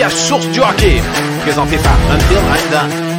podcast Source du hockey, présenté par Until I'm Done.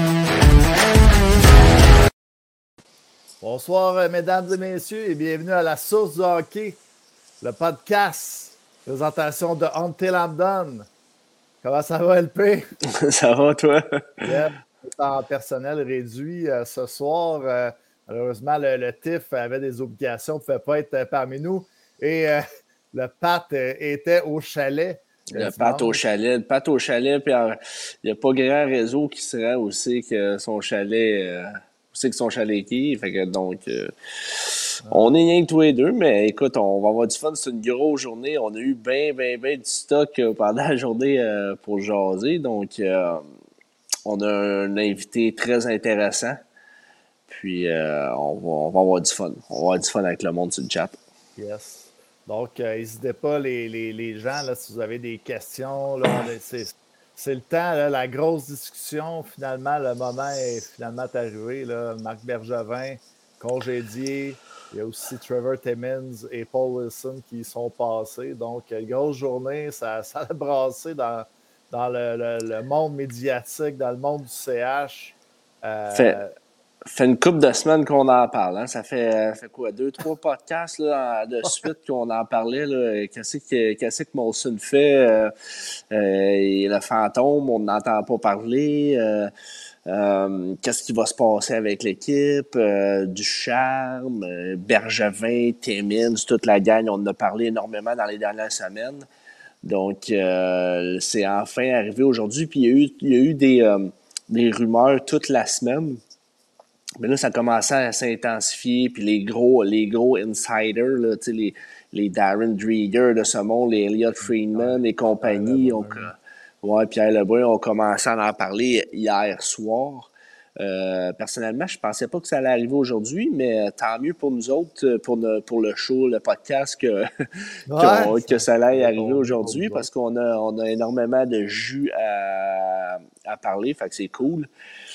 Bonsoir, mesdames et messieurs, et bienvenue à la Source du hockey, le podcast, présentation de Until I'm Done. Comment ça va, LP? Ça va, toi? Yeah, en personnel réduit ce soir. Malheureusement, le TIF avait des obligations, ne pouvait pas être parmi nous. Et le Pat était au chalet. Le Pat au chalet, puis il n'y a pas grand réseau qui serait aussi que son chalet, aussi que son chalet qui. Fait que donc, on est rien que tous les deux, mais écoute, on va avoir du fun. C'est une grosse journée. On a eu bien du stock pendant la journée pour jaser. Donc, on a un invité très intéressant. Puis, on va avoir du fun. On va avoir du fun avec le monde sur le chat. Yes. Donc, n'hésitez pas, les gens, là, si vous avez des questions. Là, c'est le temps, là, la grosse discussion. Finalement, le moment est finalement arrivé. Là. Marc Bergevin, congédié. Il y a aussi Trevor Timmins et Paul Wilson qui sont passés. Donc, grosse journée. Ça a brassé dans le monde médiatique, dans le monde du CH. Fait une couple de semaines qu'on en parle. Hein? Ça fait quoi? 2-3 podcasts là, de suite qu'on en parlait. Là. Qu'est-ce que Molson fait? Et le fantôme, on n'entend pas parler. Qu'est-ce qui va se passer avec l'équipe? Ducharme, Bergevin, Timmins, toute la gang. On en a parlé énormément dans les dernières semaines. Donc, c'est enfin arrivé aujourd'hui. Puis il y a eu des rumeurs toute la semaine. Mais là, ça commençait à s'intensifier, puis les gros insiders, là, les Darren Dreger de ce monde, les Elliot Friedman et compagnie, Pierre Lebrun ont commencé à en parler hier soir. Personnellement, je pensais pas que ça allait arriver aujourd'hui, mais tant mieux pour nous autres, pour le show, le podcast, que ça allait arriver aujourd'hui, parce qu'on a énormément de jus à parler, fait que c'est cool.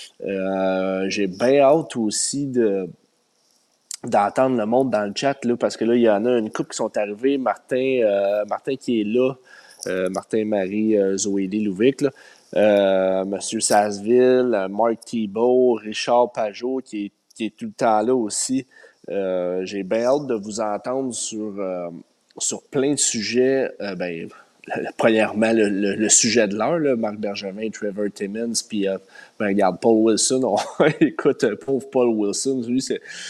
J'ai bien hâte aussi d'entendre le monde dans le chat, là, parce que là, il y en a une couple qui sont arrivés. Martin qui est là, Martin-Marie Zoélie Louvic, là, Monsieur Sasseville, Marc Thibault, Richard Pajot qui est tout le temps là aussi. J'ai bien hâte de vous entendre sur plein de sujets. Premièrement, le sujet de l'heure, là, Marc Bergevin, Trevor Timmins, puis regarde, Paul Wilson. Écoute, pauvre Paul Wilson, lui,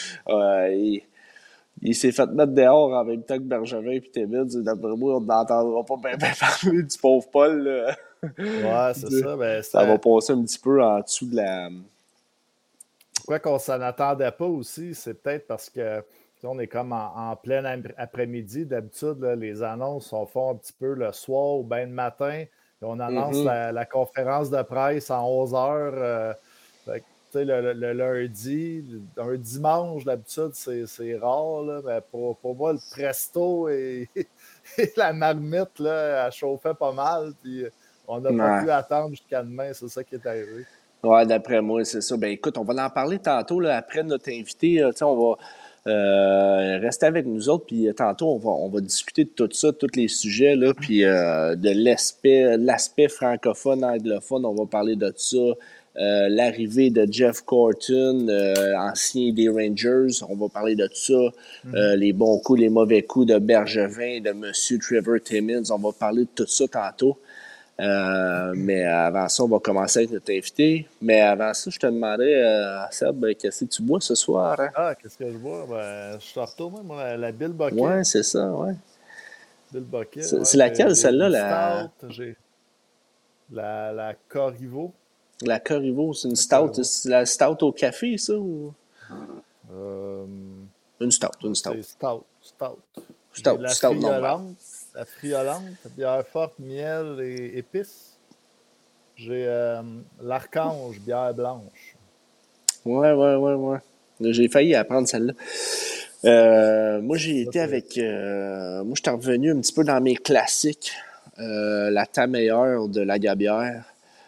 il s'est fait mettre dehors en même temps que Bergevin et Timmins. D'après moi, on n'entendra pas bien parler du pauvre Paul. Là. Ouais, c'est ça. Ben, ça va passer un petit peu en dessous de la... Quoi qu'on s'en attendait pas aussi, c'est peut-être parce que on est comme en plein après-midi. D'habitude, là, les annonces, on fait un petit peu le soir ou bien le matin. On annonce la conférence de presse en 11 heures. Le lundi, un dimanche, d'habitude, c'est rare. Là, mais pour moi, le presto et la marmite, là, elle chauffait pas mal. Puis on n'a pas pu attendre jusqu'à demain. C'est ça qui est arrivé. Ouais, d'après moi, c'est ça. Ben écoute, on va en parler tantôt là, après notre invité. On va rester avec nous autres, puis tantôt, on va discuter de tout ça, tous les sujets, là, puis de l'aspect francophone, anglophone, on va parler de ça. L'arrivée de Jeff Gorton, ancien des Rangers, on va parler de ça. Les bons coups, les mauvais coups de Bergevin, de M. Trevor Timmins, on va parler de tout ça tantôt. Mais avant ça, on va commencer avec notre invité. Mais avant ça, je te demandais, Seb, qu'est-ce que tu bois ce soir? Hein? Ah, qu'est-ce que je bois? Ben, je te retourne, moi, la Bill Bucket. Ouais, c'est ça, ouais. Bill Bucket. C'est laquelle, celle-là? J'ai la Corriveau. La Corriveau, c'est une stout. C'est la stout au café, ça? Ou... Une stout. C'est stout. La friolante. La friolante, bière forte, miel et épices. J'ai l'Archange, bière blanche. Ouais. J'ai failli apprendre celle-là. Moi, j'ai été avec... moi, je suis revenu un petit peu dans mes classiques. La Ta Meilleure de la Gabière.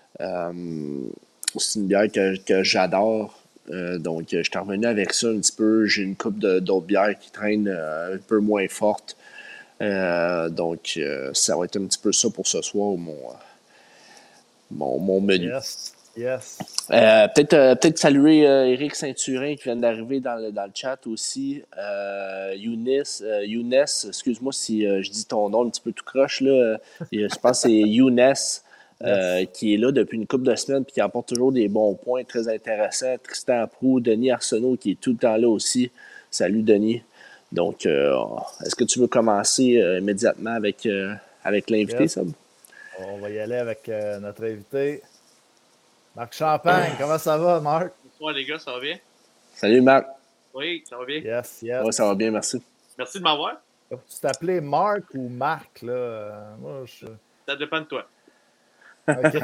C'est une bière que j'adore. Donc, je suis revenu avec ça un petit peu. J'ai une coupe d'autres bières qui traînent un peu moins fortes. Donc, ça va être un petit peu ça pour ce soir, mon menu. Yes. Peut-être saluer Éric Saint-Turin qui vient d'arriver dans le chat aussi. Younes, excuse-moi si je dis ton nom un petit peu tout croche, là. Je pense que c'est Younes qui est là depuis une couple de semaines et qui apporte toujours des bons points très intéressants. Tristan Proulx, Denis Arsenault qui est tout le temps là aussi. Salut Denis. Donc, est-ce que tu veux commencer immédiatement avec l'invité, Seb? On va y aller avec notre invité. Marc Champagne, comment ça va, Marc? Bonsoir les gars, ça va bien? Salut Marc. Oui, ça va bien? Yes. Oui, ça va bien, merci. Merci de m'avoir. Tu t'appelais Marc ou Marc, là? Moi, Ça dépend de toi. OK.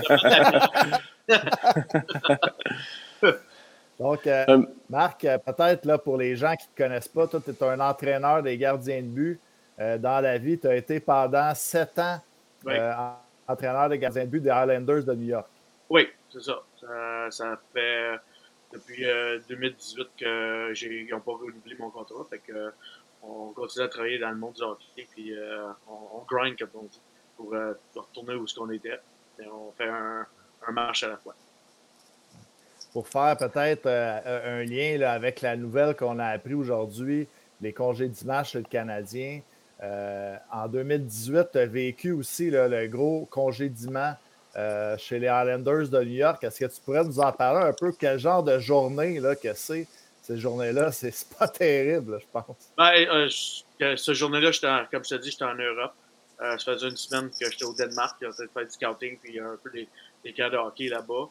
Donc, Marc, peut-être là, pour les gens qui ne te connaissent pas, toi, tu es un entraîneur des gardiens de but dans la vie. Tu as été pendant 7 ans entraîneur des gardiens de but des Islanders de New York. Oui, c'est ça. Ça fait depuis 2018 qu'ils n'ont pas renouvelé mon contrat. Fait que, on continue à travailler dans le monde du hockey. Puis on grind, comme on dit, pour retourner où on était. Et on fait un marche à la fois. Pour faire peut-être un lien là, avec la nouvelle qu'on a appris aujourd'hui, les congés dimanche chez le Canadien. En 2018, tu as vécu aussi là, le gros congédiement chez les Islanders de New York. Est-ce que tu pourrais nous en parler un peu? Quel genre de journée là, que c'est? Ces journées-là, c'est pas terrible, là, je pense. Cette journée-là, comme je te dis, j'étais en Europe. Ça faisait une semaine que j'étais au Danemark. J'ai fait du scouting, puis il y a un peu des camps de hockey là-bas.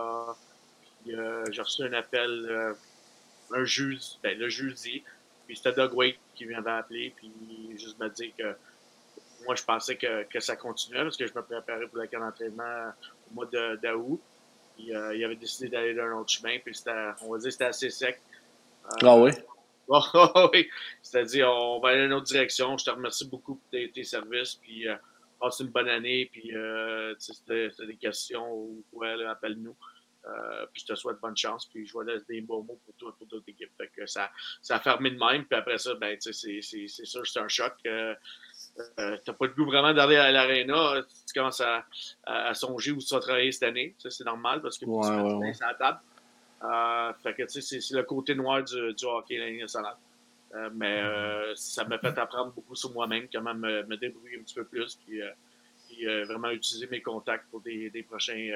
J'ai reçu un appel le jeudi, puis c'était Doug Weight qui m'avait appelé, puis juste me dire que moi, je pensais que ça continuait parce que je me préparais pour le camp d'entraînement au mois d'août. Puis il avait décidé d'aller d'un autre chemin, puis on va dire que c'était assez sec. Ah oui? Oui, c'est-à-dire, on va aller dans une autre direction. Je te remercie beaucoup pour tes services, puis passe une bonne année, puis c'était des questions ou quoi, là, appelle-nous. Puis je te souhaite bonne chance, puis je vais laisser des bons mots pour toi, pour toute l'équipe. Fait que ça a fermé de même, puis après ça, ben, c'est sûr que c'est un choc. T'as pas le goût vraiment d'aller à l'aréna, tu commences à songer où tu vas travailler cette année. Ça, c'est normal parce que tu mets sur la table. Fait que c'est le côté noir du hockey, la ligne nationale. Mais ça m'a fait apprendre beaucoup sur moi-même, comment me débrouiller un petit peu plus, puis vraiment utiliser mes contacts pour des prochains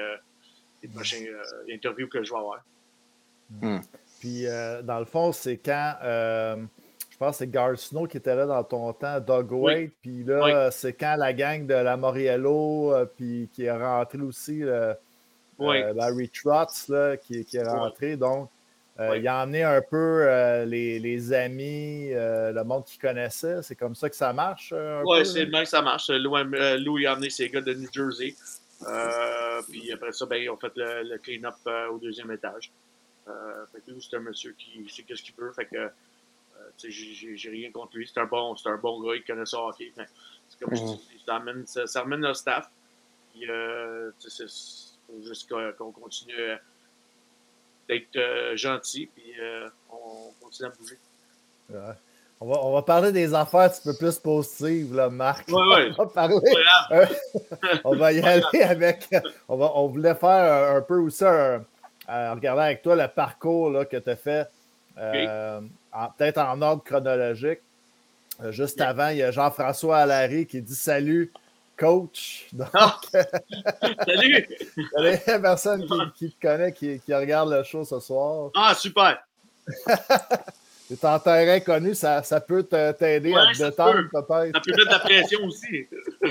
interviews que je vais avoir. Puis, dans le fond, c'est quand, je pense que c'est Garceau qui était là dans ton temps, Doug Weight, puis là, c'est quand la gang de la Moriello, puis qui est rentré aussi, Larry Trotz, là, qui est rentré. Donc, il a emmené un peu les amis, le monde qu'il connaissait. C'est comme ça que ça marche? Oui, c'est le même que ça marche. Lou a amené ses gars de New Jersey. Puis après ça, ben, ils ont fait le clean-up au deuxième étage. Fait que c'est un monsieur qui sait ce qu'il veut. Fait que j'ai rien contre lui. C'est un bon gars, il connaît ça hockey. C'est comme je dis, ça ramène le staff. Puis il faut juste qu'on continue d'être gentil, puis on continue à bouger. Ouais. On va parler des affaires un petit peu plus positives, là, Marc. Ouais. On va parler. On va y aller avec. On voulait faire un peu aussi regarder avec toi le parcours là, que tu as fait, peut-être en ordre chronologique. Juste avant, il y a Jean-François Allary qui dit salut, coach. Donc, salut! Il y a des personnes qui te connaissent, qui regardent le show ce soir. Ah, super! C'est en terrain connu, ça peut t'aider à te détendre peut-être. Ça peut mettre de la pression aussi.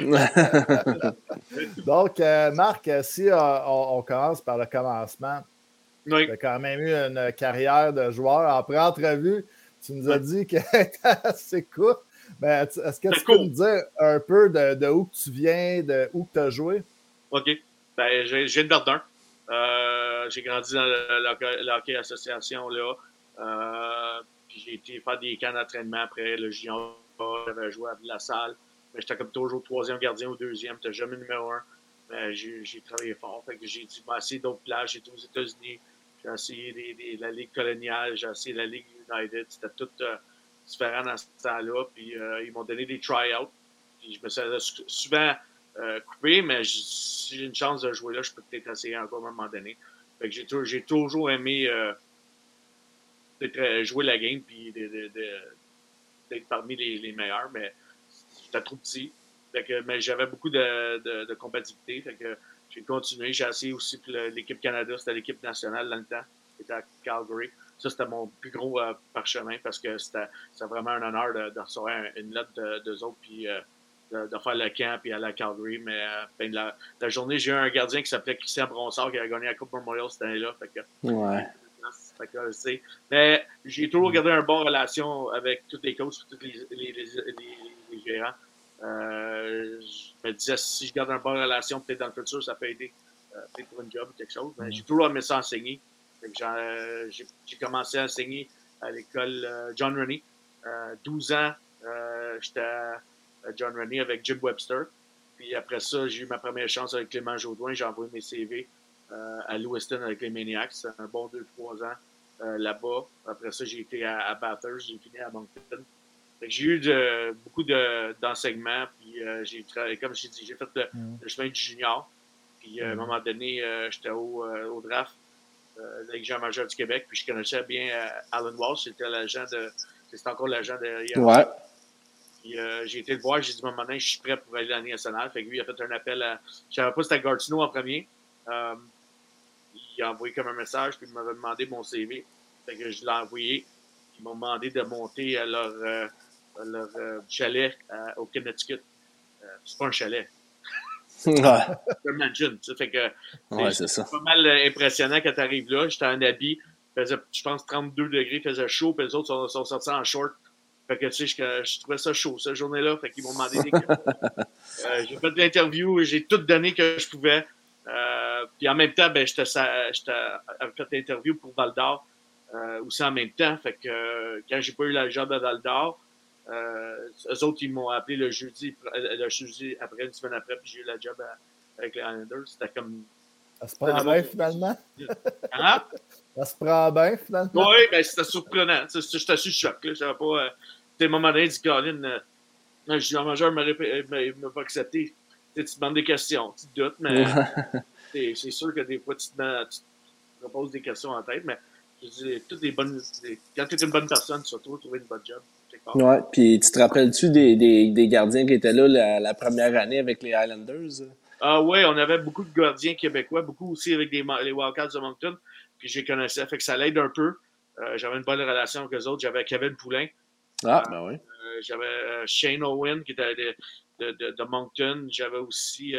Donc, Marc, si on commence par le commencement, tu as quand même eu une carrière de joueur. Après entrevue, tu nous as dit qu'elle était assez courte. Ben, est-ce que tu peux nous dire un peu de où que tu viens, de où que tu as joué? OK. Ben, je viens de Verdun. J'ai grandi dans le hockey association là. Puis j'ai été faire des camps d'entraînement après le junior. J'avais joué à la salle. Mais j'étais comme toujours troisième gardien ou deuxième. J'étais jamais numéro 1. Mais j'ai travaillé fort. Fait que j'ai dit, essayer d'autres plages. J'étais aux États-Unis. J'ai essayé la Ligue coloniale. J'ai essayé la Ligue United. C'était tout différent dans ce temps-là. Puis ils m'ont donné des try-outs. Puis je me suis souvent coupé, mais si j'ai une chance de jouer là, je peux peut-être essayer encore à un moment donné. Fait que j'ai toujours aimé jouer la game puis d'être parmi les meilleurs, mais j'étais trop petit. Fait que, mais j'avais beaucoup de compatibilité. Fait que j'ai continué. J'ai essayé aussi pour l'équipe Canada. C'était l'équipe nationale dans le temps. C'était à Calgary. Ça, c'était mon plus gros parchemin parce que c'était vraiment un honneur de recevoir une lettre d'eux autres puis de faire le camp puis aller à Calgary. Mais fin de la journée, j'ai eu un gardien qui s'appelait Christian Bronsard qui a gagné la Coupe Memorial cette année-là. Fait que, Ouais. fait que, mais j'ai toujours gardé une bonne relation avec tous les coachs, tous les gérants. Je me disais, si je garde une bonne relation, peut-être dans le futur, ça peut aider peut-être pour une job ou quelque chose. Mais j'ai toujours aimé ça enseigner. J'ai commencé à enseigner à l'école John Rennie. 12 ans, j'étais à John Rennie avec Jim Webster. Puis après ça, j'ai eu ma première chance avec Clément Jaudoin. J'ai envoyé mes CV à Lewiston avec les Maniacs. C'était un bon 2-3 ans là-bas. Après ça, j'ai été à Bathurst. J'ai fini à Moncton. J'ai eu beaucoup d'enseignements. Puis j'ai travaillé, comme je dit, j'ai fait le chemin du junior. Puis à un moment donné, j'étais au draft de la Ligue majeure du Québec. Puis je connaissais bien Alan Walsh. C'était encore l'agent de Yaron. Ouais. Puis j'ai été le voir, j'ai dit, à un moment donné, je suis prêt pour aller à la Ligue nationale. Fait que lui, il a fait un appel à. Je savais pas si c'était Gatineau en premier. Il a envoyé comme un message, puis il m'avait demandé mon CV. Fait que je l'ai envoyé. Ils m'ont demandé de monter à leur chalet au Connecticut. C'est pas un chalet. Ouais. C'est un mansion. Fait que c'est pas mal impressionnant quand tu arrives là. J'étais en habit. Il faisait, je pense, 32 degrés, il faisait chaud, puis les autres sont sortis en short. Fait que, tu sais, je trouvais ça chaud, cette journée-là. Fait qu'ils m'ont demandé des questions. J'ai fait de l'interview, j'ai tout donné que je pouvais. Puis en même temps, j'étais fait l'interview pour Val d'Or aussi en même temps. Fait que quand j'ai pas eu la job à Val d'Or, eux autres, ils m'ont appelé le jeudi après, une semaine après, puis j'ai eu la job avec les Islanders. C'était comme. Ça se prend bien, finalement. Hein? Ça se prend bien, finalement. Oui, c'était surprenant. J'étais sur le choc. Là. J'avais pas. À un moment donné, il dit Colin, le junior majeur ne m'a pas accepté. Tu te demandes des questions, tu te doutes, mais c'est sûr que des fois, tu te reposes des questions en tête, mais je dis, toutes les bonnes. Quand tu es une bonne personne, tu vas toujours trouver une bonne job. Ouais, puis tu te rappelles-tu des gardiens qui étaient là la première année avec les Highlanders? Ah oui, on avait beaucoup de gardiens québécois, beaucoup aussi avec les Wildcats de Moncton, puis je les connaissais, fait que ça l'aide un peu. J'avais une bonne relation avec eux autres. J'avais Kevin Poulin. Ben oui. J'avais Shane Owen qui était de Moncton. J'avais aussi,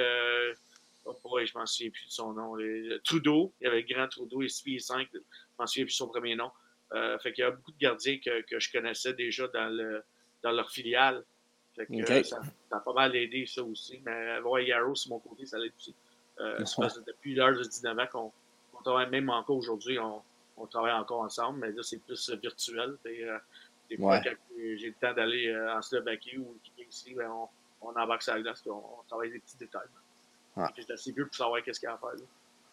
oh boy, je m'en souviens plus de son nom. Trudeau, il y avait Grand Trudeau, il est 5, je m'en souviens plus de son premier nom. Fait qu'il y a beaucoup de gardiens que je connaissais déjà dans leur filiale. Fait que ça a pas mal aidé ça aussi. Mais voir Yarrow sur mon côté, ça l'aide aussi. Depuis l'âge de 19 ans qu'on travaille, même encore aujourd'hui, on travaille encore ensemble, mais là, c'est plus virtuel. Des fois, quand j'ai le temps d'aller en Slovaquie ou ici, on embarque sur la glace et on travaille des petits détails. J'étais assez vieux pour savoir qu'est-ce qu'il y a à faire. Là.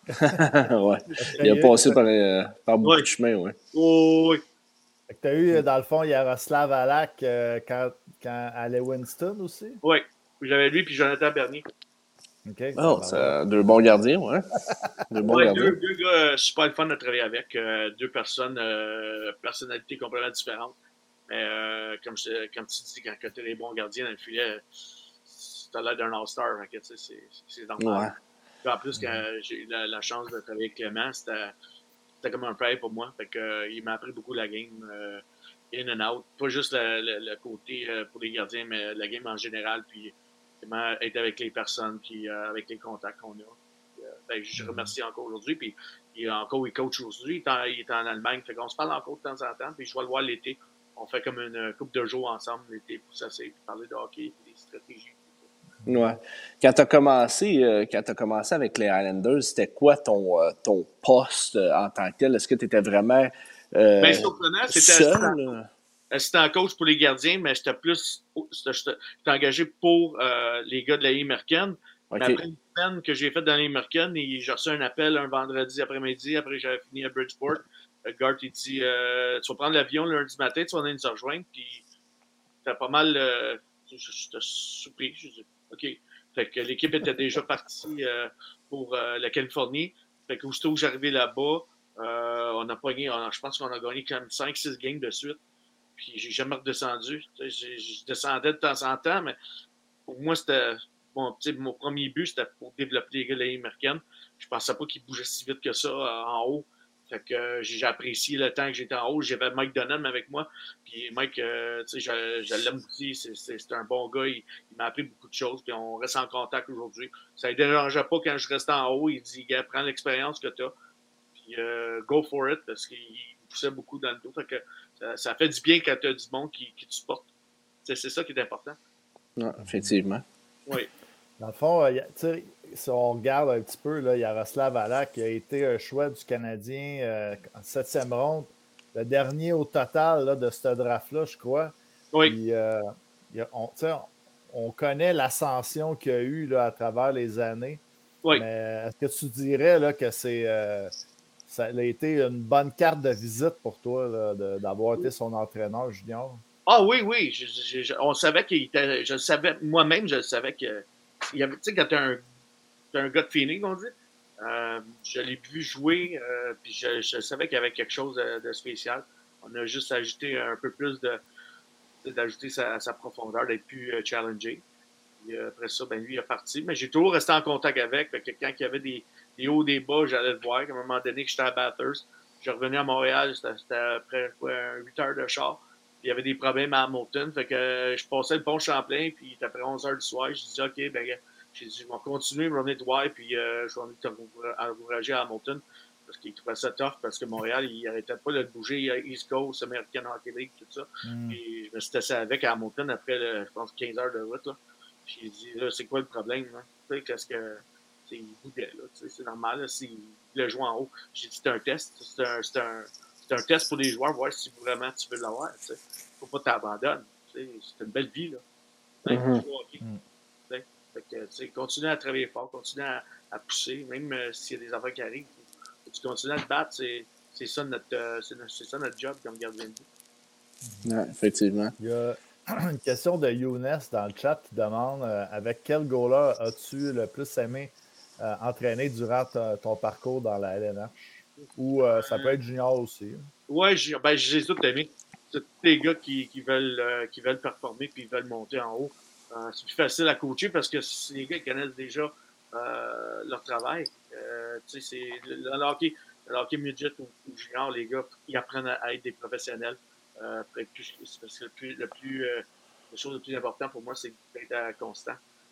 Ouais. Il a passé par beaucoup de chemin, ouais. Oh, oui. Tu as eu, dans le fond, Yaroslav Alak quand allait Winston aussi? Oui. J'avais lui puis Jonathan Bernier. OK. Oh, c'est deux bons gardiens, ouais. Deux bons gardiens. Deux gars super le fun de travailler avec. Deux personnes, personnalités complètement différentes. Mais comme tu dis, quand tu es les bons gardiens dans le filet, tu as l'air d'un All-Star. C'est normal. Puis en plus, quand j'ai eu la chance de travailler avec Clément, c'était comme un frère pour moi. Fait que, il m'a appris beaucoup la game in and out. Pas juste le côté pour les gardiens, mais la game en général. Puis comment être avec les personnes, puis avec les contacts qu'on a. Je remercie encore aujourd'hui. Puis il coach aujourd'hui. Il est en Allemagne. Fait qu'on se parle encore de temps en temps. Puis je vais le voir l'été. On fait comme une couple de jours ensemble l'été pour s'asseoir et parler de hockey et des stratégies. Ouais. Quand tu as commencé avec les Highlanders, c'était quoi ton poste en tant que tel? Est-ce que tu étais vraiment surprenant, seul? Assistant coach pour les gardiens, mais j'étais engagé pour les gars de la Ligue américaine. Okay. Mais après une semaine que j'ai faite dans la Ligue américaine, j'ai reçu un appel un vendredi après-midi, après j'avais fini à Bridgeport. Gart, il dit tu vas prendre l'avion lundi matin, tu vas venir nous rejoindre. Puis c'était pas mal. J'étais surpris. Je dis OK. Fait que l'équipe était déjà partie pour la Californie. Fait qu'aussitôt que j'arrivais là-bas, on a pogné, je pense qu'on a gagné quand même 5-6 games de suite. Puis j'ai jamais redescendu. Je descendais de temps en temps, mais pour moi, c'était mon premier but, c'était pour développer les gars de la Ligue américaine. Je pensais pas qu'ils bougeaient si vite que ça en haut. Fait que j'ai apprécié le temps que j'étais en haut. J'avais Mike Dunham avec moi. Puis Mike, je l'aime aussi. C'est un bon gars. Il m'a appris beaucoup de choses. Puis on reste en contact aujourd'hui. Ça ne dérangeait pas quand je restais en haut. Il dit, gars, prends l'expérience que tu as. Puis go for it. Parce qu'il poussait beaucoup dans le dos. Fait que ça fait du bien quand tu as du monde qui te supporte. C'est ça qui est important. Non, effectivement. Oui. Dans le fond, si on regarde un petit peu, là, Yaroslav Halak qui a été un choix du Canadien en 7e ronde, le dernier au total là, de ce draft-là, je crois. Oui. Puis, on connaît l'ascension qu'il y a eu là, à travers les années. Oui. Mais est-ce que tu dirais là, que ça a été une bonne carte de visite pour toi là, d'avoir été son entraîneur junior? Ah oui, oui. On savait qu'il était. Je savais, moi-même, je savais que. Il y avait, tu sais, quand t'es un gars de feeling, on dit. Je l'ai vu jouer, puis je savais qu'il y avait quelque chose de spécial. On a juste ajouté un peu plus d'ajouter sa profondeur, d'être plus challengé. Puis après ça, ben lui, il est parti. Mais j'ai toujours resté en contact avec. Fait que quand il y avait des hauts, des bas, j'allais le voir. À un moment donné, que j'étais à Bathurst, je revenais à Montréal, c'était après 8 heures de char. Puis il y avait des problèmes à Hamilton. Fait que je passais le pont Champlain, puis après 11 heures du soir, je disais, OK, ben j'ai dit, je vais continuer, je vais venir te voir, puis je vais venir t'encourager à Hamilton. Parce qu'il trouvait ça tough, parce que Montréal, il n'arrêtait pas de bouger East Coast, American Hockey League, tout ça. Puis je me suis tassé avec à Hamilton après, je pense, 15 heures de route. Là. Puis j'ai dit, là, c'est quoi le problème? Là? Tu sais, qu'est-ce que. Il boudait, là. Tu sais, c'est normal, là, s'il voulait jouer en haut. J'ai dit, c'est un test. C'est un test pour les joueurs, voir si vraiment tu veux l'avoir. Tu sais. Faut pas t'abandonner. Tu sais, c'est une belle vie, là. Tu sais, jouer au hockey. Tu sais. Fait que, tu sais, continue à travailler fort, continue à pousser, même s'il y a des affaires qui arrivent. Faut que tu continues à te battre. C'est ça notre job comme gardien de but. Ouais, effectivement. Il y a une question de Younes dans le chat qui demande avec quel goaler as-tu le plus aimé entraîner durant ton parcours dans la LNH? Ou ça peut être junior aussi. Ouais, j'ai tout aimé. C'est tous les gars qui veulent performer puis ils veulent monter en haut. C'est plus facile à coacher parce que les gars ils connaissent déjà leur travail. Tu sais, c'est le hockey midget ou junior, les gars, ils apprennent à être des professionnels. Parce que la chose le plus important pour moi, c'est d'être constant.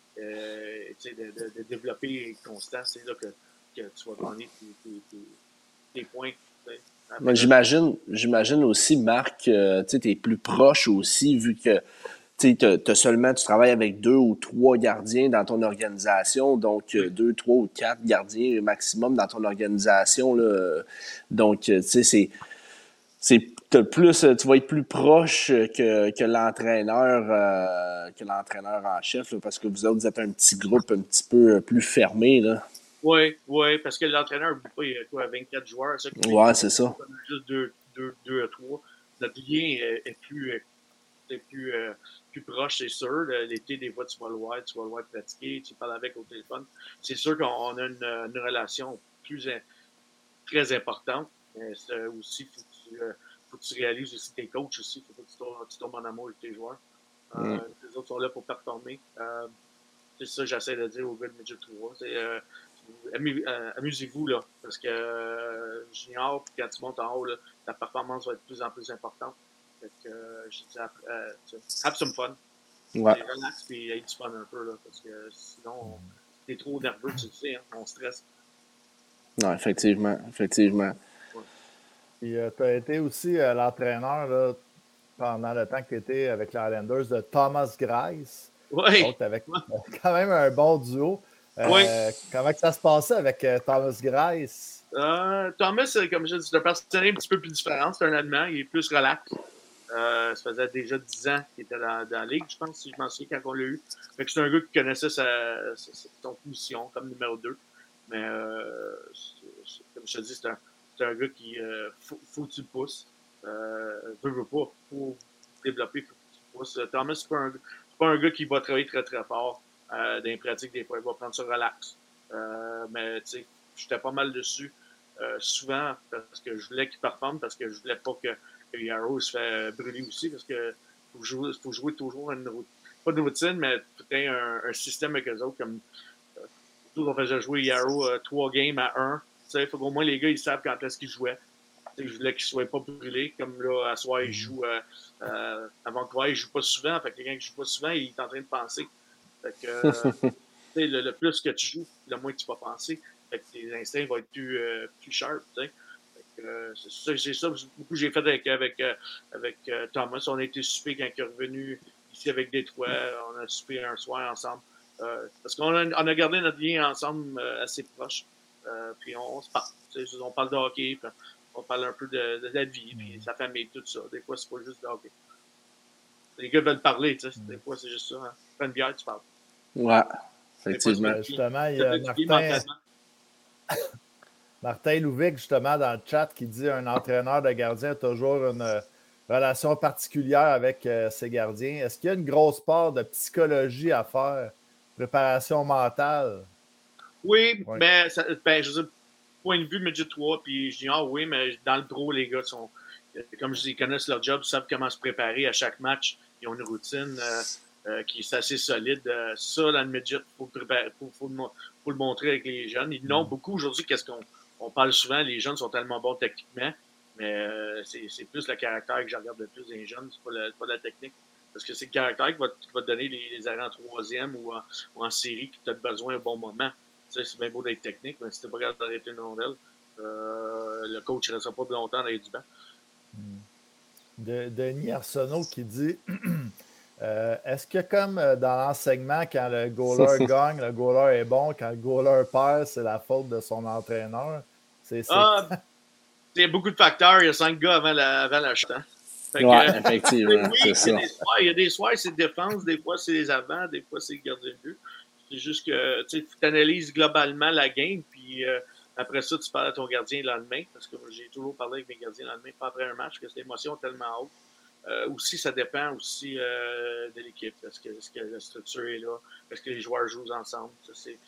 De développer constant, c'est là que tu vas gagner tes points. Moi, j'imagine aussi, Marc, tu es plus proche aussi, vu que tu travailles avec 2 ou 3 gardiens dans ton organisation, donc 2, 3 ou 4 gardiens maximum dans ton organisation. Là. Donc, tu sais, tu vas être plus proche que l'entraîneur en chef, là, parce que vous êtes un petit groupe un petit peu plus fermé. Là. Oui, parce que l'entraîneur, il y a quoi, 24 joueurs. Ça, ouais, c'est ça. On a juste 2 à 3. Notre lien est plus proche, c'est sûr. L'été, des fois, tu vas le voir pratiquer, tu parles avec au téléphone. C'est sûr qu'on a une relation très importante. Mais aussi, faut que tu réalises aussi tes coachs aussi. Faut que tu tombes en amour avec tes joueurs. Les autres sont là pour performer. C'est ça que j'essaie de dire au gars de Midget 3. Amusez-vous, là, parce que junior, puis quand tu montes en haut, là, ta performance va être de plus en plus importante. Fait que, je dis, have some fun. Ouais. Relax, puis aie du fun un peu, là, parce que sinon, t'es trop nerveux, tu le sais, hein, on stresse. Non, effectivement. Ouais. Puis, tu as été aussi l'entraîneur là, pendant le temps que tu étais avec les Islanders de Thomas Greiss. Oui. Donc, avec quand même un bon duo. Comment que ça se passait avec Thomas Greiss? Thomas, comme je dis, c'est un personnage un petit peu plus différent. C'est un Allemand, il est plus relax. Ça faisait déjà 10 ans qu'il était dans la ligue, je pense, si je m'en souviens quand on l'a eu. Fait que c'est un gars qui connaissait son position comme numéro 2. Mais comme je te dis, c'est un gars qui faut que tu le pousses. Veux pas. Faut développer, faut que tu le pousses. Thomas, c'est pas un gars qui va travailler très très fort. dans les pratiques, des fois, il va prendre ça relax. Mais tu sais, j'étais pas mal dessus. Souvent, parce que je voulais qu'il performe, parce que je voulais pas que Yarrow se fait brûler aussi, parce que faut jouer toujours pas de routine, mais peut-être un système avec eux autres, comme on faisait jouer Yarrow 3 games à 1. Il faut qu'au moins les gars ils savent quand est-ce qu'ils jouaient. Je voulais qu'ils ne soient pas brûlés. Comme là, à soir, ils jouent à Vancouver, ils ne jouent pas souvent. Fait que quelqu'un qui ne joue pas souvent, il est en train de penser. Fait que le plus que tu joues, le moins que tu vas penser. Fait que tes instincts vont être plus sharp. C'est ça beaucoup j'ai fait avec Thomas. On a été souper quand il est revenu ici avec Détroit. On a soupé un soir ensemble. Parce qu'on a gardé notre lien ensemble assez proche. Puis on se parle. On parle de hockey, puis on parle un peu de la vie, puis sa famille, tout ça. Des fois, c'est pas juste de hockey. Les gars veulent parler, tu sais. Des fois, c'est juste ça. Hein. Prends une bière, tu parles. Ouais, effectivement. Justement, il y a Martin Louvic, justement, dans le chat, qui dit un entraîneur de gardien a toujours une relation particulière avec ses gardiens. Est-ce qu'il y a une grosse part de psychologie à faire? Préparation mentale? Oui, mais je veux dire, point de vue Midget 3, puis je dis, oui, mais dans le pro, les gars sont, comme je dis, ils connaissent leur job, ils savent comment se préparer à chaque match. Ils ont une routine qui est assez solide. Ça, dans le Midget, il faut le montrer avec les jeunes. Ils l'ont beaucoup aujourd'hui. Qu'est-ce qu'on parle souvent, les jeunes sont tellement bons techniquement, mais c'est plus le caractère que je regarde le plus des jeunes, c'est pas la technique. Parce que c'est le caractère qui va te donner les arrêts en troisième ou en série que tu as besoin au bon moment. Tu sais, c'est bien beau d'être technique, mais si tu n'es pas capable d'arrêter une rondelle, le coach ne restera pas longtemps dans du banc. Denis Arsenault qui dit est-ce que comme dans l'enseignement, quand le goaler gagne, le goaler est bon, quand le goaler perd, c'est la faute de son entraîneur? Il y a beaucoup de facteurs. Il y a 5 gars avant la chute. Hein? Effectivement, oui, c'est ça. Il y a des soirs, c'est défense, des fois, c'est les avants, des fois, c'est le gardien de but. C'est juste que tu analyses globalement la game, puis après ça, tu parles à ton gardien le lendemain, parce que j'ai toujours parlé avec mes gardiens le lendemain, pas après un match, parce que l'émotion est tellement haute. Aussi, ça dépend aussi de l'équipe. Est-ce que la structure est là? Est-ce que les joueurs jouent ensemble? C'est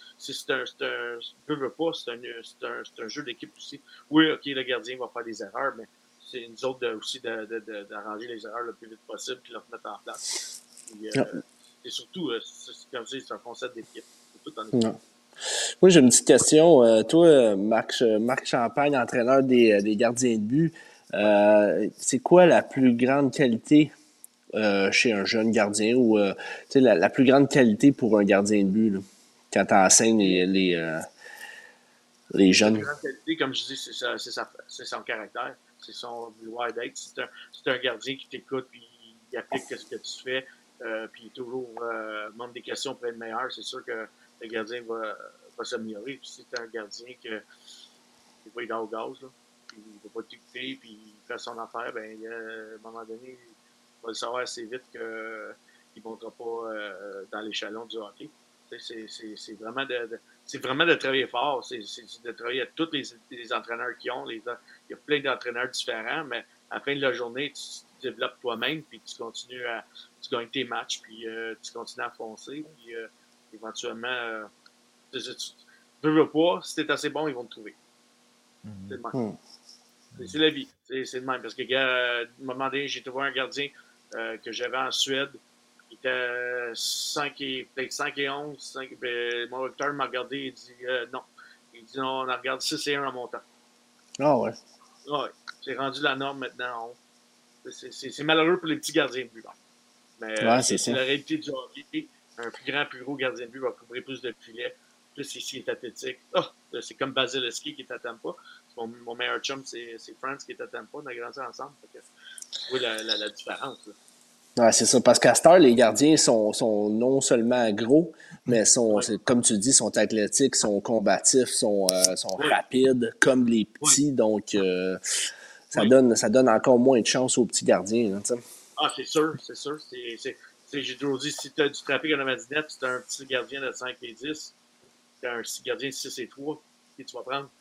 un jeu d'équipe aussi. Oui, OK, le gardien va faire des erreurs, mais c'est nous autres aussi d'arranger les erreurs le plus vite possible et de les remettre en place. Puis, c'est surtout, comme je dis, c'est un concept d'équipe. C'est tout en équipe. Moi, j'ai une petite question. Toi, Marc Champagne, entraîneur des gardiens de but, c'est quoi la plus grande qualité chez un jeune gardien ou la plus grande qualité pour un gardien de but là, quand tu enseignes les jeunes? La plus grande qualité, comme je dis, c'est son caractère. C'est son vouloir d'être. C'est un gardien qui t'écoute puis il applique ce que tu fais. Puis toujours demande des questions pour être meilleur. C'est sûr que le gardien va s'améliorer. Puis si c'est un gardien qui va être au gaz, là, puis il ne va pas t'écouter, puis il fait son affaire, ben, à un moment donné, il va le savoir assez vite qu'il ne montera pas dans l'échelon du hockey. C'est vraiment de travailler fort. C'est de travailler à tous les entraîneurs qu'ils ont. Il y a plein d'entraîneurs différents, mais à la fin de la journée, tu développes toi-même, puis tu gagnes tes matchs, puis tu continues à foncer, puis éventuellement, tu veux pas, si t'es assez bon, ils vont te trouver. C'est le même. C'est la vie. C'est le même. Parce que, à un moment donné, j'ai trouvé un gardien que j'avais en Suède. Il était peut-être 5 et 11. Mon docteur m'a regardé et dit non. Il dit non, on en regarde 6 et 1 en montant. Ah ouais. Ouais. C'est rendu la norme maintenant. C'est malheureux pour les petits gardiens de but. Mais c'est la réalité du hockey. Un plus gros gardien de but va couvrir plus de filets. Plus ici, il est athlétique. C'est comme Vasilevski qui est à Tampa. Mon meilleur chum, c'est Franz qui est à Tampa. On a grandi ensemble. Tu vois la différence. Là. Ouais, c'est ça. Parce qu'à cette heure, les gardiens sont non seulement gros, mais comme tu dis, sont athlétiques, sont combatifs, sont rapides, comme les petits. Donc, ça donne encore moins de chance aux petits gardiens. Là, c'est sûr. J'ai toujours dit, si tu as du trafic en avant du net, si tu as un petit gardien de 5 et 10, tu as un petit gardien de 6 et 3, qui tu vas prendre?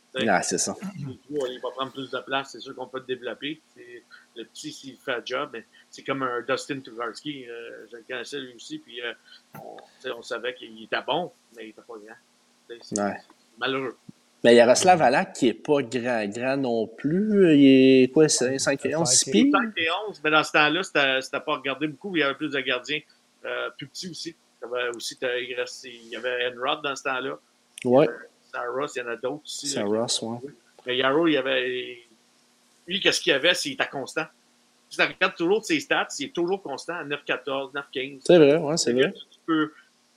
Ah, c'est ça. Il va prendre plus de place, c'est sûr qu'on peut le développer. Le petit, s'il fait le job, mais c'est comme un Dustin Tokarski. Je le connaissais lui aussi, puis on savait qu'il était bon, mais il n'était pas grand. C'est malheureux. Mais Yaroslav Halak qui n'est pas grand non plus. Il est quoi, 5 et 11, 6 pieds? 5 et 11, mais dans ce temps-là, c'était pas regardé beaucoup. Il y avait plus de gardiens plus petits aussi. Il y avait Enrod dans ce temps-là. Oui. Saros, il y en a d'autres aussi. Saros, oui. Mais Yarrow, lui, qu'est-ce qu'il y avait, c'est qu'il était constant. Si tu regardes toujours ses stats, il est toujours constant à 9-14, 9-15. C'est vrai, oui, c'est vrai. Tu peux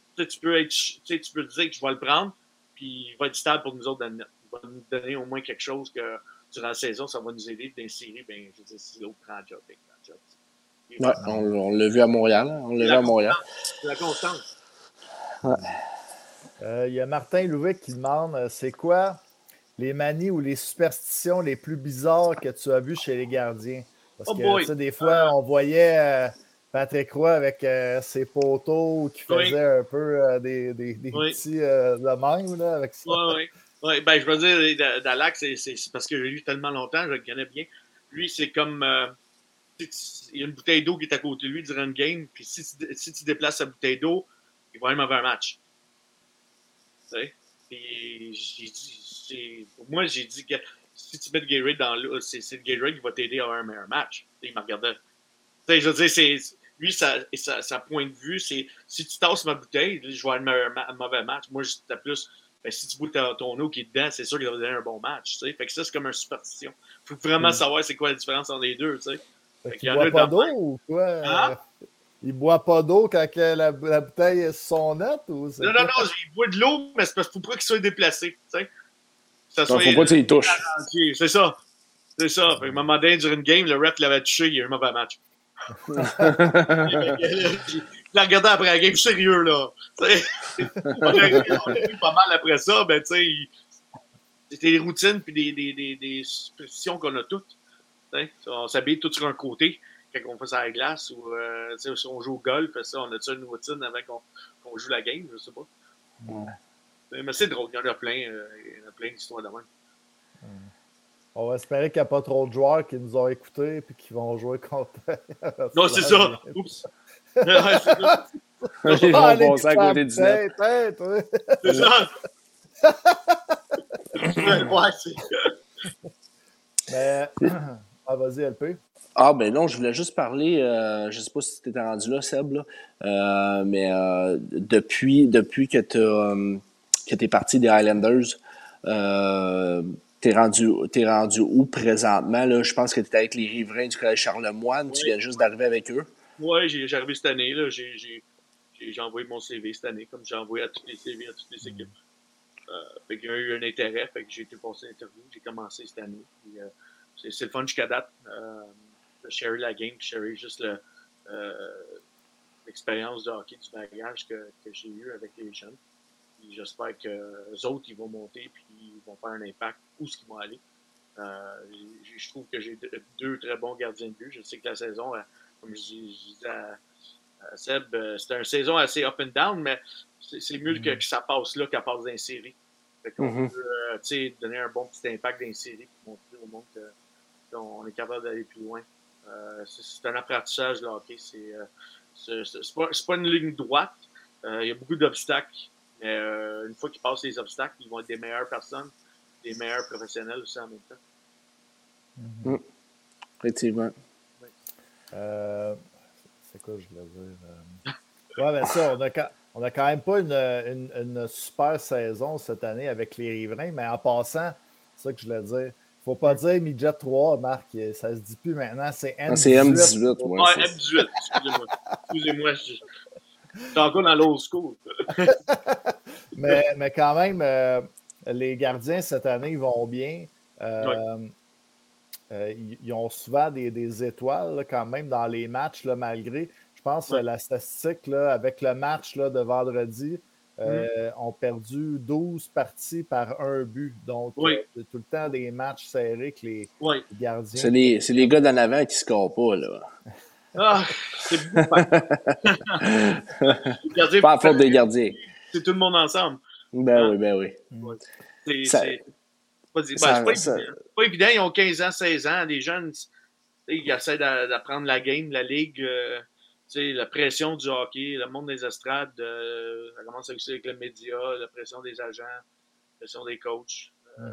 te dire que je vais le prendre, puis il va être stable pour nous autres dans le net. Il va nous donner au moins quelque chose que durant la saison, ça va nous aider dans les séries. Ben, je veux dire, si l'autre prend un job, il prend un job. Ouais, on l'a vu à Montréal. C'est la constance. Ouais. Il y a Martin Louvet qui demande c'est quoi les manies ou les superstitions les plus bizarres que tu as vues chez les gardiens? Parce que tu sais, des fois, on voyait Patrick Roy avec ses poteaux qui faisait un peu des petits de même là, avec ça. Oui, ben, je veux dire, Dalak, c'est parce que j'ai lu tellement longtemps, je le connais bien. Lui, c'est comme. Il y a une bouteille d'eau qui est à côté de lui durant une game, puis si tu déplaces sa bouteille d'eau, il va même avoir un match. Tu sais? Puis pour moi, j'ai dit que si tu mets le Gatorade dans l'eau, c'est le Gatorade qui va t'aider à avoir un meilleur match. Il me regardait. Tu sais, je veux dire, lui, sa point de vue, c'est si tu tasses ma bouteille, je vais avoir un mauvais match. Moi, c'était plus. Ben, si tu bois ton eau qui est dedans, c'est sûr qu'il va donner un bon match. Tu sais? Fait que ça, c'est comme une superstition. Il faut vraiment savoir c'est quoi la différence entre les deux. Tu sais? Il ne boit pas d'eau ou quoi? Hein? Il boit pas d'eau quand la bouteille est sur son net? Ou non, il boit de l'eau, mais c'est parce qu'il ne faut pas qu'il soit déplacé. Tu sais? Il ne faut pas qu'il touche. C'est ça. C'est ça. Fait, à un moment donné, durant une game, le ref l'avait touché, il y a eu un mauvais match. Je l'ai regardé après la game, sérieux, là. On a eu pas mal après ça, mais tu sais, c'était des routines puis des superstitions qu'on a toutes. On s'habille tous sur un côté quand on fait ça à la glace ou si on joue au golf, ça, on a-tu une routine avant qu'on joue la game, je sais pas. Ouais. Mais c'est drôle, il y en a plein d'histoires de même. On va espérer qu'il n'y a pas trop de joueurs qui nous ont écoutés et qui vont jouer contre. Non, c'est ça. Oups. C'est ça. Ils vont passer à côté du net. C'est ça. Ouais, c'est. Mais. Vas-y, LP. Ah, ben non, je voulais juste parler, je sais pas si tu étais rendu là, Seb, là, mais depuis que tu es parti des Highlanders, t'es rendu où présentement? Là? Je pense que tu étais avec les riverains du Collège Charlemagne. Oui. Tu viens juste d'arriver avec eux. Oui, j'ai arrivé cette année. Là. J'ai envoyé mon CV cette année, comme j'ai envoyé à tous les CV, à toutes les équipes. Fait qu'il y a eu un intérêt, fait que j'ai été passé l'interview. J'ai commencé cette année. Puis, c'est le fun jusqu'à date. De share la game, de share juste l'expérience de hockey, du bagage que j'ai eu avec les jeunes. Puis j'espère que les autres, ils vont monter puis ils vont faire un impact où ce qu'ils vont aller. Je trouve que j'ai deux très bons gardiens de but. Je sais que la saison, comme je disais à Seb, c'était une saison assez up and down, mais c'est mieux que ça passe là qu'elle passe dans les séries. Fait qu'on peut donner un bon petit impact dans les séries pour montrer au monde qu'on est capable d'aller plus loin. C'est un apprentissage, là, hockey. C'est pas une ligne droite. Il y a beaucoup d'obstacles. Mais une fois qu'ils passent les obstacles, ils vont être des meilleures personnes, des meilleurs professionnels aussi en même temps. Effectivement. Oui. C'est quoi, je voulais dire? Ouais, mais ça, on n'a quand même pas une super saison cette année avec les riverains, mais en passant, c'est ça que je voulais dire. Il ne faut pas dire Midget 3, Marc, ça ne se dit plus maintenant, c'est M18. C'est M18, ouais. M18, excusez-moi. Je suis encore dans l'old school. mais quand même, les gardiens cette année, ils vont bien. Ils ont souvent des étoiles là, quand même dans les matchs, là, malgré. Je pense que la statistique là, avec le match là, de vendredi, ont perdu 12 parties par un but. Donc, c'est tout le temps des matchs serrés que les gardiens. C'est les gars d'en avant qui ne scorent pas. Là. Ah, c'est pas à faute des gardiens. C'est tout le monde ensemble. Ben oui. C'est pas évident. Ils ont 15 ans, 16 ans. Les jeunes, ils essaient d'apprendre la game, la ligue. La pression du hockey, le monde des estrades, ça commence aussi avec les médias, la pression des agents, la pression des coachs.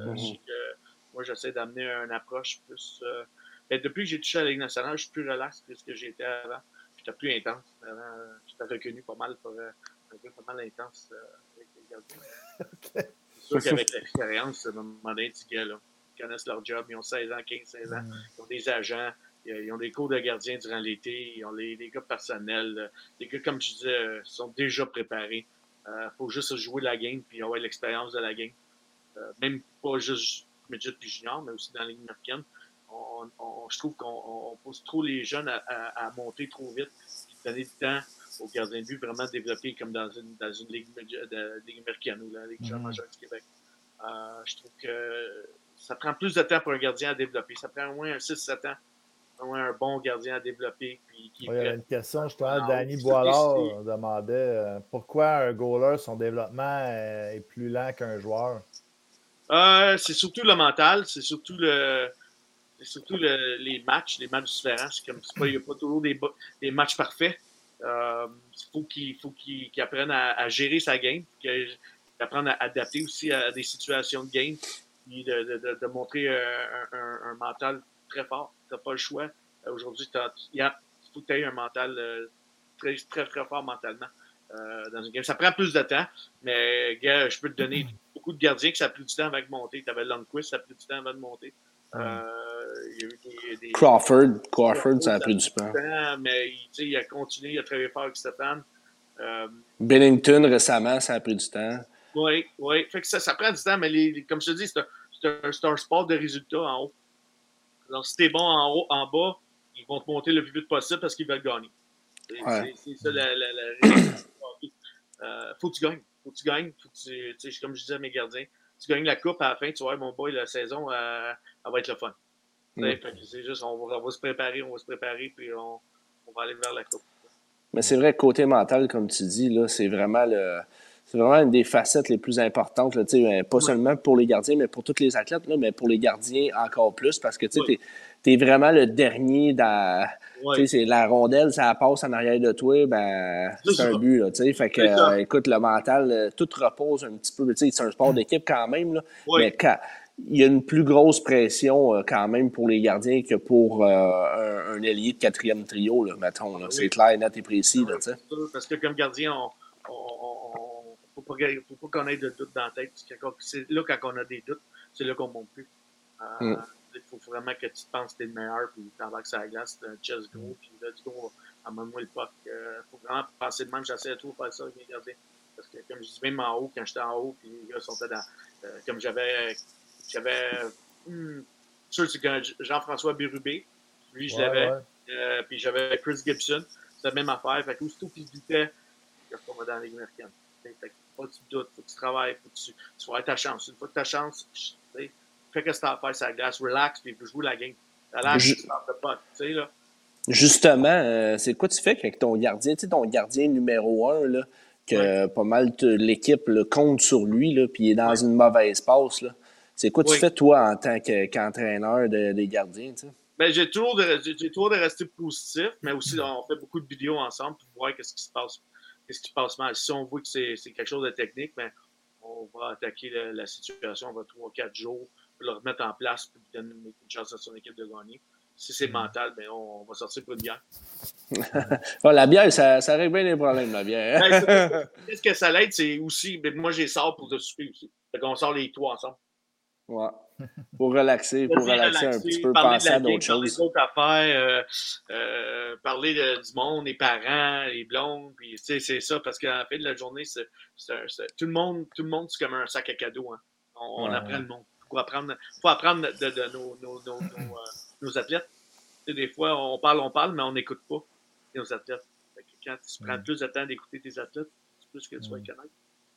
Moi, j'essaie d'amener une approche plus. Depuis que j'ai touché à la Ligue nationale, je suis plus relax que ce que j'étais avant. J'étais plus intense. Avant, j'étais reconnu pas mal pour un peu pas mal intense avec les gardiens. Okay. C'est sûr qu'avec l'expérience, à un moment donné, ces gars-là, ils connaissent leur job, ils ont 16 ans, 15, 16 ans, ils ont des agents, ils ont des cours de gardiens durant l'été, ils ont les gars personnels. Les gars, comme je disais, sont déjà préparés. Faut juste jouer la game puis avoir l'expérience de la game. Même pas juste midget puis junior, mais aussi dans la Ligue américaine. Je trouve qu'on pousse trop les jeunes à monter trop vite et donner du temps aux gardiens de but vraiment développés comme dans une ligue américaine ou la Ligue majeure du Québec. Je trouve que ça prend plus de temps pour un gardien à développer. Ça prend au moins un 6-7 ans. Au moins un bon gardien à développer. Puis, il y a une question, justement, Danny Boilard demandait pourquoi un goaler, son développement est plus lent qu'un joueur? C'est surtout le mental, c'est surtout les matchs différents. Il n'y a pas toujours des matchs parfaits. Faut qu'il apprenne à gérer sa game, qu'il apprenne à adapter aussi à des situations de game, puis de montrer un mental très fort. Tu n'as pas le choix. Aujourd'hui, il faut que tu aies un mental très, très, très fort mentalement dans une game. Ça prend plus de temps, mais gars, je peux te donner beaucoup de gardiens que ça a pris du temps avant de monter. Tu avais Lundqvist, ça a pris du temps avant de monter. Il y a eu des Crawford, ça a pris du temps. Mais il a continué, il a travaillé fort avec Stéphane. Bennington, récemment, ça a pris du temps. Oui. Fait que ça prend du temps, mais comme je te dis, c'est un sport de résultats en haut. Alors, si t'es bon en haut, en bas, ils vont te monter le plus vite possible parce qu'ils veulent gagner. C'est ça la réalité. Faut que tu gagnes. Comme je disais à mes gardiens, tu gagnes la coupe à la fin, tu vois, mon boy, la saison, elle va être le fun. C'est juste, on va se préparer, puis on va aller vers la coupe. Mais c'est vrai, côté mental, comme tu dis, là, c'est vraiment une des facettes les plus importantes, là, pas seulement pour les gardiens, mais pour tous les athlètes, là, mais pour les gardiens encore plus, parce que t'es vraiment le dernier dans. C'est la rondelle, ça passe en arrière de toi, c'est un but. Là, fait que, écoute, le mental, tout repose un petit peu. C'est un sport d'équipe quand même, là, mais il y a une plus grosse pression quand même pour les gardiens que pour un ailier de quatrième trio, là, mettons. Là. C'est clair, net et précis. Là, parce que comme gardien, faut pas qu'on ait de doutes dans la tête. C'est là, quand on a des doutes, c'est là qu'on ne monte plus. Il faut vraiment que tu te penses que tu es le meilleur, puis tu embarques sur la glace, c'est un chest gros, puis là, du coup, amène-moi le puck. Il faut vraiment penser de même. J'essaie de tout faire ça avec mes gardiens. Parce que, comme je dis, même en haut, quand j'étais en haut, puis les gars sont dans. Comme j'avais c'est que Jean-François Bérubé, lui, je l'avais. Puis j'avais Chris Gibson. C'était la même affaire. Fait que aussitôt qu'il se doutait, il va dans la Ligue américaine. Fait que pas tu te doutes, faut que tu travailles, faut que tu vois ta chance. Une fois que ta chance, fais que tu as à faire sur la glace, relax, puis joue la game. Relax, tu pas, tu sais, là. Justement, c'est quoi tu fais avec ton gardien? Tu sais, ton gardien numéro 1, là, que pas mal l'équipe compte sur lui, là, puis il est dans une mauvaise passe, là. C'est quoi tu fais, toi, en tant qu'entraîneur des gardiens, tu sais? Ben, j'ai toujours de rester positif, mais aussi, on fait beaucoup de vidéos ensemble pour voir qu'est-ce qui se passe mal. Si on voit que c'est quelque chose de technique, ben, on va attaquer la situation, on va 3-4 jours, le remettre en place, puis lui donner une chance à son équipe de gagner. Si c'est mental, ben, on va sortir pour une bière. La bière, ça règle bien les problèmes, la bière. Qu'est-ce que ça l'aide, c'est aussi, ben, moi, j'ai sort pour le souper aussi. Fait qu'on sort les trois ensemble. Ouais. Pour relaxer un petit peu, penser à d'autres choses. Parler d'autres affaires, parler du monde, les parents, les blondes, puis tu sais, c'est ça, parce qu'à la fin de la journée, tout le monde, c'est comme un sac à cadeaux. Hein. On apprend le monde. Faut apprendre de nos athlètes. Tu sais, des fois, on parle, mais on n'écoute pas nos athlètes. Fait que quand tu prends plus de temps d'écouter tes athlètes, c'est plus que tu vas les connaître.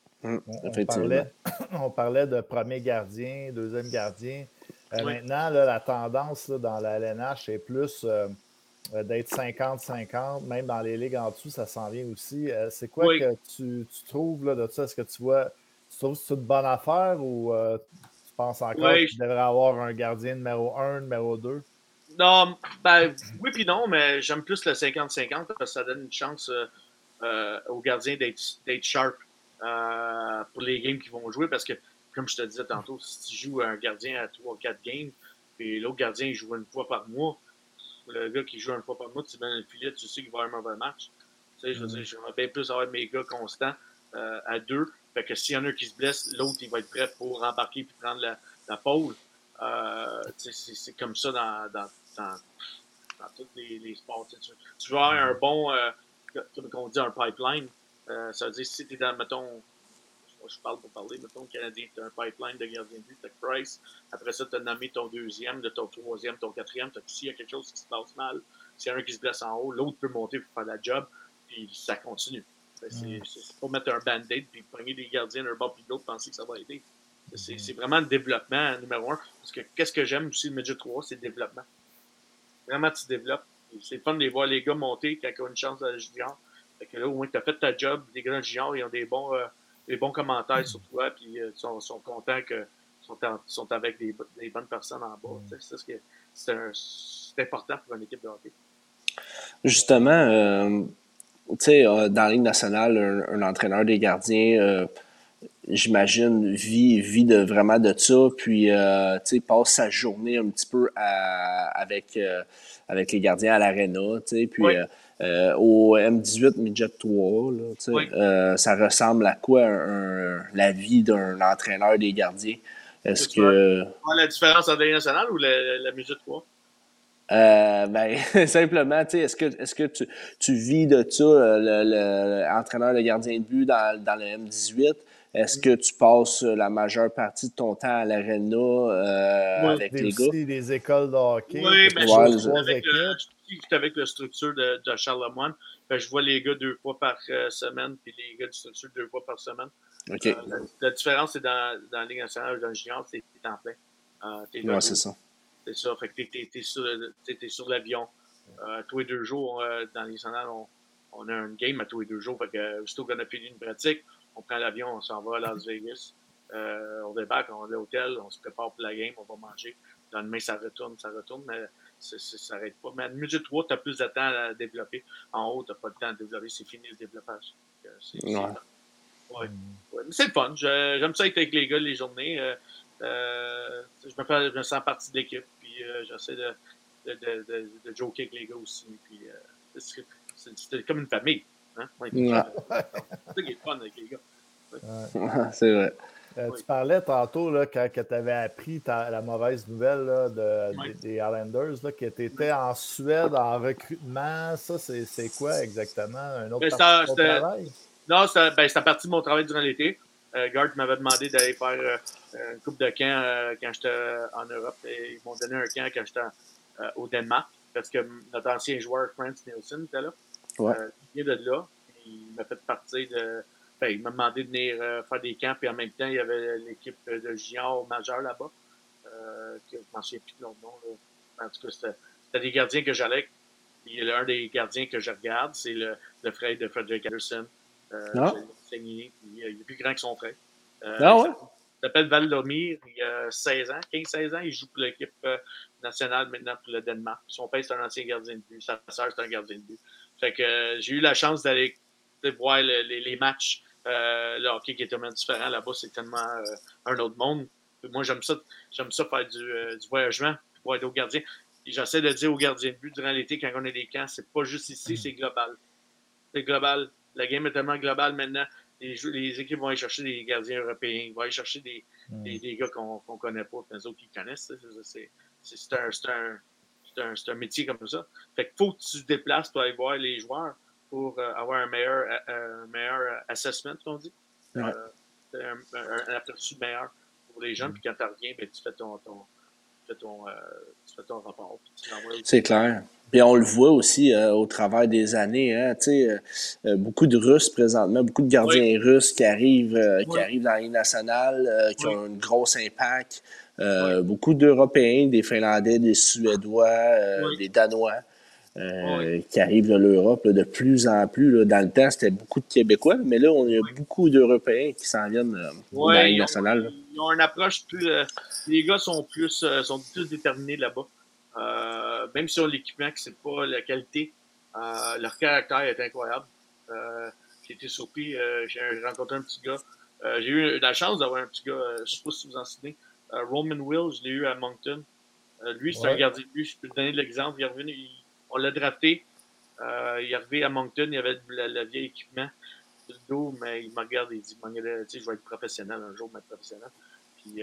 On parlait de premier gardien, deuxième gardien. Maintenant, là, la tendance là, dans la LNH est plus d'être 50-50. Même dans les ligues en dessous, ça s'en vient aussi. C'est quoi que tu trouves là, de ça? Est-ce que tu trouves que c'est une bonne affaire ou tu penses encore Oui, qu'il devrait avoir un gardien numéro 1, numéro 2? non, ben, oui puis non, mais j'aime plus le 50-50 parce que ça donne une chance aux gardiens d'être sharp pour les games qu'ils vont jouer. Parce que, comme je te disais tantôt, si tu joues un gardien à 3-4 games, puis l'autre gardien il joue une fois par mois, le gars qui joue une fois par mois, tu mets le filet, tu sais qu'il va avoir un mauvais match. Tu sais, je veux dire, j'aimerais bien plus avoir mes gars constants à 2. Fait que s'il y en a un qui se blesse, l'autre, il va être prêt pour embarquer et prendre la pole. C'est comme ça dans tous les sports. Tu vas avoir un bon, comme on dit, un pipeline. Ça veut dire si tu es dans, mettons, je parle pour parler, mettons, Canadien, tu as un pipeline de gardien de but, tu as Price. Après ça, tu as nommé ton deuxième, de ton troisième, ton quatrième. S'il y a quelque chose qui se passe mal, s'il y a un qui se blesse en haut, l'autre peut monter pour faire la job, puis ça continue. C'est pas mettre un band-aid puis pogner des gardiens d'un bord puis de l'autre, penser que ça va aider. C'est vraiment le développement numéro 1. Parce que qu'est-ce que j'aime aussi, le Midget 3, c'est le développement. Vraiment, tu développes. C'est fun de les voir les gars monter quand ils ont une chance dans le junior. Fait que là, au moins, tu as fait ta job. Les gars dans le junior, ils ont des bons commentaires sur toi, puis ils sont contents que sont avec des bonnes personnes en bas. C'est important pour une équipe de hockey. Justement, tu sais, dans la Ligue nationale, un entraîneur des gardiens, j'imagine, vit vraiment de ça, puis, tu sais, passe sa journée un petit peu avec les gardiens à l'aréna, tu sais, puis Oui. au M18 Midget 3, là, tu sais, Oui. ça ressemble à quoi la vie d'un entraîneur des gardiens? Est-ce que... La différence entre la Ligue nationale ou la Midget 3? Ben, simplement, tu sais, est-ce que tu vis de ça, l'entraîneur de gardien de but dans le M18? Est-ce que tu passes la majeure partie de ton temps à l'aréna avec les gars? Aussi des écoles de hockey. Oui, mais Ouais, je suis avec la structure de Charlemagne. Je vois les gars 2 fois par semaine, puis les gars de structure 2 fois par semaine. OK. La différence, c'est dans la Ligue nationale ou dans le junior, c'est en plein. Ouais, c'est ça. C'est ça. Fait que t'es sur l'avion. Tous les 2 jours, dans les nationales, on a une game à tous les 2 jours. Fait que, aussitôt qu'on a fini une pratique, on prend l'avion, on s'en va à Las Vegas. On débarque, on va à l'hôtel, on se prépare pour la game, on va manger. Le lendemain, ça retourne, mais ça n'arrête pas. Mais à Midget 3, tu as plus de temps à développer. En haut, tu n'as pas le temps à développer. C'est fini le développage. Ouais. Mais c'est le fun. J'aime ça être avec les gars les journées. Je me sens partie de l'équipe. Puis j'essaie de joker avec les gars aussi. Puis c'est comme une famille. Hein? Ouais. C'est ça qui est fun avec les gars. Ouais. C'est vrai. Tu parlais tantôt là, quand tu avais appris la mauvaise nouvelle là, des Islanders, là, que tu étais en Suède en recrutement. Ça, c'est quoi exactement? Un autre partie de ton travail? Non, c'était partie de mon travail durant l'été. Gard m'avait demandé d'aller faire une coupe de camp quand j'étais en Europe. Et ils m'ont donné un camp quand j'étais au Danemark. Parce que notre ancien joueur, Frans Nielsen, était là. Ouais. Il vient de là. Il m'a fait partir de... il m'a demandé de venir faire des camps, puis en même temps, il y avait l'équipe de junior majeur là-bas. Je ne m'en souviens plus de leur nom. Là. En tout cas, c'était des gardiens que j'allais. Il y a un des gardiens que je regarde, c'est le frère de Frederick Anderson. Il est plus grand que son frère. Ouais? Il s'appelle Valdomir, il a 15-16 ans. Il joue pour l'équipe nationale maintenant pour le Danemark. Son père, c'est un ancien gardien de but. Sa sœur, c'est un gardien de but. Fait que j'ai eu la chance d'aller voir les matchs. Le hockey qui est tellement différent là-bas, c'est tellement un autre monde. Moi, j'aime ça faire du voyagement, voir d'autres gardiens. J'essaie de dire aux gardiens de but durant l'été, quand on a des camps, c'est pas juste ici, c'est global. C'est global. La game est tellement globale maintenant. Les équipes vont aller chercher des gardiens européens, ils vont aller chercher des gars qu'on connaît pas, les autres qui connaissent. C'est un métier comme ça. Fait qu'il faut que tu te déplaces pour aller voir les joueurs pour avoir un meilleur assessment, qu'on dit. Ouais. Un aperçu meilleur pour les jeunes. Puis quand tu reviens, ben, tu fais ton rapport. C'est clair. Puis on le voit aussi au travers des années, hein, beaucoup de Russes présentement, beaucoup de gardiens russes qui arrivent dans la Ligue nationale, qui ont un gros impact. Beaucoup d'Européens, des Finlandais, des Suédois, des Danois. qui arrivent de l'Europe là, de plus en plus. Là. Dans le temps, c'était beaucoup de Québécois, mais là, on a beaucoup d'Européens qui s'en viennent dans la Ligue nationale. Ils ont une approche plus. Les gars sont plus déterminés là-bas. Même si on a l'équipement, que c'est pas la qualité, leur caractère est incroyable. J'ai été surpris. J'ai rencontré un petit gars. J'ai eu la chance d'avoir un petit gars, je ne sais pas si vous en souvenez, Roman Will, je l'ai eu à Moncton. Lui, c'est un gardien de but. Je peux te donner de l'exemple. Il est revenu, on l'a drafté. Il est arrivé à Moncton, il avait le vieil équipement sur le dos, mais il me regarde et il dit, je vais être professionnel un jour, mais professionnel. Puis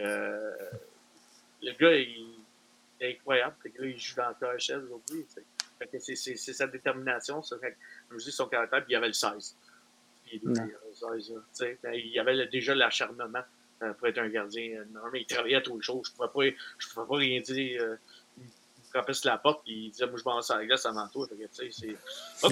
le gars, il est incroyable. Le gars, il joue dans le KHL aujourd'hui. C'est sa détermination, ça. Comme je dis, son caractère, puis il avait le 16. Puis il avait le 16, il avait déjà l'acharnement pour être un gardien. Normalement, il travaillait à toutes les choses. Je ne pouvais pas rien dire. Il me frappait sur la porte et il disait, moi, je m'en à la glace avant toi. C'est OK.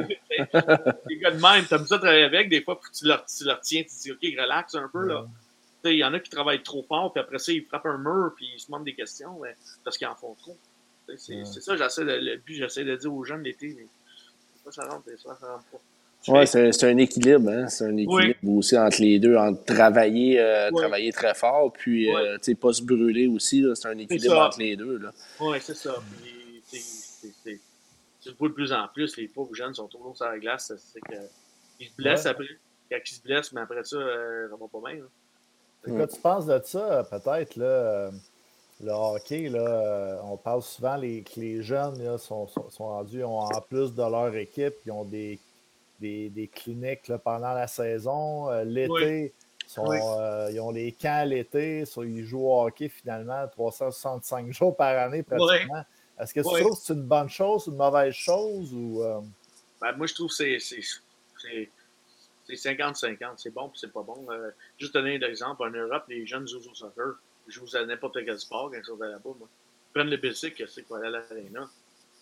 Les gars de même, t'aimes ça travailler avec. Des fois, tu leur tiens, tu dis, OK, relax un peu. Là. Il y en a qui travaillent trop fort, puis après ça, ils frappent un mur, puis ils se demandent des questions parce qu'ils en font trop. C'est ça, le but, j'essaie de dire aux jeunes l'été, mais ça rentre pas. Oui, c'est un équilibre, hein? C'est un équilibre aussi entre les deux, entre travailler très fort, puis pas se brûler aussi. C'est un équilibre entre les deux. Oui, c'est ça. Puis, tu le vois de plus en plus, les pauvres jeunes sont toujours sur la glace. C'est qu'ils se blessent après. Quand ils se blessent, mais après ça, ça va pas bien. Quand tu penses de ça, peut-être, là, le hockey, là, on parle souvent que les jeunes là, sont rendus, ont en plus de leur équipe, ils ont des cliniques là, pendant la saison. L'été, ils ont les camps l'été, ils jouent au hockey finalement 365 jours par année pratiquement. Est-ce que tu trouves que c'est une bonne chose, une mauvaise chose? Ou, Ben, moi, je trouve que c'est 50-50. C'est bon puis c'est pas bon. Juste donner un exemple, en Europe, les jeunes jouent au soccer. Ils jouent à n'importe quel sport quand ils sont là-bas. Moi. Ils prennent le bicycle, c'est quoi, aller à l'aréna.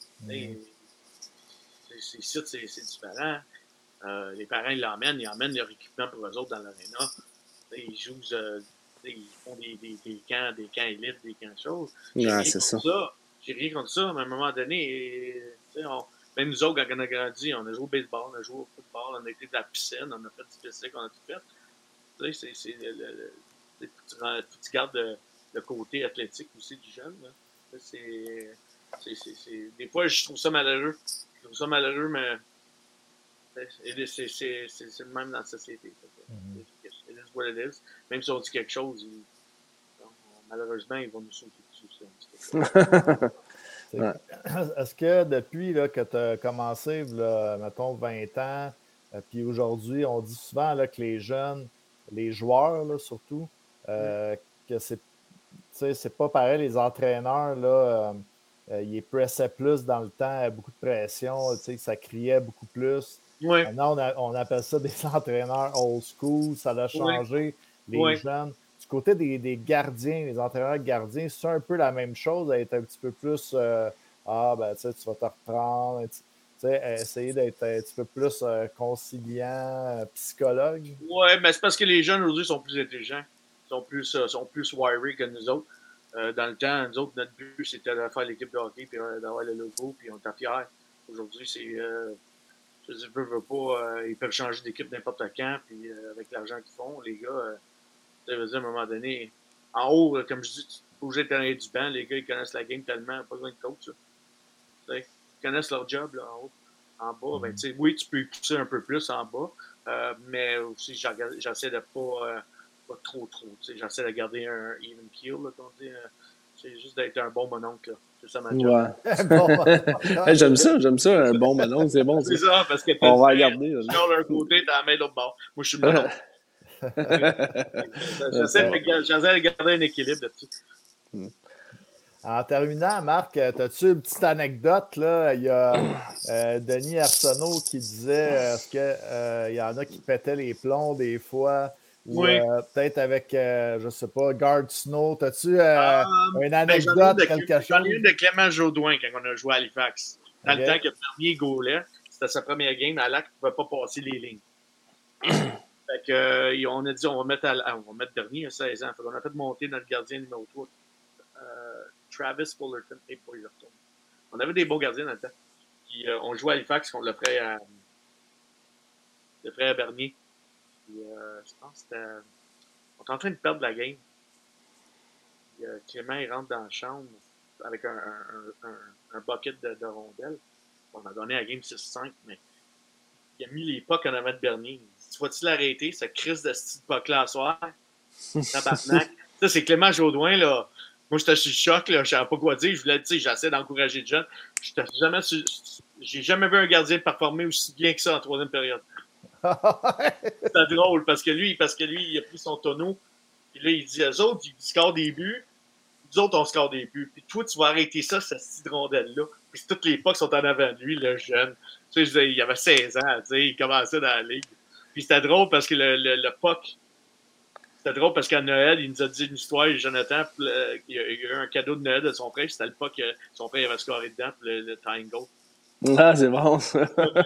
C'est différent. Les parents, ils emmènent leur équipement pour eux autres dans l'aréna. Ils jouent, ils font des camps élites, des camps choses. J'ai rien contre ça, mais à un moment donné, même nous autres, quand on a grandi, on a joué au baseball, on a joué au football, on a été dans la piscine, on a fait du bicycle, on a tout fait. Tu gardes le côté athlétique aussi du jeune. Là. Des fois, je trouve ça malheureux. Mais c'est le même dans la société. It is what it is. Même si on dit quelque chose, malheureusement, ils vont nous sauter dessus. Est-ce que depuis là, que tu as commencé, là, mettons 20 ans, puis aujourd'hui, on dit souvent là, que les jeunes, les joueurs là, surtout, que c'est pas pareil, les entraîneurs, là, ils pressaient plus dans le temps, beaucoup de pression, ça criait beaucoup plus. Maintenant, on appelle ça des entraîneurs old school, ça a changé les jeunes. Du côté des gardiens, les entraîneurs gardiens, c'est un peu la même chose, être un petit peu plus tu vas te reprendre, essayer d'être un petit peu plus conciliant, psychologue. Oui, mais c'est parce que les jeunes aujourd'hui sont plus intelligents, sont plus wiry que nous autres. Dans le temps, nous autres, notre but, c'était de faire l'équipe de hockey, puis d'avoir le logo, puis on était fiers. Aujourd'hui, c'est. Je veux pas, ils peuvent changer d'équipe n'importe quand, puis avec l'argent qu'ils font, les gars, ça veut dire à un moment donné, en haut, comme je dis, tu es obligé de connaître du banc, les gars, ils connaissent la game tellement, pas besoin de coach. Ils connaissent leur job là, en haut. En bas, oui, tu peux pousser un peu plus en bas, mais aussi, j'essaie de pas trop. J'essaie de garder un even keel, là, comme on dit. C'est juste d'être un bon mononcle. Là. C'est ça ma job. J'aime ça, un bon mononcle, c'est bon. C'est ça, parce que on va regarder. Sur leur côté, t'as la main de l'autre bord. Moi, je suis le mononcle. J'essaie de garder un équilibre là-dessus. En terminant, Marc, as-tu une petite anecdote? Là? Il y a Denis Arsenault qui disait est-ce qu'il y en a qui pétaient les plombs des fois? Ou peut-être avec, je ne sais pas, Gard Snow. As-tu une anecdote, quelque chose? J'en ai une de Clément Jaudoin quand on a joué à Halifax. Dans le temps que le premier goalet, c'était sa première game, à l'acte, il ne pouvait pas passer les lignes. Fait que, on a dit on va mettre dernier à 16 ans. Fait qu'on a fait monter notre gardien numéro 3, Travis Fullerton. On avait des beaux gardiens dans le temps. Puis on jouait à Halifax contre le frère Bernier. Puis je pense que c'était. On était en train de perdre la game. Puis, Clément, il rentre dans la chambre avec un bucket de rondelles. On a donné la game 6-5, mais il a mis les pucks en avant de Bernier. Il dit, tu vas-tu l'arrêter, ce crise de ce puck-là à soir? Tabarnak. Ça, c'est Clément Jaudoin, là. Moi, j'étais sur le choc, là. Je savais pas quoi dire. Je voulais, j'essaie d'encourager le jeune. J'ai jamais vu un gardien performer aussi bien que ça en troisième période. C'était drôle parce que lui, il a pris son tonneau. Puis là, il dit eux autres, ils scorent des buts. Nous autres, on score des buts. Puis toi, tu vas arrêter ça, cette petite rondelle-là. Puis toutes les pucks sont en avant de lui, le jeune. Tu sais, je disais, il avait 16 ans, tu sais, il commençait dans la ligue. Puis c'était drôle parce que le puck. C'était drôle parce qu'à Noël, il nous a dit une histoire, Jonathan, il y a eu un cadeau de Noël de son frère. C'était le puck que son frère avait scoré dedans, le tying goal. Ah, c'est bon, ça.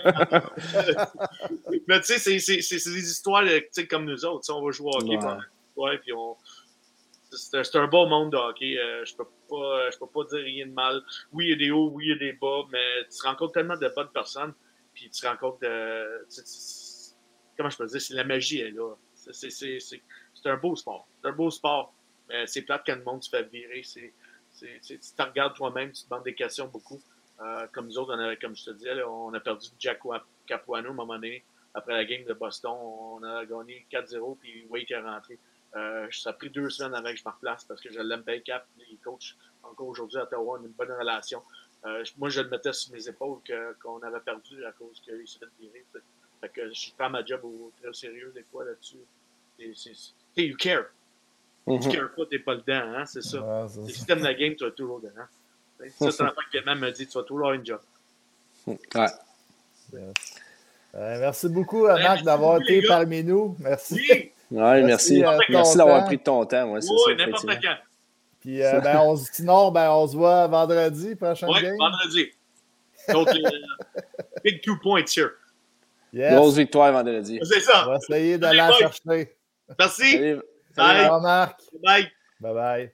Mais tu sais, c'est des histoires comme nous autres. T'sais, on va jouer au hockey pendant l'histoire, puis c'est un beau monde de hockey. Je peux pas dire rien de mal. Oui, il y a des hauts, oui, il y a des bas, mais tu rencontres tellement de bonnes personnes, puis tu rencontres comment je peux dire, c'est la magie, elle, là. C'est un beau sport. C'est un beau sport. Mais c'est plate quand le monde se fait virer. Tu te regardes toi-même, tu te demandes des questions beaucoup. Comme nous autres, comme je te disais, là, on a perdu Jack Capuano à un moment donné. Après la game de Boston, on a gagné 4-0, puis Wade est rentré. Ça a pris 2 semaines avant que je me replace parce que je l'aime bien Cap. Il coach encore aujourd'hui à Ottawa. On a une bonne relation. Moi, je le mettais sur mes épaules qu'on avait perdu à cause qu'il s'est fait virer. Fait que je prends ma job très sérieux des fois là-dessus. You care. Tu cares pas, t'es pas dedans, hein, c'est ça. Ouais, si t'aimes la game, tu vas toujours dedans. Ça, c'est l'enfant que Clément me dit, tu vas toujours avoir une job. Ouais. Yes. Merci beaucoup, Marc, d'avoir été parmi nous. Merci. Oui. Ouais, merci. Merci d'avoir pris de ton temps. Ouais, oui, n'importe quand. Puis, sinon, on se voit vendredi, prochaine game. Oui, vendredi. Donc, big 2 points here. Yes. Grosse victoire vendredi. C'est ça. On va essayer d'aller la chercher. Merci. Salut. Bye. Au Marc. Bye. Bye.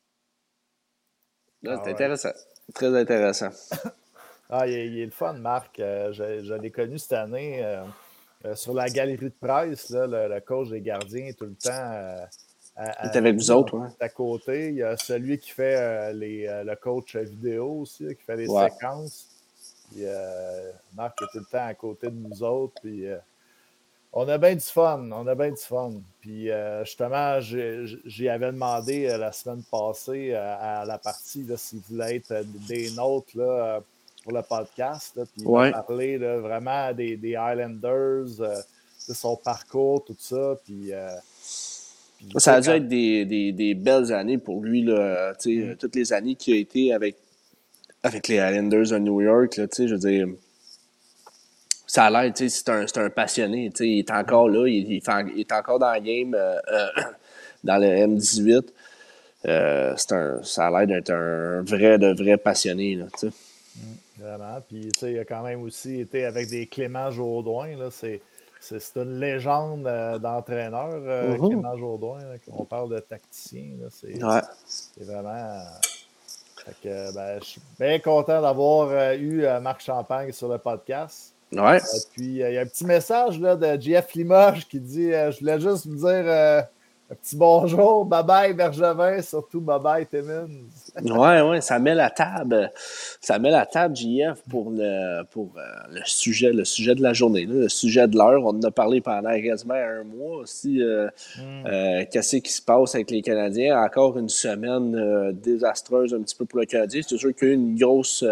Là, c'est intéressant. Très intéressant. Il est le fun, Marc. Je l'ai connu cette année sur la galerie de presse. Là, le coach des gardiens tout le temps. Il est avec vous autres, oui. À côté. Il y a celui qui fait le coach vidéo aussi, qui fait les séquences. Puis, Marc est tout le temps à côté de nous autres. Puis, on a bien du fun. Puis, justement, j'y avais demandé la semaine passée à la partie s'il voulait être des nôtres là, pour le podcast. Là, puis, il m'a parlé là, vraiment des Highlanders, de son parcours, tout ça. Puis, ça a dû être des belles années pour lui. Là, toutes les années qu'il a été avec les Highlanders de New York. Là, je veux dire, ça a l'air, c'est un passionné. Il est encore là, il est encore dans la game, dans le M18. Ça a l'air d'être un vrai passionné. Là, vraiment. Puis, il a quand même aussi été avec des Clément Jaudoin. Là, c'est une légende d'entraîneur, Clément Jaudoin. Là, on parle de tacticien. Là, c'est vraiment... Fait que, je suis bien content d'avoir eu Marc Champagne sur le podcast. Ouais. Puis, il y a un petit message là, de Jeff Limoges qui dit je voulais juste vous dire un petit bonjour, bye-bye Bergevin, surtout bye-bye Timmins. Ouais, ça met la table. Ça met la table, JF, pour le sujet de la journée, là, le sujet de l'heure. On en a parlé pendant quasiment un mois aussi. Qu'est-ce qui se passe avec les Canadiens? Encore une semaine désastreuse un petit peu pour le Canadien. C'est sûr qu'il y a eu une grosse...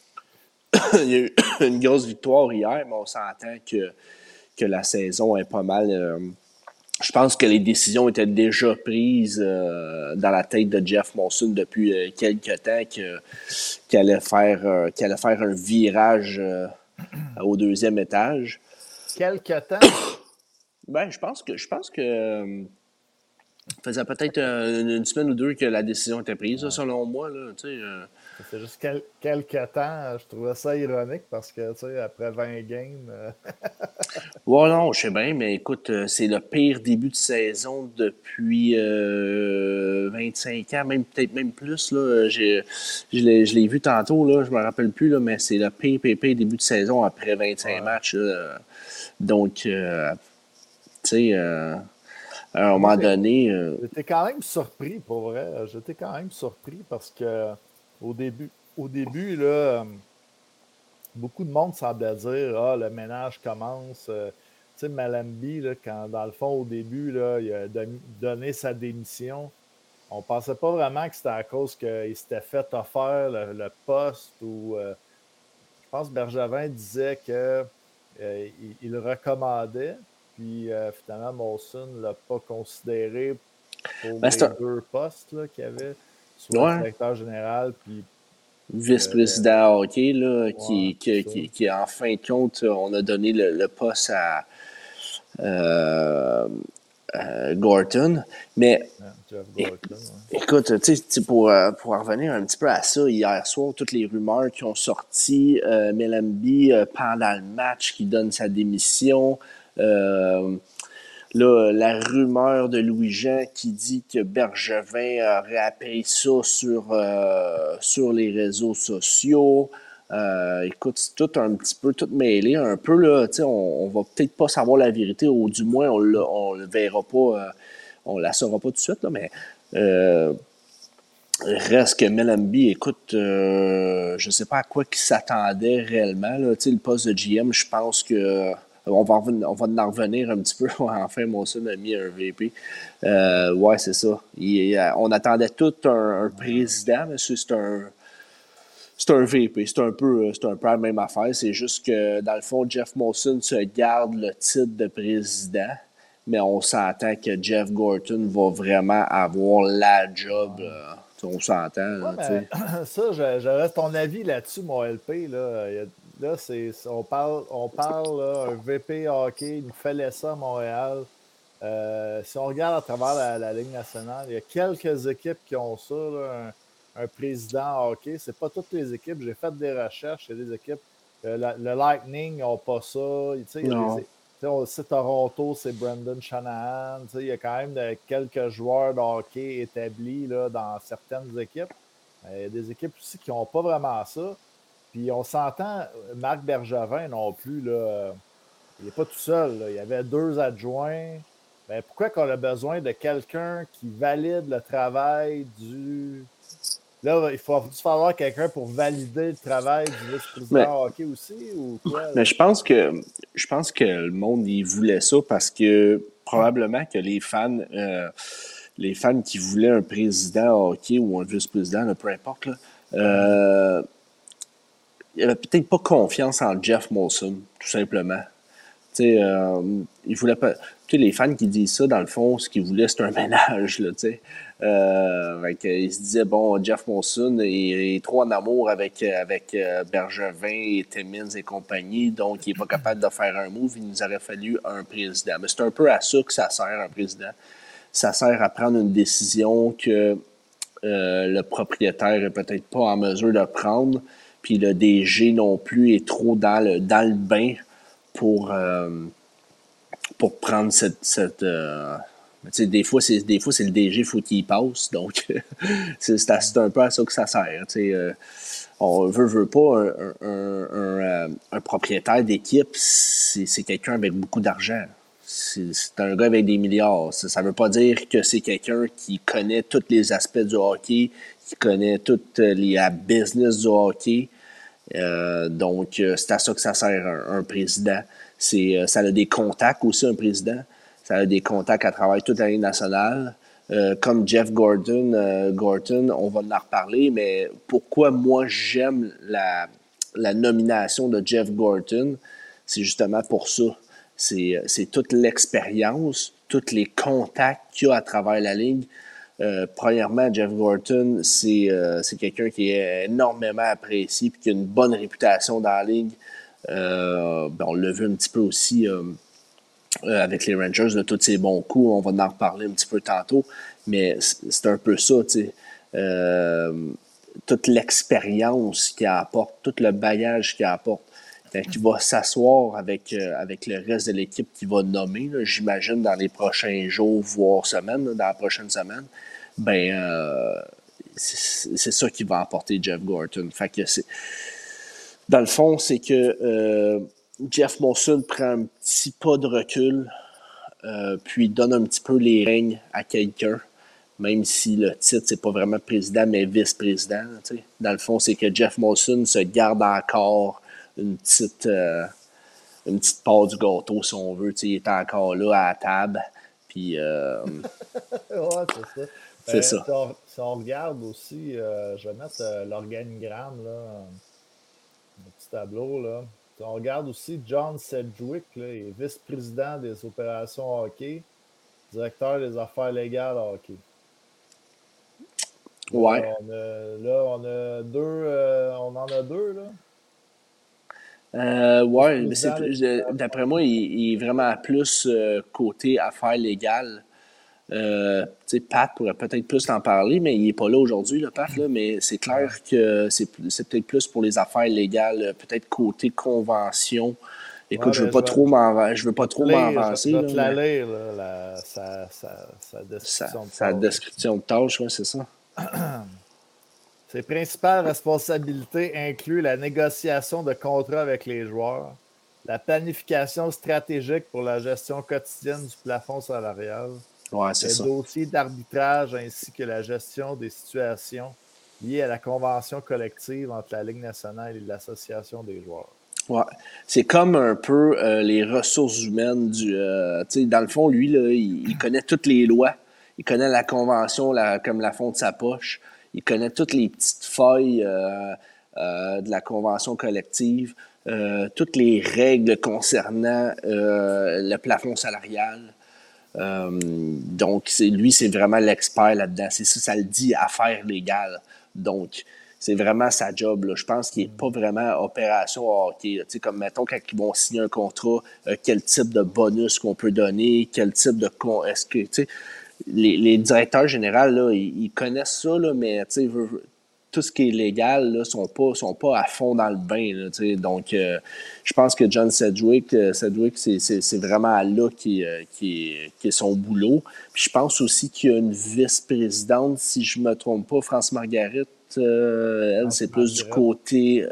il y a eu une grosse victoire hier, mais on s'entend que la saison est pas mal... je pense que les décisions étaient déjà prises dans la tête de Jeff Molson depuis quelques temps qu'il allait faire un virage au 2e étage. Quelque temps? Ben, je pense que Ça faisait peut-être une semaine ou deux que la décision était prise, là, selon moi. Là, C'est juste quelques temps, je trouvais ça ironique parce que, tu sais, après 20 games... Ouais, non, je sais bien, mais écoute, c'est le pire début de saison depuis 25 ans, même peut-être même plus. Là. Je l'ai vu tantôt, là, je me rappelle plus, là, mais c'est le pire début de saison après 25 matchs. Là. Donc, tu sais, à un Moi, moment donné, j'étais quand même surpris, pour vrai. J'étais quand même surpris parce que au début là, beaucoup de monde semblait dire ah, le ménage commence. Tu sais, Malambi, là, quand dans le fond, au début, là, il a donné sa démission. On pensait pas vraiment que c'était à cause qu'il s'était fait offert le poste ou je pense que Bergevin disait que il le recommandait. Puis finalement, Molson ne l'a pas considéré pour ben, les deux postes qu'il y avait, soit ouais, directeur général, puis vice-président hockey, là, ouais, c'est ça. qui, en fin de compte, on a donné le poste à euh, Gorton. Mais Ouais, Jeff Gorton. Ouais. écoute, tu sais, pour en revenir un petit peu à ça, hier soir, toutes les rumeurs qui ont sorti, Mellamby, pendant le match, qui donne sa démission, là, la rumeur de Louis-Jean qui dit que Bergevin aurait appris ça sur les réseaux sociaux. Écoute, c'est tout un petit peu, tout mêlé un peu, là, tu sais, on va peut-être pas savoir la vérité, ou du moins, on le verra pas, on la saura pas tout de suite, là, mais euh, reste que Mellamby, écoute, je sais pas à quoi qu'il s'attendait réellement. Là. Le poste de GM, je pense que on va en revenir un petit peu. Enfin, Molson a mis un VP. Ouais, c'est ça. On attendait tout un président, mais c'est un VP. C'est un peu la même affaire. C'est juste que, dans le fond, Jeff Molson se garde le titre de président, mais on s'entend que Jeff Gorton va vraiment avoir la job. On s'entend, Ouais, là, tu mais sais. ça, j'aurais ton avis là-dessus, mon LP. Là, là on parle là, un VP hockey, il nous fallait ça à Montréal. Si on regarde à travers la Ligue nationale, il y a quelques équipes qui ont ça, là, un président hockey. C'est pas toutes les équipes. J'ai fait des recherches. Il y a des équipes. Le Lightning n'ont pas ça. Tu sais, il y a Non. on sait Toronto, c'est Brendan Shanahan. Tu sais, il y a quand même quelques joueurs de hockey établis là, dans certaines équipes. Il y a des équipes aussi qui n'ont pas vraiment ça. Puis on s'entend, Marc Bergevin non plus, là, il n'est pas tout seul. Là. Il y avait deux adjoints. Ben, pourquoi qu'on a besoin de quelqu'un qui valide le travail du. Là, il faut falloir quelqu'un pour valider le travail du Mais, vice-président hockey aussi ou quoi? mais Là? je pense que le monde, il voulait ça parce que probablement que les fans qui voulaient un président hockey ou un vice-président, là, peu importe, là, il avait peut-être pas confiance en Jeff Molson, tout simplement. Tu sais, ils voulaient pas. Tu sais, les fans qui disent ça, dans le fond, ce qu'ils voulaient, c'est un ménage, là, tu sais. Ils se disaient, bon, Jeff Molson est trop en amour avec Bergevin et Timmins et compagnie, donc il n'est pas capable de faire un move, il nous aurait fallu un président. Mais c'est un peu à ça que ça sert, un président. Ça sert à prendre une décision que le propriétaire est peut-être pas en mesure de prendre, puis le DG non plus est trop dans le bain pour, pour prendre des fois, c'est le DG, il faut qu'il y passe. Donc, c'est un peu à ça que ça sert. On veut pas un propriétaire d'équipe, c'est quelqu'un avec beaucoup d'argent. C'est un gars avec des milliards. Ça veut pas dire que c'est quelqu'un qui connaît tous les aspects du hockey, qui connaît toute la business du hockey. Donc, c'est à ça que ça sert un président. Ça a des contacts aussi, un président. Ça a des contacts à travers toute la Ligue nationale. Comme Jeff Gorton, on va en reparler, mais pourquoi moi j'aime la nomination de Jeff Gorton, c'est justement pour ça. C'est toute l'expérience, tous les contacts qu'il y a à travers la Ligue. Premièrement, Jeff Gorton, c'est quelqu'un qui est énormément apprécié et qui a une bonne réputation dans la Ligue. On l'a vu un petit peu aussi avec les Rangers, de tous ses bons coups. On va en reparler un petit peu tantôt, mais c'est un peu ça, tu sais. Toute l'expérience qu'il apporte, tout le bagage qu'il apporte. Qui va s'asseoir avec le reste de l'équipe qu'il va nommer, là, j'imagine, dans les prochains jours, voire semaines, là, dans la prochaine semaine, c'est ça qui va apporter Jeff Gorton. Fait que dans le fond, c'est que Jeff Molson prend un petit pas de recul, puis donne un petit peu les règnes à quelqu'un, même si le titre, c'est pas vraiment président, mais vice-président. T'sais. Dans le fond, c'est que Jeff Molson se garde encore une petite part du gâteau, si on veut. T'sais, il est encore là à la table. Puis, ouais, c'est ça. C'est ça. Si on regarde aussi, je vais mettre l'organigramme, là, le petit tableau. Là. Si on regarde aussi John Sedgwick, là, il est vice-président des opérations hockey, directeur des affaires légales hockey. Ouais. On a deux. On en a deux, là. Ouais, mais d'après moi, il est vraiment plus côté affaires légales. Pat pourrait peut-être plus en parler, mais il n'est pas là aujourd'hui, le Pat, là, mais c'est clair que c'est peut-être plus pour les affaires légales, peut-être côté convention. Écoute, je veux pas trop m'avancer. Je vais te la lire, là, sa description de tâche. Sa description de tâche, oui, c'est ça. Ses principales responsabilités incluent la négociation de contrats avec les joueurs, la planification stratégique pour la gestion quotidienne du plafond salarial, les dossiers d'arbitrage ainsi que la gestion des situations liées à la convention collective entre la Ligue nationale et l'Association des joueurs. Ouais. C'est comme un peu les ressources humaines dans le fond, lui, là, il connaît toutes les lois. Il connaît la convention comme la fond de sa poche. Il connaît toutes les petites failles de la convention collective, toutes les règles concernant le plafond salarial. Donc, lui, c'est vraiment l'expert là-dedans. C'est ça le dit, affaires légales. Donc, c'est vraiment sa job. Là. Je pense qu'il n'est pas vraiment opération hockey. Comme, mettons, quand ils vont signer un contrat, quel type de bonus qu'on peut donner, quel type de... Est-ce que, les directeurs généraux, là, ils connaissent ça, là, mais tout ce qui est légal ne sont pas à fond dans le bain. Là, donc, je pense que John Sedgwick, c'est vraiment là qui est son boulot. Puis je pense aussi qu'il y a une vice-présidente, si je ne me trompe pas, France Margaret. Elle, c'est plus du côté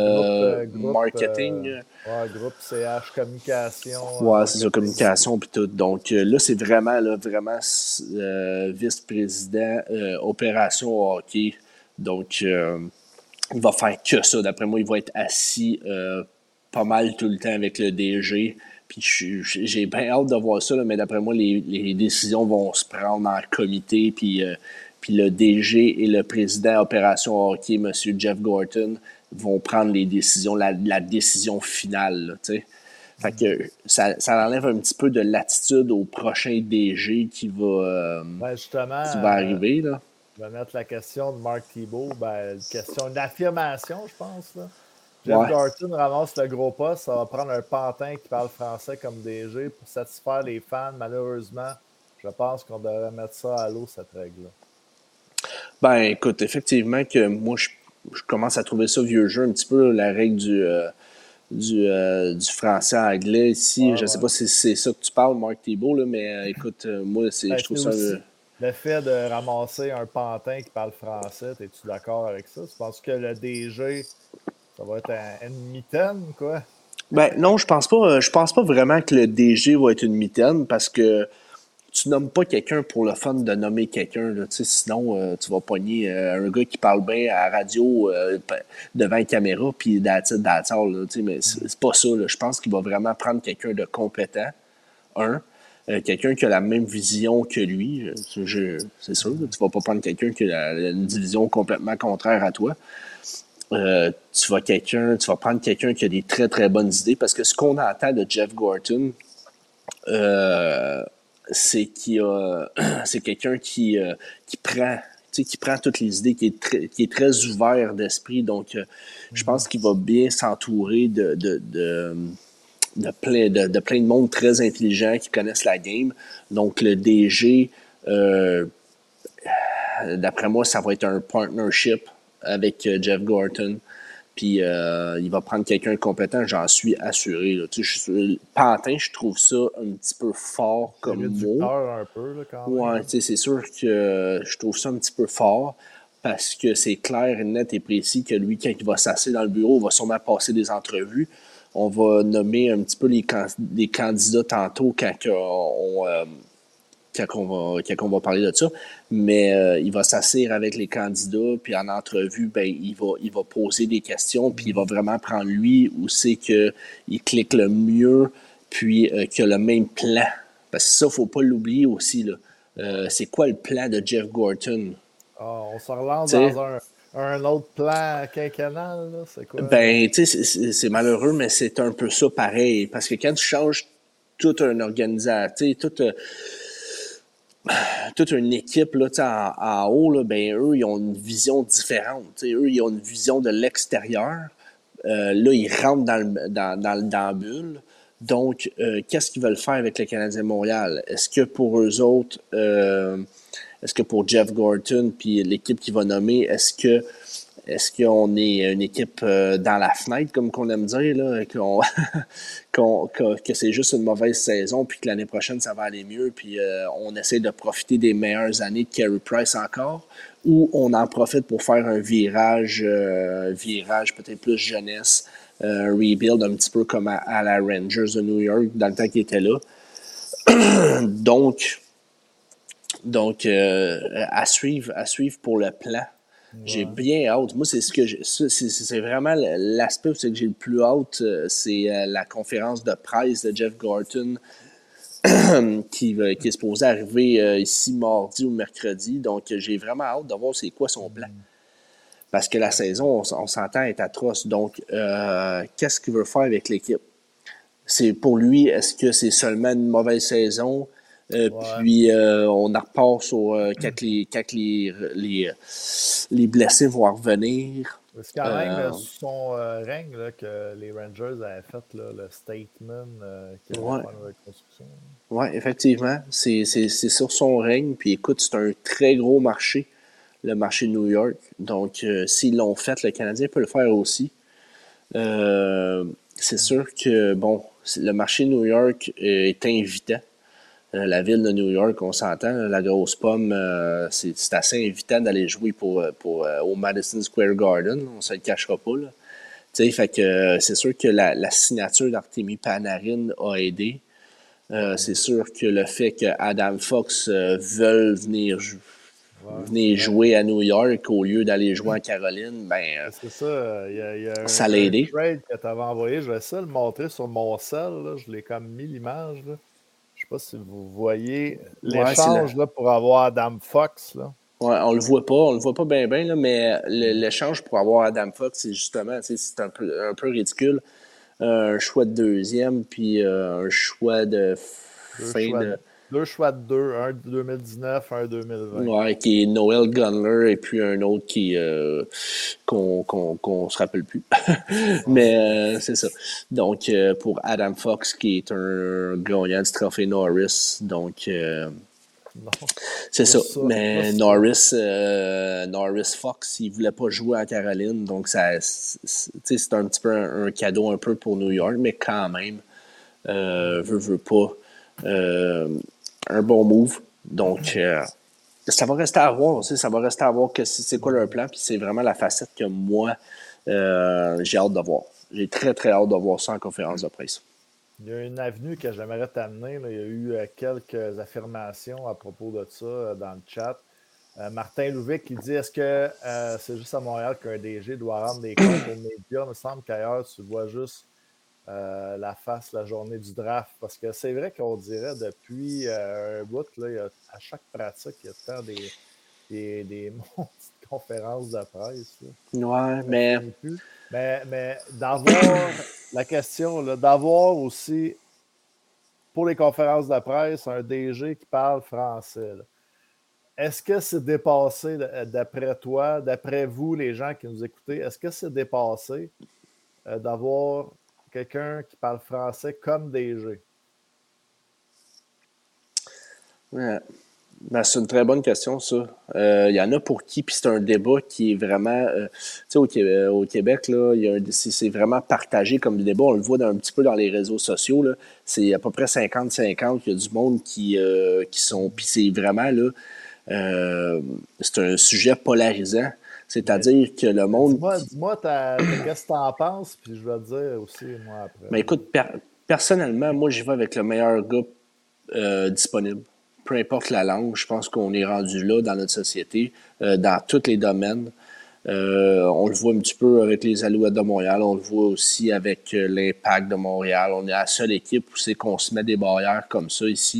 marketing. Groupe CH Communication. Ouais, c'est ça, communication puis tout. Donc là, c'est vraiment vice-président opération hockey. Donc, il va faire que ça. D'après moi, il va être assis pas mal tout le temps avec le DG. Puis j'ai bien hâte de voir ça, là, mais d'après moi, les décisions vont se prendre en comité. Puis le DG et le président Opération Hockey, M. Jeff Gorton, vont prendre les décisions, la décision finale. Là, fait que ça enlève un petit peu de l'attitude au prochain DG qui va arriver. Là. Je vais mettre la question de Mark Thibault. Une question d'affirmation, je pense. Là. Jeff Gorton ramasse le gros poste. Ça va prendre un pantin qui parle français comme DG pour satisfaire les fans. Malheureusement, je pense qu'on devrait mettre ça à l'eau, cette règle-là. Écoute, effectivement que moi, je commence à trouver ça vieux jeu un petit peu, la règle du français anglais ici. Je sais pas si c'est ça que tu parles, Mark Thibault, là, mais écoute, moi, je trouve ça... Le fait de ramasser un pantin qui parle français, es-tu d'accord avec ça? Tu penses que le DG, ça va être une mitaine, quoi? Non, je pense pas vraiment que le DG va être une mitaine parce que tu nommes pas quelqu'un pour le fun de nommer quelqu'un. Là, sinon, tu vas pogner un gars qui parle bien à la radio devant une caméra puis that's it, mais c'est pas ça. Là. Je pense qu'il va vraiment prendre quelqu'un de compétent. Quelqu'un qui a la même vision que lui. C'est sûr. Là, tu vas pas prendre quelqu'un qui a une vision complètement contraire à toi. Tu vas prendre quelqu'un qui a des très, très bonnes idées parce que ce qu'on entend de Jeff Gorton, c'est quelqu'un qui prend toutes les idées, qui est très ouvert d'esprit. Donc, je pense qu'il va bien s'entourer de plein de monde très intelligent qui connaissent la game. Donc, le DG, d'après moi, ça va être un partnership avec Jeff Gorton. Puis il va prendre quelqu'un de compétent, j'en suis assuré. Là. Pantin, je trouve ça un petit peu fort comme mot. Un peu, là, quand même. Ouais, c'est sûr que je trouve ça un petit peu fort parce que c'est clair, net et précis que lui, quand il va s'asseoir dans le bureau, il va sûrement passer des entrevues. On va nommer un petit peu les candidats tantôt quand on va parler de ça, mais il va s'asseoir avec les candidats, puis en entrevue, ben, il va poser des questions, puis il va vraiment prendre lui où c'est qu'il clique le mieux, puis qu'il a le même plan. Parce que ça, il ne faut pas l'oublier aussi. Là. C'est quoi le plan de Jeff Gorton? On se relance dans un autre plan quinquennal, là, c'est quoi? Ben, tu sais, c'est malheureux, mais c'est un peu ça pareil. Parce que quand tu changes toute une organisation, tu sais, toute une équipe là, en haut, là, ben, eux, ils ont une vision différente. T'sais. Eux, ils ont une vision de l'extérieur. Là, ils rentrent dans la bulle. Donc, qu'est-ce qu'ils veulent faire avec le Canadien de Montréal? Est-ce que pour eux autres, est-ce que pour Jeff Gorton puis l'équipe qu'il va nommer, est-ce qu'on est une équipe dans la fenêtre, comme qu'on aime dire, là, que c'est juste une mauvaise saison, puis que l'année prochaine, ça va aller mieux, puis on essaie de profiter des meilleures années de Carey Price encore, ou on en profite pour faire un virage peut-être plus jeunesse, un rebuild un petit peu comme à la Rangers de New York, dans le temps qu'il était là. Donc à suivre pour le plan. Ouais. J'ai bien hâte. Moi, c'est vraiment l'aspect où c'est que j'ai le plus hâte, c'est la conférence de presse de Jeff Gorton qui est supposé arriver ici mardi ou mercredi. Donc, j'ai vraiment hâte de voir c'est quoi son plan. Parce que la saison, on s'entend, est atroce. Donc, qu'est-ce qu'il veut faire avec l'équipe? C'est pour lui, est-ce que c'est seulement une mauvaise saison? Puis on en repart sur quand les blessés vont revenir. C'est quand même sous son règne là, que les Rangers avaient fait là, le statement qui allait faire une reconstruction. Oui, effectivement. C'est sur son règne. Puis écoute, c'est un très gros marché, le marché de New York. Donc, s'ils l'ont fait, le Canadien peut le faire aussi. C'est sûr que, bon, le marché de New York est invitant. La ville de New York, on s'entend, la grosse pomme, c'est assez invitant d'aller jouer au Madison Square Garden, on ne se le cachera pas. Là. Fait que c'est sûr que la signature d'Artemi Panarin a aidé. C'est sûr que le fait que Adam Fox veuille venir jouer à New York au lieu d'aller jouer en Caroline, ben c'est ça, il y a ça l'a aidé. Trade que tu avais envoyé, je vais essayer de le montrer sur mon cell, là. Je l'ai comme mis l'image. Là. Je sais pas si vous voyez l'échange là, pour avoir Adam Fox. Là. Ouais, on le voit pas bien, là, mais l'échange pour avoir Adam Fox, c'est justement, c'est un peu ridicule. Un choix de deuxième, puis un choix de deux choix de deux, un de 2019, un de 2020. Ouais, qui est Noel Gunler, et puis un autre qu'on se rappelle plus. Mais c'est ça. Donc, pour Adam Fox, qui est un gagnant du trophée Norris, donc c'est ça. Mais Norris Fox, il voulait pas jouer à Caroline, donc c'est un petit peu un cadeau un peu pour New York, mais quand même, veut pas. Un bon move. Donc, ça va rester à voir. Ça va rester à voir que c'est quoi leur plan. Puis c'est vraiment la facette que moi, j'ai hâte de voir. J'ai très, très hâte de voir ça en conférence de presse. Il y a une avenue que j'aimerais t'amener. Là. Il y a eu quelques affirmations à propos de ça dans le chat. Martin Louvic qui dit, est-ce que c'est juste à Montréal qu'un DG doit rendre des comptes aux médias? Il me semble qu'ailleurs, tu vois juste la face la journée du draft. Parce que c'est vrai qu'on dirait depuis un bout, là, à chaque pratique, il y a tant des conférences de presse. Là. Ouais, mais... Mais d'avoir la question, là, d'avoir aussi pour les conférences de presse un DG qui parle français. Là. Est-ce que c'est dépassé, d'après toi, d'après vous, les gens qui nous écoutez, est-ce que c'est dépassé d'avoir quelqu'un qui parle français comme DG? Ouais. Ben, c'est une très bonne question, ça. Il y en a pour qui, puis c'est un débat qui est vraiment... tu sais, au Québec, là, c'est vraiment partagé comme débat. On le voit un petit peu dans les réseaux sociaux, là. C'est à peu près 50-50. Il y a du monde qui sont... Puis c'est vraiment, là... c'est un sujet polarisant. C'est-à-dire que le monde... Dis-moi qu'est-ce que tu en penses, puis je vais te dire aussi, moi, après. Ben, écoute, personnellement, moi, j'y vais avec le meilleur gars disponible. Peu importe la langue, je pense qu'on est rendu là dans notre société, dans tous les domaines. On le voit un petit peu avec les Alouettes de Montréal, on le voit aussi avec l'Impact de Montréal. On est la seule équipe où c'est qu'on se met des barrières comme ça ici.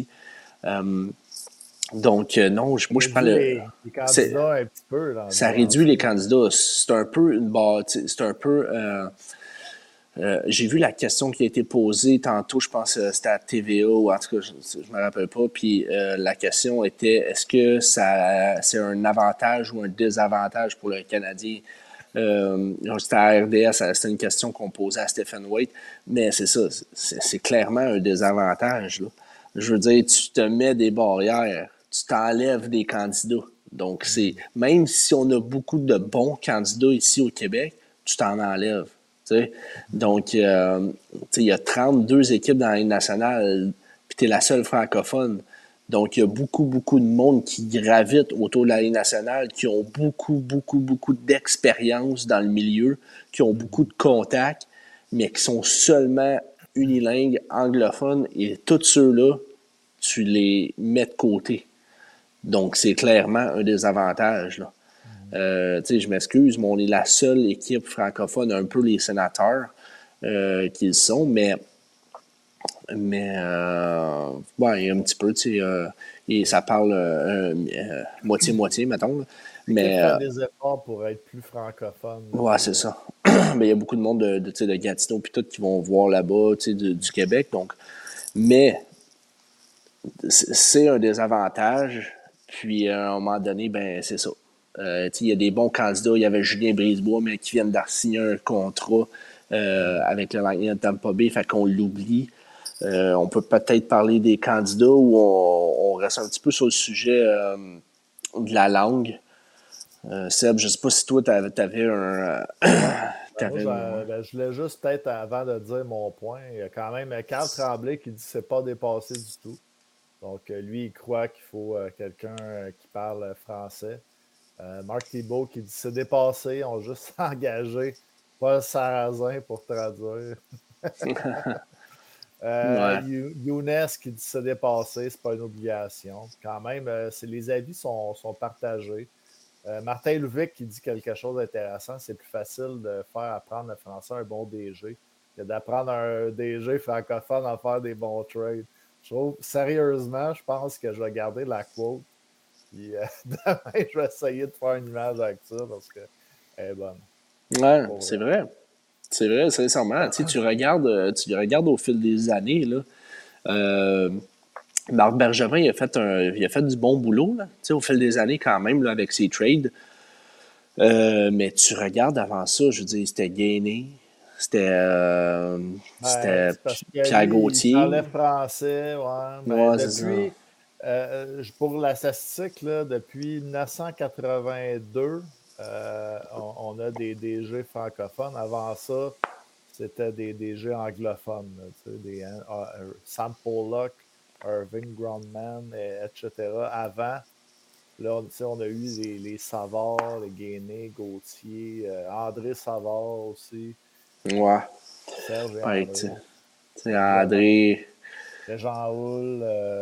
Donc, non, moi, je parle. Les candidats un petit peu. Ça réduit les candidats. C'est un peu une barre. C'est un peu. J'ai vu la question qui a été posée tantôt, je pense que c'était à TVA ou en tout cas, je me rappelle pas. Puis la question était est-ce que c'est un avantage ou un désavantage pour le Canadien? C'était à RDS, c'était une question qu'on posait à Stephen Waite, mais c'est ça, c'est clairement un désavantage, là. Je veux dire, tu te mets des barrières, tu t'enlèves des candidats. Donc, même si on a beaucoup de bons candidats ici au Québec, tu t'en enlèves. T'sais. Donc, il y a 32 équipes dans la Ligue nationale, puis tu es la seule francophone. Donc, il y a beaucoup, beaucoup de monde qui gravite autour de la Ligue nationale, qui ont beaucoup, beaucoup, beaucoup d'expérience dans le milieu, qui ont beaucoup de contacts, mais qui sont seulement unilingues, anglophones, et tous ceux-là, tu les mets de côté. Donc, c'est clairement un désavantage, là. Je m'excuse, mais on est la seule équipe francophone, un peu les Sénateurs qu'ils sont, mais ouais, il y a un petit peu, et ça parle moitié-moitié, mettons. Mais fait des efforts pour être plus francophone. Ouais, c'est ça. Mais il y a beaucoup de monde de Gatineau puis tout qui vont voir là-bas, du Québec. Donc, mais c'est un désavantage. Puis à un moment donné, ben c'est ça. Il y a des bons candidats. Il y avait Julien Brisebois, mais qui vient de signer un contrat avec le Lightning de Tampa Bay, fait qu'on l'oublie. On peut peut-être parler des candidats où on reste un petit peu sur le sujet de la langue. Seb, je sais pas si toi, t'avais un... Je voulais juste peut-être, avant de dire mon point, il y a quand même Carl Tremblay qui dit que c'est pas dépassé du tout. Donc, lui, il croit qu'il faut quelqu'un qui parle français. Marc Thibault qui dit c'est dépassé, on a juste engagé Paul Sarrazin pour traduire. Ouais. Younes qui dit c'est dépassé, c'est pas une obligation. Quand même, les avis sont partagés. Martin Luvic qui dit quelque chose d'intéressant, c'est plus facile de faire apprendre le français à un bon DG que d'apprendre à un DG francophone à faire des bons trades. Je trouve, sérieusement, je pense que je vais garder la quote. Puis demain, je vais essayer de faire une image avec ça parce qu'elle est bonne. Ouais, c'est vrai. C'est vrai, sincèrement. Tu regardes au fil des années, là. Marc Bergevin, il a fait du bon boulot, là, au fil des années quand même, là, avec ses trades. Mais tu regardes avant ça, je veux dire, c'était Gainé, c'était Pierre Gauthier. Il parlait français, ouais. Ben, Ouais, depuis, pour la statistique, là, depuis 1982, on a des DG francophones. Avant ça, c'était des DG anglophones. Sam Pollock, Irving Grundman, etc. Avant, là, on a eu les Savard, les Gainé, Gauthier, André Savard aussi. Ouais. Serge et Ouais, André. André. Jean Houle.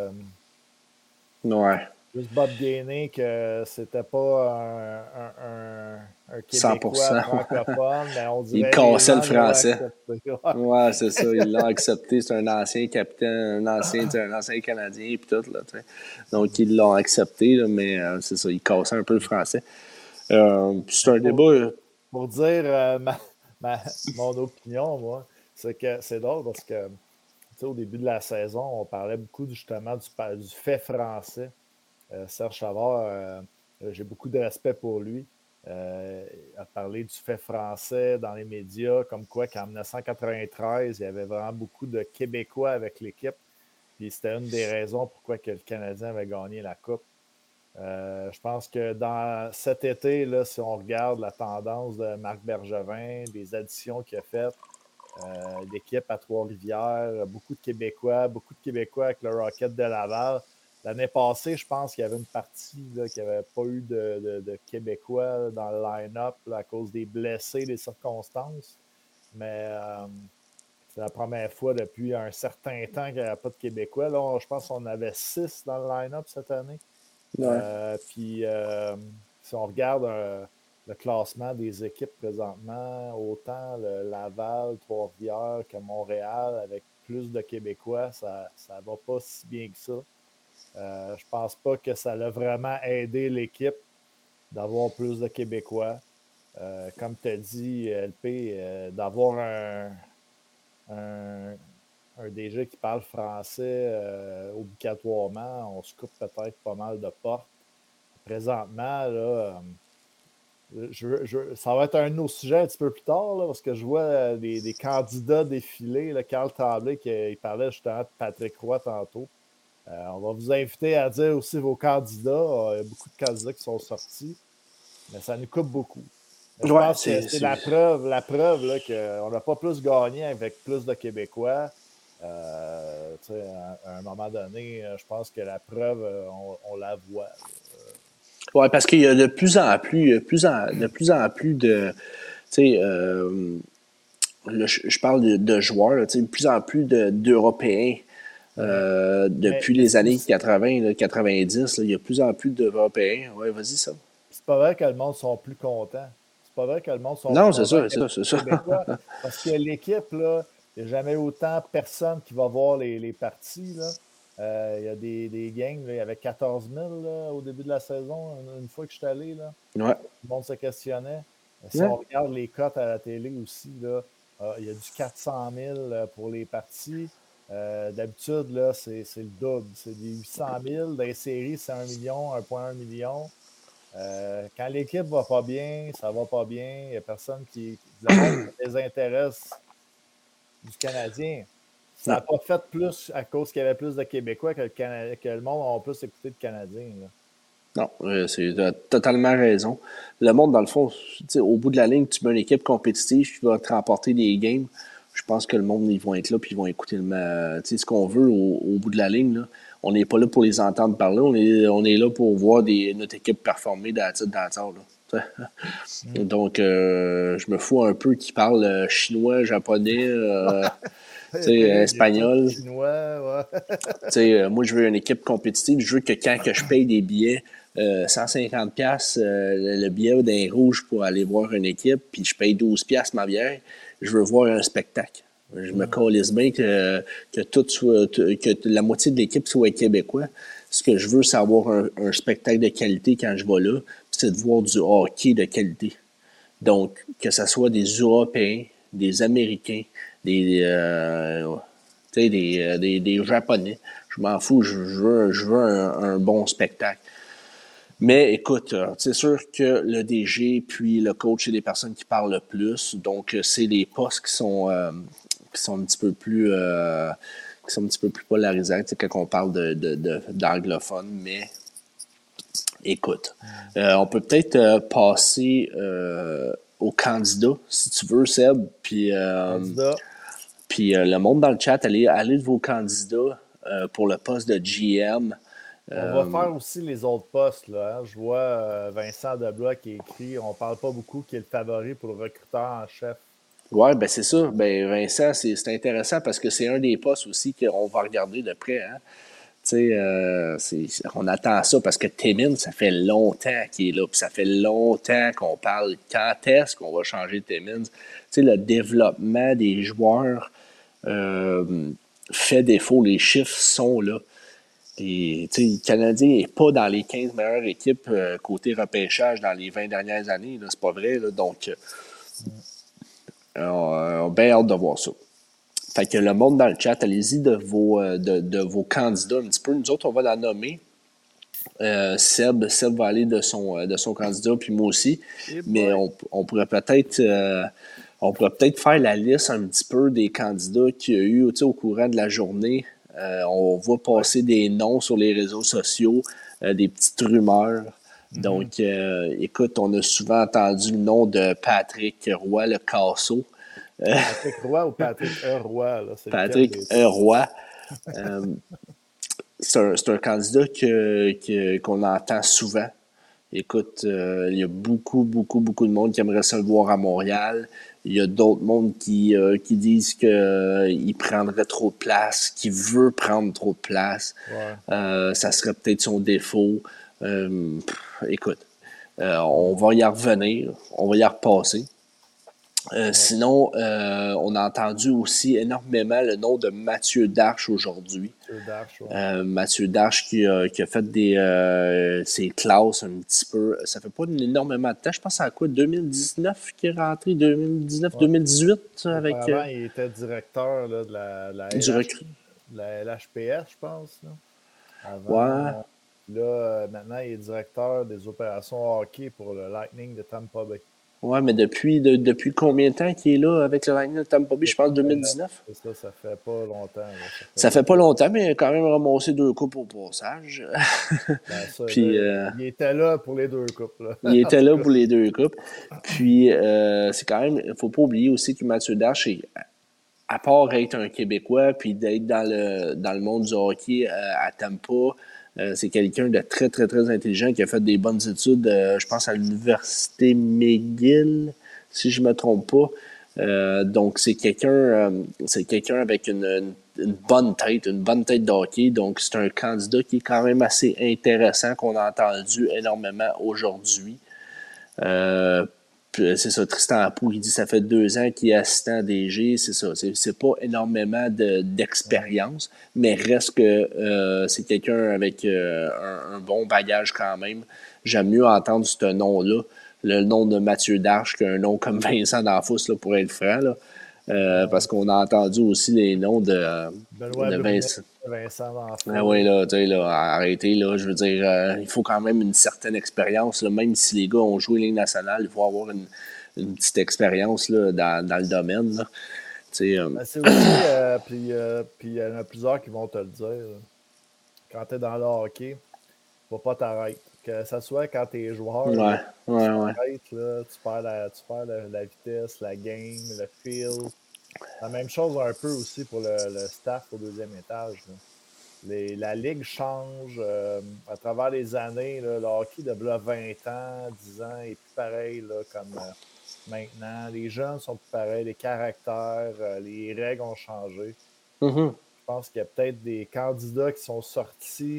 Ouais. Juste Bob Gainé que c'était pas un Québécois 100%. francophone, mais on dirait il cassait le les gens français. Ouais, c'est ça. Ils l'ont accepté. C'est un ancien capitaine, un ancien Canadien et tout. Là, donc, ils l'ont accepté, là, mais c'est ça. Ils cassaient un peu le français. C'est un débat. Pour dire mon opinion, moi, c'est que c'est drôle parce que au début de la saison, on parlait beaucoup justement du fait français. Serge Chavard, j'ai beaucoup de respect pour lui. a parlé du fait français dans les médias, comme quoi qu'en 1993, il y avait vraiment beaucoup de Québécois avec l'équipe. Puis c'était une des raisons pourquoi que le Canadien avait gagné la Coupe. Je pense que dans cet été, là, si on regarde la tendance de Marc Bergevin, des additions qu'il a faites, d'équipe à Trois-Rivières, beaucoup de Québécois avec le Rocket de Laval. L'année passée, je pense qu'il y avait une partie là, qui n'avait pas eu de Québécois dans le line-up là, à cause des blessés, des circonstances. Mais c'est la première fois depuis un certain temps qu'il n'y avait pas de Québécois. Là, je pense qu'on avait 6 dans le line-up cette année. Ouais. Puis, si on regarde le classement des équipes présentement, autant le Laval, Trois-Rivières que Montréal, avec plus de Québécois, ça ne va pas si bien que ça. Je pense pas que ça a vraiment aidé l'équipe d'avoir plus de Québécois. Comme tu as dit, LP, d'avoir un DG qui parle français obligatoirement, on se coupe peut-être pas mal de portes. Présentement, là, ça va être un autre sujet un petit peu plus tard, là, parce que je vois des candidats défiler. Là, Carl Tremblay, il parlait justement de Patrick Roy tantôt. On va vous inviter à dire aussi vos candidats. Il y a beaucoup de candidats qui sont sortis, mais ça nous coupe beaucoup. Mais je pense que c'est la preuve là, qu'on n'a pas plus gagné avec plus de Québécois. À un moment donné, je pense que la preuve, on la voit. Oui, parce qu'il y a de plus en plus de. Je parle de joueurs, là, de plus en plus d'Européens. Depuis les années 80, là, 90, là, il y a de plus en plus d'Européens. Oui, vas-y, ça. C'est pas vrai que le monde sont plus contents. C'est pas vrai que le monde sont non, plus contents. C'est ça. Parce que l'équipe, là, il n'y a jamais autant personne qui va voir les parties. Là. Il y a des gangs, là, il y avait 14 000 là, au début de la saison, une fois que je suis allé. Là. Ouais. Le monde se questionnait. Si on regarde les cotes à la télé aussi, là, il y a du 400 000 pour les parties. D'habitude, là, c'est le double. C'est des 800 000. Dans les séries, c'est 1 million, 1,1 million. Quand l'équipe va pas bien, ça va pas bien. Il n'y a personne qui désintéresse du Canadien. Ça n'a pas fait plus à cause qu'il y avait plus de Québécois que le monde a plus écouté de Canadiens. Là. Non, tu as totalement raison. Le monde, dans le fond, au bout de la ligne, tu mets une équipe compétitive qui va te remporter des games. Je pense que le monde, ils vont être là puis ils vont écouter ce qu'on veut au bout de la ligne. Là. On n'est pas là pour les entendre parler. On est là pour voir notre équipe performer dans la table. Donc, je me fous un peu qu'ils parlent chinois, japonais, espagnol. Chinois, ouais. Moi, je veux une équipe compétitive. Je veux que quand que je paye des billets, 150$, le billet d'un rouge pour aller voir une équipe, puis je paye 12$ ma bière, je veux voir un spectacle. Je me calisse bien que la moitié de l'équipe soit québécois. Ce que je veux, c'est avoir un spectacle de qualité quand je vais là, c'est de voir du hockey de qualité. Donc, que ce soit des Européens, des Américains, des Japonais. Je m'en fous, je veux un bon spectacle. Mais écoute, c'est sûr que le DG puis le coach, c'est des personnes qui parlent le plus. Donc, c'est des postes qui sont un petit peu plus polarisants quand on parle d'anglophones. Mais écoute, on peut peut-être passer aux candidats, si tu veux, Seb. Puis, le monde dans le chat, allez de vos candidats pour le poste de GM. On va faire aussi les autres postes. Là, hein. Je vois Vincent Deblois qui écrit « On parle pas beaucoup qui est le favori pour le recruteur en chef. » Oui, ben c'est ça. Ben Vincent, c'est intéressant parce que c'est un des postes aussi qu'on va regarder de près. Hein. On attend ça parce que Timmins, ça fait longtemps qu'il est là. Puis ça fait longtemps qu'on parle quand est-ce qu'on va changer Timmins. Le développement des joueurs fait défaut. Les chiffres sont là. Et, le Canadien n'est pas dans les 15 meilleures équipes côté repêchage dans les 20 dernières années. Là, c'est pas vrai. Là, donc, on a bien hâte de voir ça. Fait que le monde dans le chat, allez-y de vos candidats un petit peu. Nous autres, on va la nommer. Seb va aller de son candidat, puis moi aussi. Eh Mais boy. on pourrait peut-être faire la liste un petit peu des candidats qu'il y a eu au courant de la journée. On voit passer des noms sur les réseaux sociaux, des petites rumeurs. Donc, écoute, on a souvent entendu le nom de Patrick Roy, le Casso. Patrick Roy ou Patrick E. Roy, là, c'est lequel Patrick des deux? Roy. C'est un candidat qu'on entend souvent. Écoute, il y a beaucoup de monde qui aimerait se le voir à Montréal. Il y a d'autres mondes qui disent qu'il prendrait trop de place, qu'il veut prendre trop de place. Ouais. Ça serait peut-être son défaut. Écoute, on va y revenir. On va y repasser. Sinon, on a entendu aussi énormément le nom de Mathieu Darche aujourd'hui. Mathieu Darche qui a fait ses classes un petit peu. Ça fait pas énormément de temps. Je pense à quoi? 2019 qui est rentré? 2019-2018 avec Auparavant, il était directeur là, de la du recrutement. de la LHPS, je pense. Là. Ouais. Maintenant, il est directeur des opérations hockey pour le Lightning de Tampa Bay. Ouais, mais depuis combien de temps qu'il est là avec le Lightning de Tampa Bay? Je pense 2019. Ça fait pas longtemps. Là. Ça fait pas longtemps, mais il a quand même ramassé 2 coupes au passage. Puis, il était là pour les 2 coupes. Là. Il était là pour les 2 coupes. Puis, c'est quand même... Il ne faut pas oublier aussi que Mathieu Darche, à part être un Québécois puis d'être dans le monde du hockey à Tampa, c'est quelqu'un de très, très, très intelligent qui a fait des bonnes études, je pense, à l'université McGill, si je ne me trompe pas. Donc, c'est quelqu'un avec une bonne tête de hockey. Donc, c'est un candidat qui est quand même assez intéressant, qu'on a entendu énormément aujourd'hui. C'est ça, Tristan Apoux, il dit que ça fait 2 ans qu'il est assistant DG, c'est ça. C'est pas énormément d'expérience, mais reste que c'est quelqu'un avec un bon bagage quand même. J'aime mieux entendre ce nom-là, le nom de Mathieu Darche, qu'un nom comme Vincent D'Anfos, là, pour être franc. Là. Parce qu'on a entendu aussi les noms de Vincent D'Anfos. Oui, là, tu sais, là, arrêtez, là, je veux dire, il faut quand même une certaine expérience, là, même si les gars ont joué Ligue nationale, il faut avoir une petite expérience là, dans le domaine. Là. C'est aussi, puis il y en a plusieurs qui vont te le dire. Là. Quand tu es dans le hockey, il ne faut pas t'arrêter. Que ce soit quand tu es joueur, là, tu perds la vitesse, la game, le feel. La même chose un peu aussi pour le staff au 2e étage. Là. La ligue change à travers les années. Là, le hockey de 20 ans, 10 ans est plus pareil là, comme maintenant. Les jeunes sont plus pareils, les caractères, les règles ont changé. Mm-hmm. Je pense qu'il y a peut-être des candidats qui sont sortis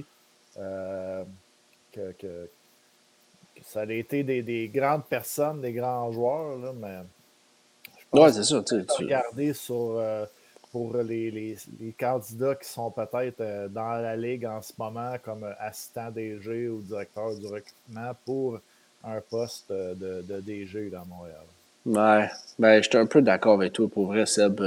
que ça a été des grandes personnes, des grands joueurs, là, mais je pense c'est ça. regarder pour les candidats qui sont peut-être dans la ligue en ce moment comme assistant DG ou directeur du recrutement pour un poste de DG dans Montréal. Ouais, ben, j'étais un peu d'accord avec toi, pour vrai, Seb.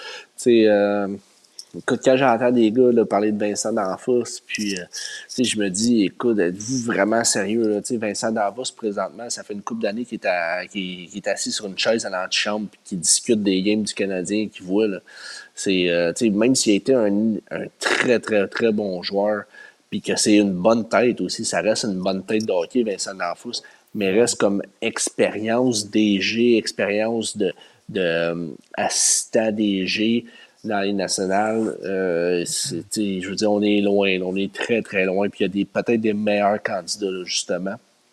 Écoute, quand j'entends des gars là, parler de Vincent D'Anfos, puis je me dis, écoute, êtes-vous vraiment sérieux? Là? Vincent D'Anfos, présentement, ça fait une couple d'années qu'il est assis sur une chaise à l'antichambre puis qu'il discute des games du Canadien qu'il voit. Là. Même s'il a été un très, très, très bon joueur, puis que c'est une bonne tête aussi, ça reste une bonne tête de hockey, Vincent D'Anfos, mais reste comme expérience DG, expérience de assistant DG dans les nationales, je veux dire, on est loin, on est très, très loin, puis il y a peut-être des meilleurs candidats, là, justement.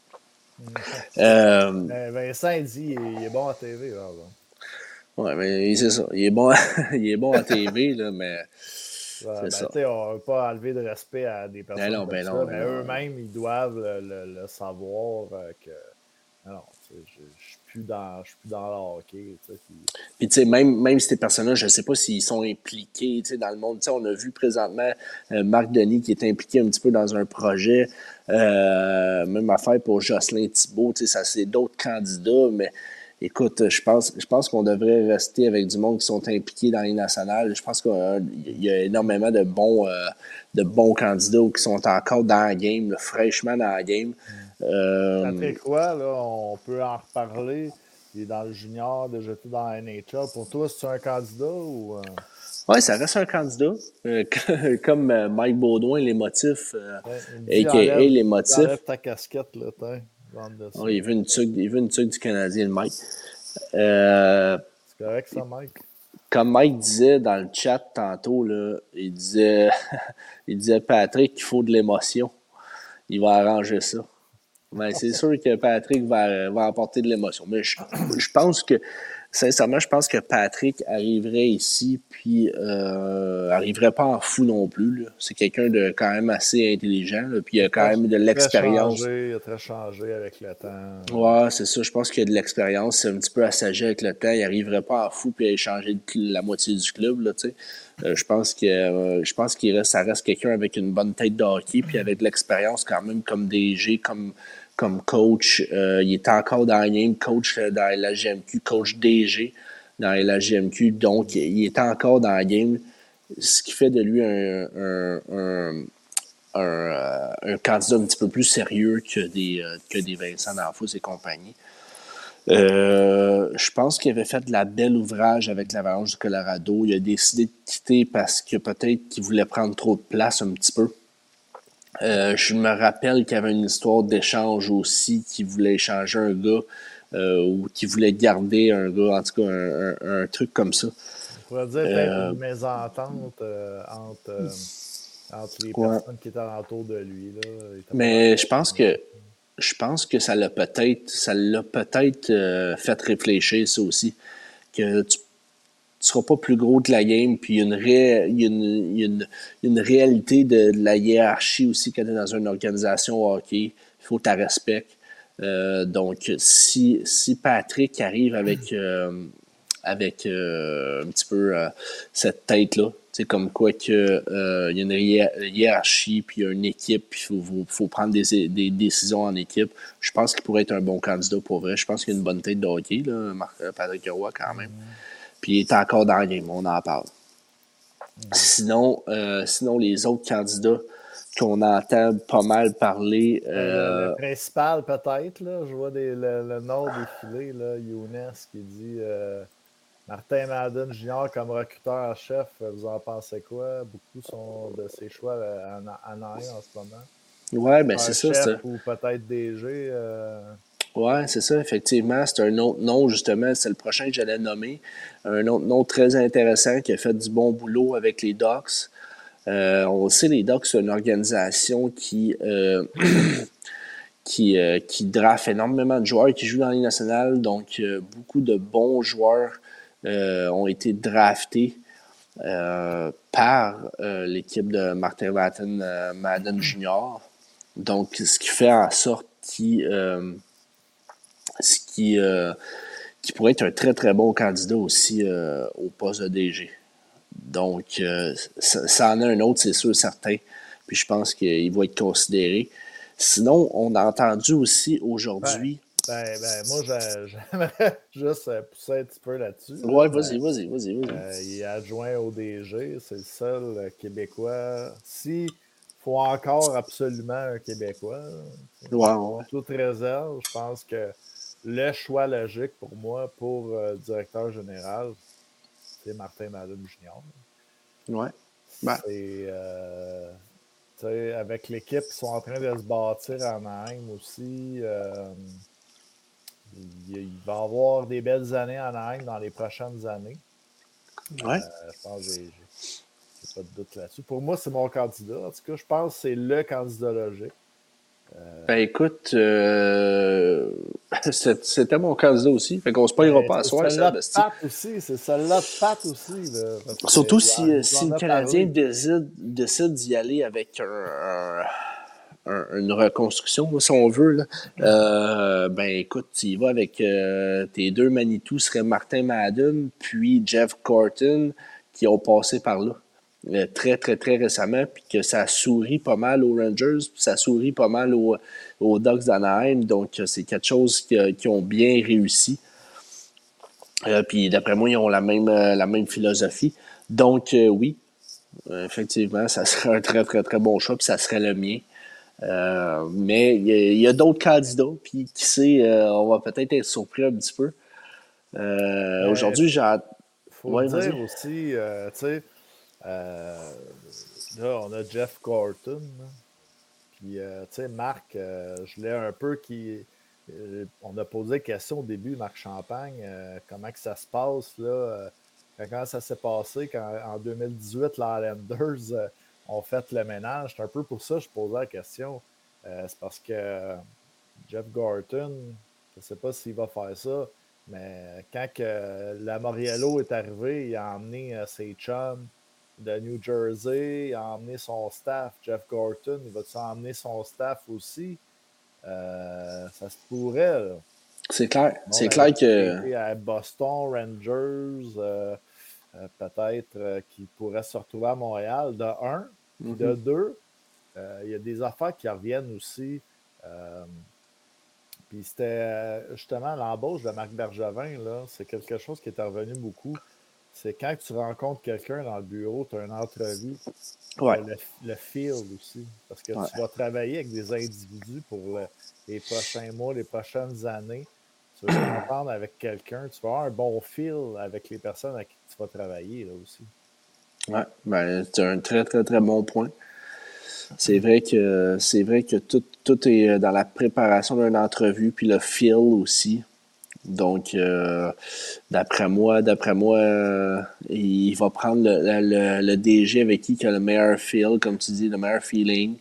Vincent, il dit qu'il est bon à TV. Oui, mais c'est ça. Il est bon à TV, là, mais c'est ça. On ne veut pas enlever de respect à des personnes mais eux-mêmes, ils doivent le savoir que... Non, je suis plus dans le hockey. Puis, tu sais, même ces personnes-là, je ne sais pas s'ils sont impliqués dans le monde. Tu sais, on a vu présentement Marc Denis qui est impliqué un petit peu dans un projet. Même affaire pour Jocelyn Thibault. Tu sais, ça, c'est d'autres candidats, mais écoute, je pense qu'on devrait rester avec du monde qui sont impliqués dans les nationales. Je pense qu'il y a énormément de bons candidats qui sont encore dans la game, là, fraîchement dans la game. Patrick Roy, là, on peut en reparler. Il est dans le junior, déjà été dans la NHL. Pour toi, c'est-tu un candidat ou... Oui, ça reste un candidat. Comme Mike Baudouin, les motifs, a.k.a. les motifs. Enlève ta casquette, là, Oh, il veut une tuque du Canadien, le Mike. C'est correct, ça, Mike? Comme Mike disait dans le chat tantôt, là, il disait Patrick qu'il faut de l'émotion. Il va arranger ça. Mais c'est sûr que Patrick va apporter de l'émotion. Mais je pense que, sincèrement, je pense que Patrick arriverait ici, puis arriverait pas en fou non plus, là. C'est quelqu'un de quand même assez intelligent, là, puis il a quand même de l'expérience. Il a très changé avec le temps. Ouais, c'est ça. Je pense qu'il a de l'expérience. C'est un petit peu assagé avec le temps. Il arriverait pas en fou puis à échanger la moitié du club, là, tu sais. Je pense que ça reste quelqu'un avec une bonne tête de hockey puis avec de l'expérience quand même comme DG, comme coach. Il est encore dans la game, coach dans la GMQ, coach DG dans la GMQ. Donc, il est encore dans la game, ce qui fait de lui un candidat un petit peu plus sérieux que des Vincent D'Anfos et compagnie. Je pense qu'il avait fait de la belle ouvrage avec l'Avalanche du Colorado. Il a décidé de quitter parce que peut-être qu'il voulait prendre trop de place un petit peu. Je me rappelle qu'il y avait une histoire d'échange aussi, qu'il voulait échanger un gars ou qu'il voulait garder un gars, en tout cas un truc comme ça. On pourrait dire peut-être une mésentente entre les personnes qui étaient autour de lui. Là. Mais je pense que ça l'a peut-être fait réfléchir, ça aussi. Que tu seras pas plus gros que la game, puis il y a une réalité de la hiérarchie aussi quand tu es dans une organisation hockey. Il faut que tu la respectes. Donc, si Patrick arrive avec un petit peu cette tête-là, tu sais, comme quoi que il y a une hiérarchie, puis il y a une équipe, puis il faut prendre des décisions en équipe. Je pense qu'il pourrait être un bon candidat pour vrai. Je pense qu'il a une bonne tête de hockey, là, Patrick Roy, quand même. Puis il est encore dans le game, on en parle. Sinon, les autres candidats qu'on entend pas mal parler... Le principal, peut-être, là, je vois le nom défiler, là, Younes qui dit Martin Madden Jr. comme recruteur-chef, vous en pensez quoi? Beaucoup sont de ses choix en arrière en ce moment. Ouais, ben c'est ça. Chef ou peut-être DG. Ouais, c'est ça, effectivement. C'est un autre nom, justement, c'est le prochain que j'allais nommer. Un autre nom très intéressant qui a fait du bon boulot avec les Ducks. On sait, les Ducks, c'est une organisation qui draft énormément de joueurs qui jouent dans les nationales. Donc, beaucoup de bons joueurs ont été draftés par l'équipe de Martin Madden Jr. Donc, ce qui fait en sorte qui pourrait être un très, très bon candidat aussi au poste de DG. Donc, ça en a un autre, c'est sûr, certain. Puis je pense qu'il va être considéré. Sinon, on a entendu aussi aujourd'hui... moi, j'aimerais juste pousser un petit peu là-dessus. Ouais, vas-y. Il est adjoint au DG, c'est le seul Québécois. S'il faut encore absolument un Québécois, toute réserve, je pense que le choix logique pour moi, pour directeur général, c'est Martin Madden Jr. Ouais. C'est, avec l'équipe qui sont en train de se bâtir en Anaheim aussi, il va y avoir des belles années en Anaheim dans les prochaines années. Ouais. Je pense que j'ai pas de doute là-dessus. Pour moi, c'est mon candidat. En tout cas, je pense que c'est le candidat logique. Ben écoute, c'était mon candidat aussi. Fait qu'on se payera pas à soir. C'est celle-là de Pat aussi. Là, surtout si le Canadien décide d'y aller avec une reconstruction, si on veut. Là. Ben écoute, tu y vas avec tes deux Manitou, seraient Martin Madden puis Jeff Gorton qui ont passé par là. Très, très, très récemment, puis que ça sourit pas mal aux Rangers, puis ça sourit pas mal aux Ducks d'Anaheim. Donc, c'est quelque chose qui ont bien réussi. Puis d'après moi, ils ont la même philosophie. Donc, oui, effectivement, ça serait un très, très, très bon choix, puis ça serait le mien. Mais il y a d'autres candidats, puis qui sait, on va peut-être être surpris un petit peu. Mais Aujourd'hui, j'ai... faut Ouais, le dire vas-y. aussi, tu sais, là, on a Jeff Gorton, là. Puis, tu sais, Marc, je l'ai un peu on a posé des questions au début, Marc Champagne, comment que ça se passe, là, quand ça s'est passé, quand en 2018, les Islanders ont fait le ménage. C'est un peu pour ça que je posais la question. C'est parce que Jeff Gorton, je ne sais pas s'il va faire ça, mais quand que la Moriello est arrivé, il a emmené ses chums de New Jersey, il a emmené son staff. Jeff Gorton, il va-tu emmener son staff aussi? Ça se pourrait, là. C'est clair. Bon, C'est clair qui a que... été à Boston, Rangers, peut-être qu'il pourrait se retrouver à Montréal, de un. Puis de deux, il y a des affaires qui reviennent aussi. Puis c'était justement l'embauche de Marc Bergevin, là, c'est quelque chose qui est revenu beaucoup. C'est quand tu rencontres quelqu'un dans le bureau, tu as une entrevue, tu as Ouais, le field aussi. Parce que ouais. tu vas travailler avec des individus pour les prochains mois, les prochaines années. Tu veux t'entendre avec quelqu'un, tu vas avoir un bon feel avec les personnes avec qui tu vas travailler là aussi. Ouais, ben, c'est un très, très, très bon point. C'est vrai que tout est dans la préparation d'une entrevue, puis le feel aussi. Donc, d'après moi, il va prendre le DG avec qui il a le meilleur feel, comme tu dis, le meilleur feeling.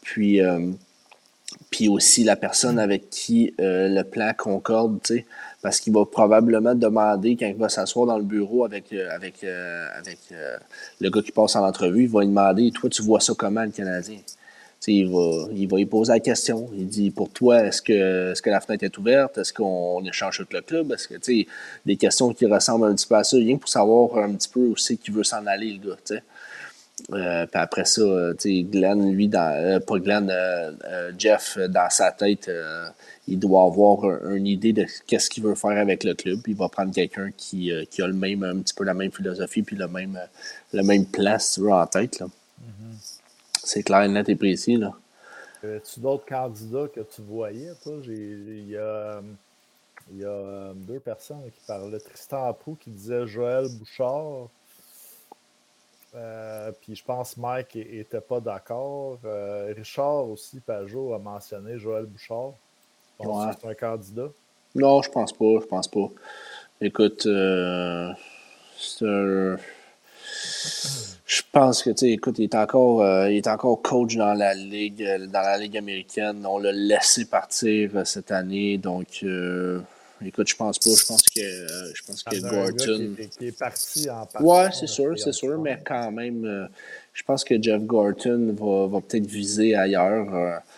Puis aussi la personne avec qui le plan concorde, tu sais, parce qu'il va probablement demander, quand il va s'asseoir dans le bureau avec le gars qui passe en entrevue, il va lui demander, toi, tu vois ça comment, le Canadien? Tu sais, il va lui poser la question. Il dit, pour toi, est-ce que la fenêtre est ouverte? Est-ce qu'on échange tout le club? Est-ce que, tu sais, des questions qui ressemblent un petit peu à ça, rien que pour savoir un petit peu où c'est qu'il veut s'en aller, le gars, tu sais. Puis après ça, tu sais, Glenn, lui, pas Glenn, Jeff, dans sa tête, il doit avoir une idée de qu'est-ce qu'il veut faire avec le club. Puis il va prendre quelqu'un qui a un petit peu la même philosophie puis le même plan, si tu veux, en tête, là. C'est clair, net et précis, là. As-tu d'autres candidats que tu voyais, toi? Il y a deux personnes qui parlaient. Tristan Prou qui disait Joël Bouchard. Puis je pense que Mike n'était pas d'accord. Richard aussi, Pajot, a mentionné Joël Bouchard. Penses-tu Ouais. que c'est un candidat? Non, je pense pas, je pense pas. Écoute, c'est un... Je pense que, tu sais, écoute, il est encore coach dans la ligue américaine. On l'a laissé partir cette année, donc, écoute, je pense pas. Je pense que Il y en a un gars qui Gorton. est parti en Ouais, partant. c'est sûr, mais quand même, je pense que Jeff Gorton va peut-être viser ailleurs.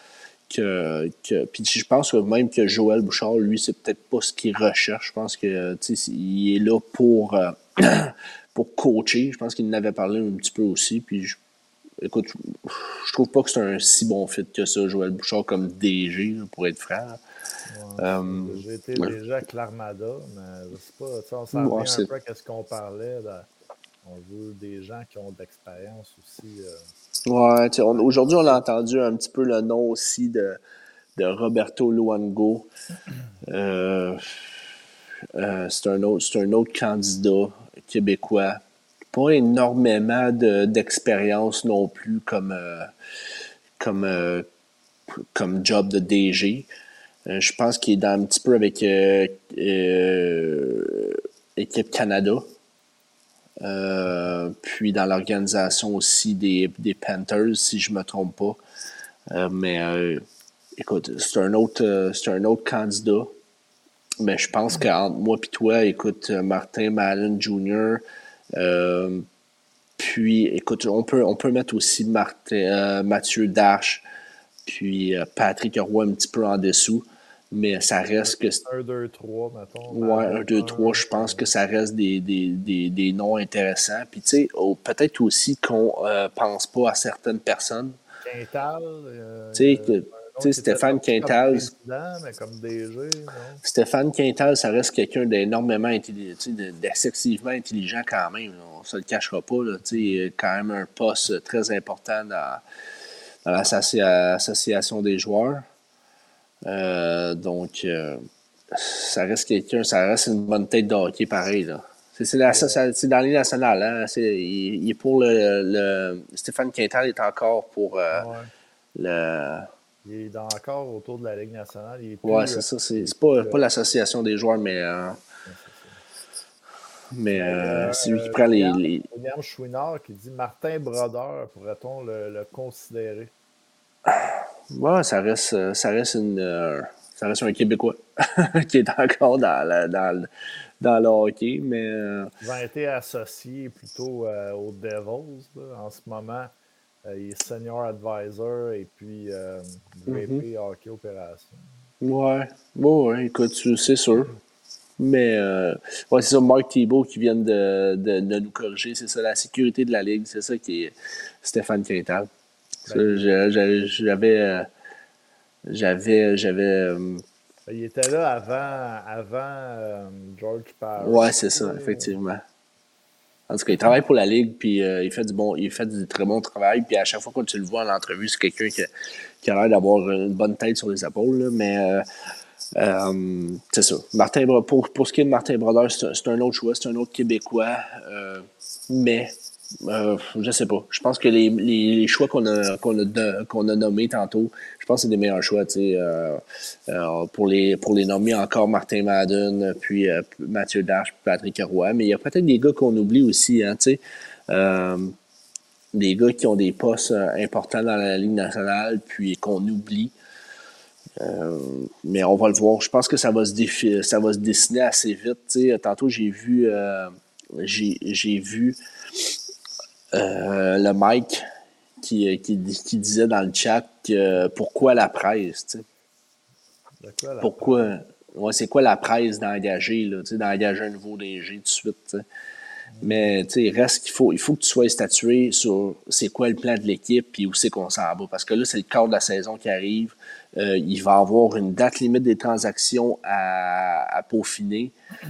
Puis je pense que même que Joël Bouchard, lui, c'est peut-être pas ce qu'il recherche. Je pense que, tu sais, il est là pour coacher. Je pense qu'il en avait parlé un petit peu aussi. Puis, écoute, je trouve pas que c'est un si bon fit que ça, Joël Bouchard, comme DG, là, pour être franc. Ouais, j'ai été Ouais, déjà avec l'Armada, mais je sais pas, tu sais, on s'en ouais, revient un peu à ce qu'on parlait. On veut des gens qui ont de l'expérience aussi. ouais, tu sais, aujourd'hui, on a entendu un petit peu le nom aussi de Roberto Luongo. Euh, c'est un autre candidat québécois. Pas énormément d'expérience non plus comme job de DG. Je pense qu'il est dans un petit peu avec Équipe Canada. Puis dans l'organisation aussi des Panthers, si je me trompe pas. Mais écoute, c'est un autre candidat. Mais je pense qu'entre moi et toi, écoute, Martin Malin Jr., puis écoute, on peut mettre aussi Mathieu Darche, puis Patrick Roy un petit peu en dessous. Mais ça reste que, 1, 2, 3, mettons. ouais, Malin, 1, 2, 3, 1. je pense que ça reste des noms intéressants. Puis tu sais, peut-être aussi qu'on pense pas à certaines personnes. Quintal, Tu sais, Tu sais, Stéphane Quintal. Comme président, mais comme DG, non? Stéphane Quintal, ça reste quelqu'un d'énormément intelligent, d'excessivement intelligent quand même. Là. On ne se le cachera pas. Là, il a quand même un poste très important dans l'association des joueurs. Donc, ça reste une bonne tête de hockey pareil. Là. C'est dans les nationales. Hein, il est pour le Stéphane Quintal est encore pour le. Il est encore autour de la Ligue nationale. Oui, c'est ça. C'est pas l'association des joueurs, mais c'est lui qui prend les. William Chouinard qui dit Martin Brodeur, pourrait-on le considérer? Ouais, ça reste un Québécois qui est encore dans le hockey, mais. Ils ont été associés plutôt aux Devils là, en ce moment. Il est senior advisor et puis VP hockey opération. Ouais, écoute, c'est sûr. Mais c'est ça, Mark Thibault qui vient de nous corriger. C'est ça, la sécurité de la Ligue. C'est ça qui est Stéphane Quintal. J'avais. Il était là avant George Parrish. Ouais, c'est ça, effectivement. En tout cas, il travaille pour la Ligue, puis il fait du très bon travail. Puis à chaque fois que tu le vois en entrevue, c'est quelqu'un qui a l'air d'avoir une bonne tête sur les épaules. Là, mais c'est ça. Pour ce qui est de Martin Brodeur, c'est un autre choix, c'est un autre Québécois. Mais je sais pas. Je pense que les choix qu'on a nommés tantôt, je pense que c'est des meilleurs choix. Pour les nommer encore Martin Madden, puis Mathieu Darche, puis Patrick Roy. Mais il y a peut-être des gars qu'on oublie aussi. Hein, des gars qui ont des postes importants dans la Ligue nationale, puis qu'on oublie. Mais on va le voir. Je pense que ça va se dessiner assez vite. Tantôt, j'ai vu le Mike qui disait dans le chat que pourquoi la presse, pourquoi c'est quoi la presse d'engager un nouveau DG tout de suite, t'sais. Mais reste qu'il faut que tu sois statué sur c'est quoi le plan de l'équipe puis où c'est qu'on s'en va, parce que là c'est le quart de la saison qui arrive. Il va y avoir une date limite des transactions à peaufiner.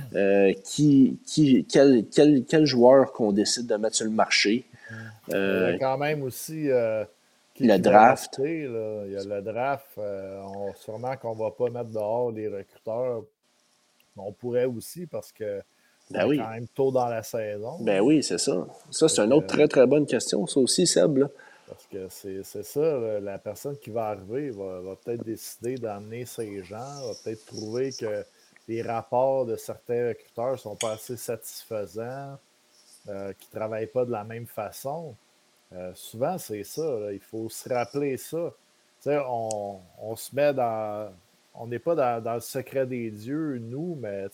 Quel joueur qu'on décide de mettre sur le marché. Il y a quand même aussi le draft. Il y a le draft. Sûrement qu'on ne va pas mettre dehors les recruteurs. On pourrait aussi parce que c'est quand même tôt dans la saison. Ben oui, c'est ça. Ça, c'est une autre très, très bonne question. Ça aussi, Seb. Là. Parce que c'est ça, là, la personne qui va arriver va peut-être décider d'amener ses gens, va peut-être trouver que les rapports de certains recruteurs ne sont pas assez satisfaisants, qu'ils ne travaillent pas de la même façon. Souvent, c'est ça. Là, il faut se rappeler ça. On se met dans... On n'est pas dans le secret des dieux, nous, mais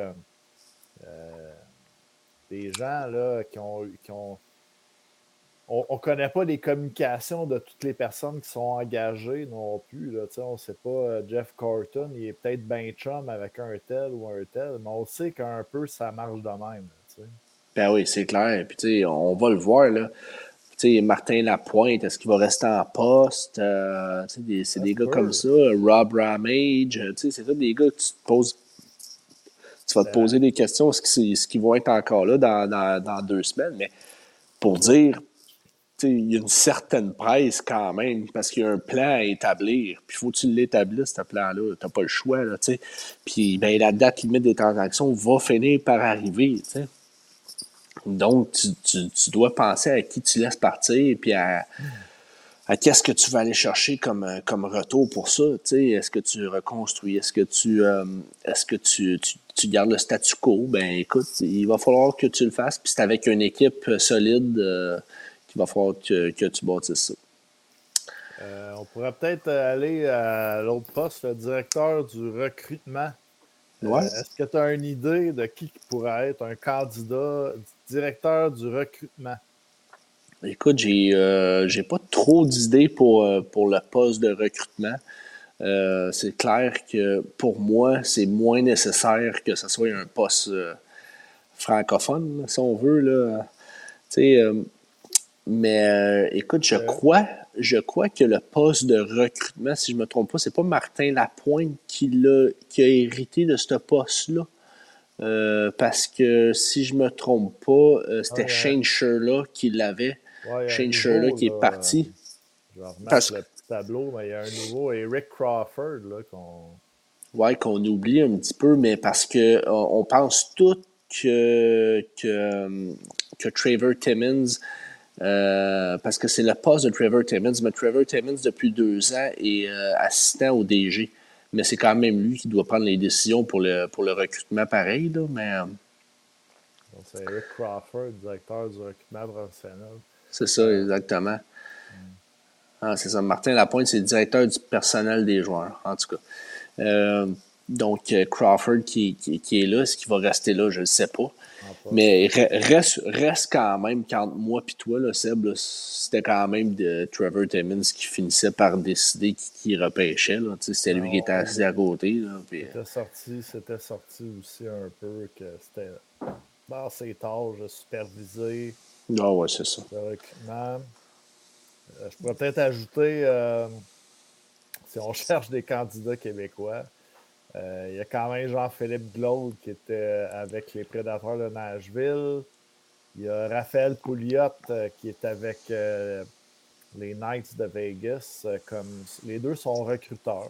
des gens là, qui ont on ne connaît pas les communications de toutes les personnes qui sont engagées non plus. Là, on ne sait pas, Jeff Corton, il est peut-être ben chum avec un tel ou un tel, mais on sait qu'un peu ça marche de même. Là, ben oui, c'est clair. Puis on va le voir. Là. Martin Lapointe, est-ce qu'il va rester en poste? C'est des gars comme ça. Rob Ramage, c'est tous des gars que tu te poses. Tu vas te poser des questions. Est-ce qu'ils vont être encore là dans 2 semaines? Mais pour dire, il y a une certaine presse quand même, parce qu'il y a un plan à établir. Puis il faut que tu l'établisses, ce plan-là. Tu n'as pas le choix. Là, puis la date limite des transactions va finir par arriver. T'sais. Donc, tu dois penser à qui tu laisses partir, puis à qu'est-ce que tu vas aller chercher comme retour pour ça. Est-ce que tu reconstruis? Est-ce que tu gardes le statu quo? Ben écoute, il va falloir que tu le fasses, puis c'est avec une équipe solide qu'il va falloir que tu bâtisses ça. On pourrait peut-être aller à l'autre poste, le directeur du recrutement. Ouais. Est-ce que tu as une idée de qui pourrait être un candidat directeur du recrutement? Écoute, j'ai pas trop d'idées pour le poste de recrutement. C'est clair que pour moi, c'est moins nécessaire que ce soit un poste francophone, si on veut. Là. Mais écoute, je je crois que le poste de recrutement, si je ne me trompe pas, c'est pas Martin Lapointe qui a hérité de ce poste-là. Parce que si je me trompe pas, c'était Shane Sherlock qui l'avait. Ouais, Shane Sherlock qui est parti. Je vais remettre le petit tableau, mais il y a un nouveau, Eric Crawford, là, qu'on oublie un petit peu, mais parce que on pense tous que Trevor Timmins, parce que c'est le poste de Trevor Timmins, mais Trevor Timmins, depuis 2 ans, est assistant au DG. Mais c'est quand même lui qui doit prendre les décisions pour le recrutement pareil, là, mais... Donc, c'est Eric Crawford, directeur du recrutement professionnel. C'est ça, exactement. Ah, c'est ça. Martin Lapointe, c'est le directeur du personnel des joueurs, en tout cas. Donc, Crawford qui est là, est-ce qu'il va rester là? Je ne le sais pas. Mais reste quand même, quand moi et toi, là, Seb, là, c'était quand même de Trevor Timmins qui finissait par décider qui repêchait. Là. C'était lui qui était assis à côté. Là, puis... C'était sorti aussi un peu que c'était dans ses tâches de superviser ouais, c'est ça. le recrutement. Je pourrais peut-être ajouter, si on cherche des candidats québécois, il y a quand même Jean-Philippe Glaude qui était avec les Prédateurs de Nashville. Il y a Raphaël Pouliot qui est avec les Knights de Vegas. Les deux sont recruteurs.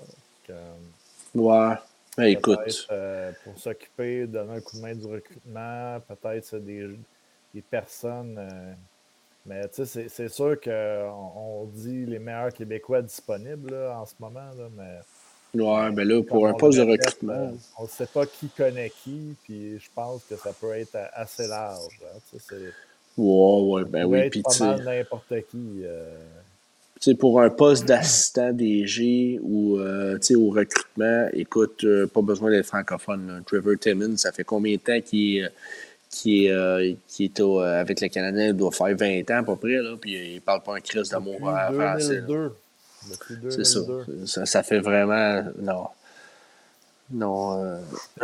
Ouais. Ben, écoute. Pour s'occuper, donner un coup de main du recrutement, peut-être c'est des personnes. Mais tu sais, c'est sûr qu'on dit les meilleurs Québécois disponibles là, en ce moment. Là, mais ouais, ben là, pour un poste de recrutement. On ne sait pas qui connaît qui, puis je pense que ça peut être assez large. Là, tu sais, ouais, ben oui. Puis pas mal n'importe qui. Tu sais, pour un poste d'assistant DG ou au recrutement, écoute, pas besoin d'être francophone. Là. Trevor Timmins, ça fait combien de temps qu'il est avec le Canadien? Il doit faire 20 ans à peu près, là, puis il parle pas un crise d'amour français. Depuis 2002. C'est ça. Ça fait vraiment... Non.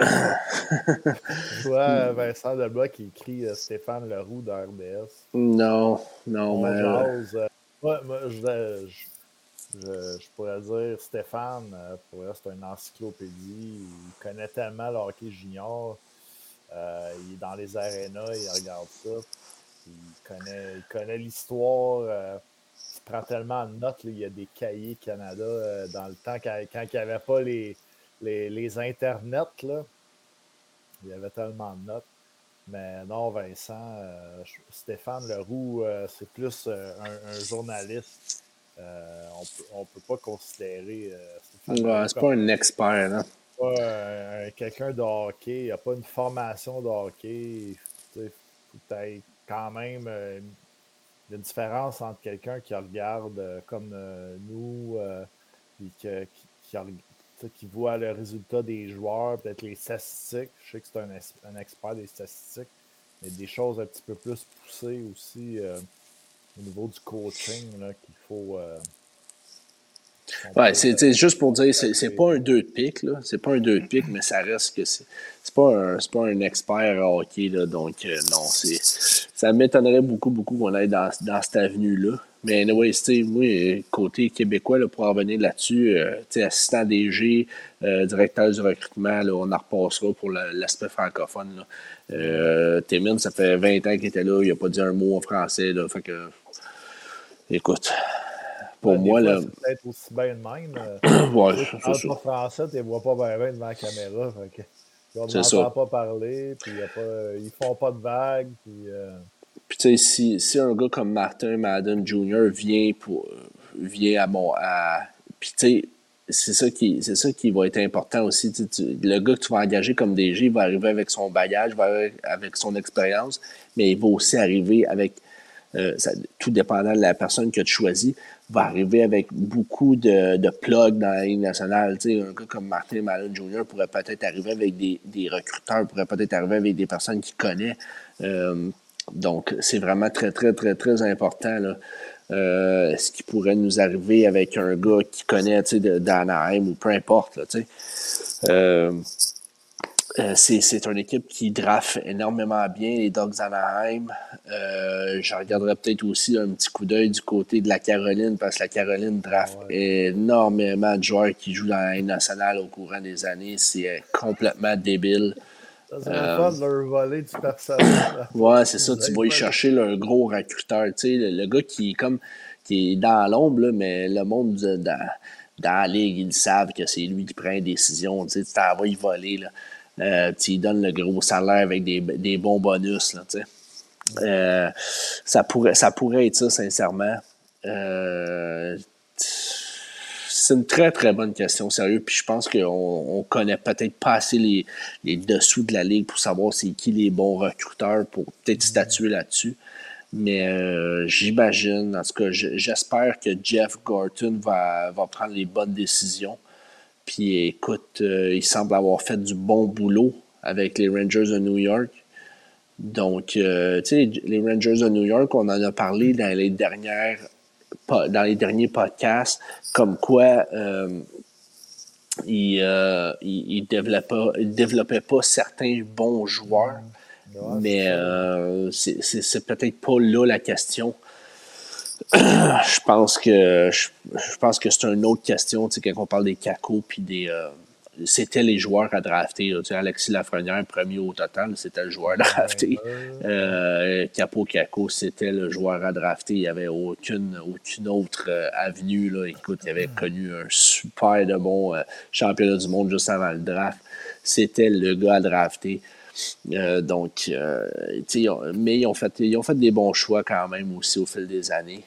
Je vois Vincent Deblois qui écrit Stéphane Leroux de RDS. Non, mais... Moi, je pourrais dire Stéphane, pour elle, c'est une encyclopédie. Il connaît tellement le hockey junior. Il est dans les arénas, il regarde ça. Il connaît l'histoire. Il prend tellement de notes. Là, il y a des cahiers Canada dans le temps, quand il n'y avait pas les internets. Là, il y avait tellement de notes. Mais non, Vincent, Stéphane Leroux, c'est plus un journaliste. On peut pas considérer. C'est pas un expert, hein? Pas quelqu'un de hockey. Il n'y a pas une formation de hockey. Peut-être quand même une différence entre quelqu'un qui regarde comme nous, puis qui voit le résultat des joueurs, peut-être les statistiques. Je sais que c'est un expert des statistiques, mais des choses un petit peu plus poussées aussi au niveau du coaching là, qu'il faut. Ouais, c'est juste pour dire, c'est pas un 2 de pique, là. C'est pas un 2 de pique, mais ça reste que c'est pas un expert hockey, là. Donc, non, ça m'étonnerait beaucoup qu'on aille dans cette avenue-là. Mais anyway, moi, côté québécois, là, pour en revenir là-dessus, assistant DG, directeur du recrutement, là, on en repassera pour l'aspect francophone. Timmins, ça fait 20 ans qu'il était là, il n'a pas dit un mot en français. Là, fait que, écoute, pour moi, là. C'est peut-être aussi bien de même. Ouais, tu parles pas français, tu ne vois pas bien devant la caméra. Fait que, on ne m'entend pas parler, puis ils font pas de vagues. Puis tu sais, si un gars comme Martin Madden Jr. vient à puis tu sais, c'est ça qui va être important aussi. Le gars que tu vas engager comme DG va arriver avec son bagage, va arriver avec son expérience, mais il va aussi arriver avec, tout dépendant de la personne que tu choisis, va arriver avec beaucoup de plugs dans la Ligue nationale. Tu sais, un gars comme Martin Madden Jr. pourrait peut-être arriver avec des recruteurs, pourrait peut-être arriver avec des personnes qu'il connaît. Donc, c'est vraiment très, très, très, très important. Là. Ce qui pourrait nous arriver avec un gars qui connaît d'Anaheim ou peu importe. Là, C'est une équipe qui draft énormément bien, les Dogs d'Anaheim. Je regarderais peut-être aussi un petit coup d'œil du côté de la Caroline, parce que la Caroline draft énormément de joueurs qui jouent dans la Ligue nationale au courant des années. C'est complètement débile. Ça serait fun de leur voler du personnel. Ouais, c'est ça. Tu vas y chercher là, un gros recruteur. Tu sais, le gars qui est dans l'ombre, là, mais le monde dans la ligue, ils savent que c'est lui qui prend les décisions. Tu sais, tu t'en vas y voler. Là. Tu lui donnes le gros salaire avec des bons bonus. Là, tu sais. Ça pourrait être ça, sincèrement. C'est une très, très bonne question, sérieux. Puis je pense qu'on connaît peut-être pas assez les dessous de la ligue pour savoir c'est qui les bons recruteurs pour peut-être statuer là-dessus. Mais j'imagine, en tout cas, j'espère que Jeff Gorton va prendre les bonnes décisions. Puis écoute, il semble avoir fait du bon boulot avec les Rangers de New York. Donc, tu sais, les Rangers de New York, on en a parlé dans les derniers podcasts, comme quoi ils développaient pas certains bons joueurs. Mais c'est peut-être pas là la question. Je pense que c'est une autre question, tu sais, quand on parle des Kako puis c'était les joueurs à drafter. Tu sais, Alexis Lafrenière, premier au total, c'était le joueur drafté. Capo Kako, c'était le joueur à drafter. Il n'y avait aucune autre avenue. Là. Écoute, il avait connu un super de bon championnat du monde juste avant le draft. C'était le gars à drafter. Mais ils ont fait des bons choix quand même aussi au fil des années.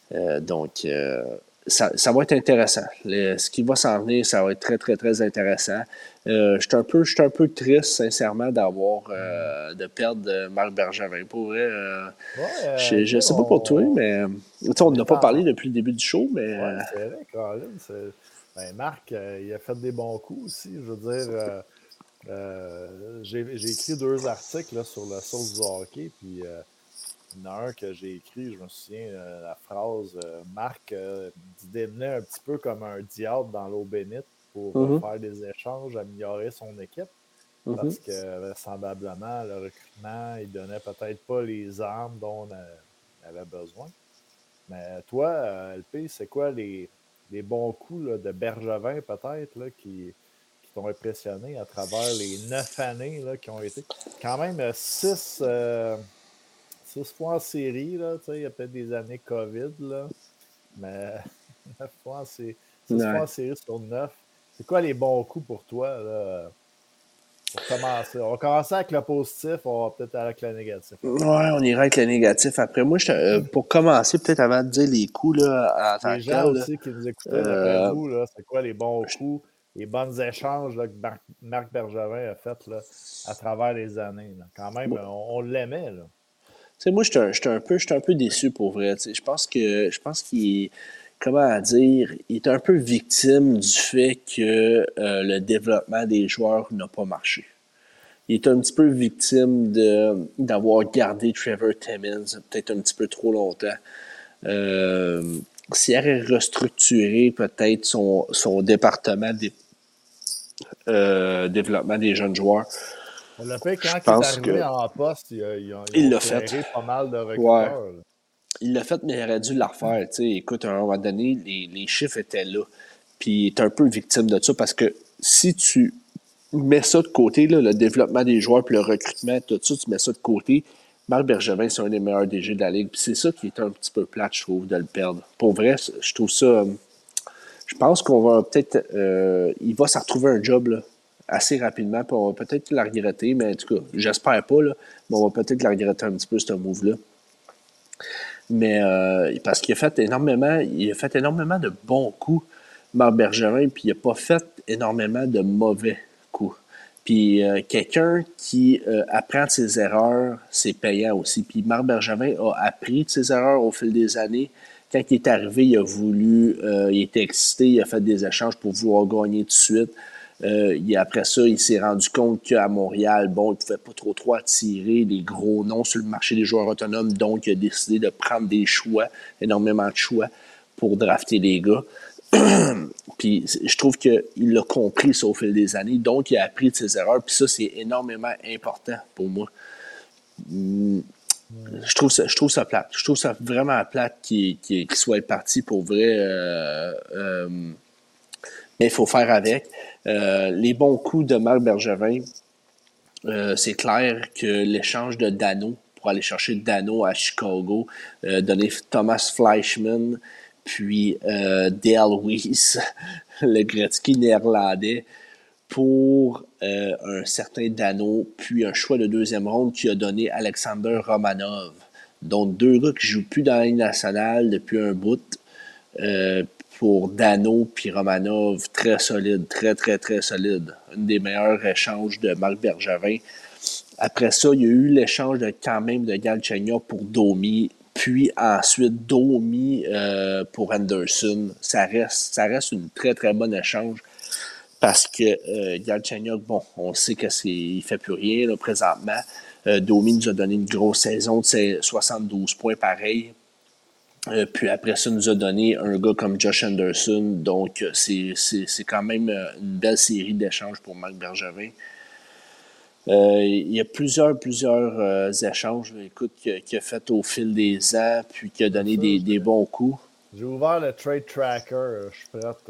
Ça va être intéressant. Ce qui va s'en venir, ça va être très, très, très intéressant. Je suis un peu triste, sincèrement, de perdre Marc Bergevin. Pour vrai, je ne sais pas pour toi, mais on n'a pas parlé depuis le début du show. Mais c'est vrai, Colin. Marc, il a fait des bons coups aussi. Je veux dire, j'ai écrit 2 articles là, sur la source du hockey, puis il y en a un que j'ai écrit, je me souviens, la phrase Marc démenait un petit peu comme un diable dans l'eau bénite pour faire des échanges, améliorer son équipe, parce que vraisemblablement, le recrutement, il donnait peut-être pas les armes dont on avait besoin. Mais toi, LP, c'est quoi les bons coups là, de Bergevin, peut-être, là, qui t'ont impressionné à travers les 9 années là, qui ont été quand même 6 fois en série, là, il y a peut-être des années COVID, là, mais 9 fois en série, 6 fois en série sur 9. C'est quoi les bons coups pour toi, là, pour commencer? On va commencer avec le positif, on va peut-être aller avec le négatif. Ouais, on ira avec le négatif. Après, moi, pour commencer, peut-être avant de dire les coups, là, les gens aussi qui nous écoutaient, d'après vous, là, c'est quoi les bons coups, les bons échanges là, que Marc Bergevin a fait là, à travers les années. Là. Quand même, on l'aimait. Là. Tu sais, moi, j'étais un peu déçu pour vrai. Je pense qu'il est, comment dire, il est un peu victime du fait que le développement des joueurs n'a pas marché. Il est un petit peu victime d'avoir gardé Trevor Timmins peut-être un petit peu trop longtemps. S'il avait restructuré peut-être son département développement des jeunes joueurs, le fait quand il est arrivé en poste, il l'a fait pas mal de recruteurs. Ouais. Il l'a fait, mais il aurait dû la refaire. Écoute, à un moment donné, les chiffres étaient là. Puis il est un peu victime de ça parce que si tu mets ça de côté, là, le développement des joueurs puis le recrutement, tout ça, tu mets ça de côté, Marc Bergevin, c'est un des meilleurs DG de la Ligue. Puis c'est ça qui est un petit peu plate, je trouve, de le perdre. Pour vrai, je trouve ça... je pense qu'on va peut-être... il va s'en retrouver un job, là, assez rapidement, puis on va peut-être la regretter, mais en tout cas, j'espère pas, là, mais on va peut-être la regretter un petit peu, ce move-là. Mais parce qu'il a fait énormément de bons coups, Marc Bergevin, puis il n'a pas fait énormément de mauvais coups. Puis quelqu'un qui apprend de ses erreurs, c'est payant aussi. Puis Marc Bergevin a appris de ses erreurs au fil des années. Quand il est arrivé, il était excité, il a fait des échanges pour vouloir gagner tout de suite. Après ça, il s'est rendu compte qu'à Montréal, bon, il ne pouvait pas trop attirer des gros noms sur le marché des joueurs autonomes, donc il a décidé de prendre des choix, énormément de choix, pour drafter des gars. Puis je trouve qu'il l'a compris ça, au fil des années. Donc, il a appris de ses erreurs. Puis ça, c'est énormément important pour moi. Je trouve ça plate. Je trouve ça vraiment plate qu'il soit parti pour vrai. Mais il faut faire avec. Les bons coups de Marc Bergevin, c'est clair que l'échange de Dano, pour aller chercher Dano à Chicago, donner Thomas Fleischmann, puis Dale Weiss, le Gretzky néerlandais, pour un certain Dano, puis un choix de deuxième ronde qui a donné Alexander Romanov. Donc, deux gars qui ne jouent plus dans la Ligue nationale depuis un bout. Pour Dano puis Romanov, très solide, très, très, très solide. Une des meilleurs échanges de Marc Bergevin. Après ça, il y a eu l'échange quand même de Galchenyuk pour Domi, puis ensuite Domi pour Anderson. Ça reste une très, très bonne échange parce que Galchenyuk, bon, on sait qu'il ne fait plus rien là, présentement. Domi nous a donné une grosse saison de ses 72 points pareil. Puis après ça, nous a donné un gars comme Josh Anderson. Donc, c'est quand même une belle série d'échanges pour Marc Bergevin. Il y a plusieurs échanges, là, écoute, qu'il a fait au fil des ans, puis qui a donné des bons coups. J'ai ouvert le trade tracker, je suis prête.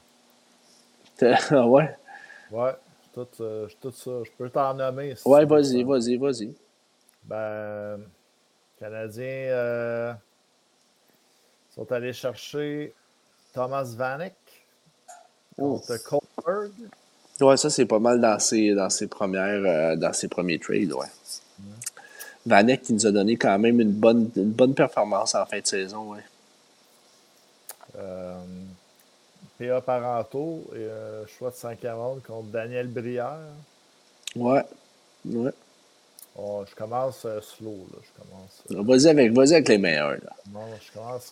Ah ouais? Ouais, tout ça. Je peux t'en nommer. Si ouais, tu veux vas-y. Ben, Canadiens sont allés chercher Thomas Vanek contre Kohlberg. Ouais, ça, c'est pas mal dans ses premiers trades, ouais. Vanek qui nous a donné quand même une bonne performance en fin de saison, ouais. P.A. Parenteau et choix de 5e ronde contre Daniel Brière. Ouais. Oh, je commence slow, là. Vas-y avec les meilleurs, là. Non, je commence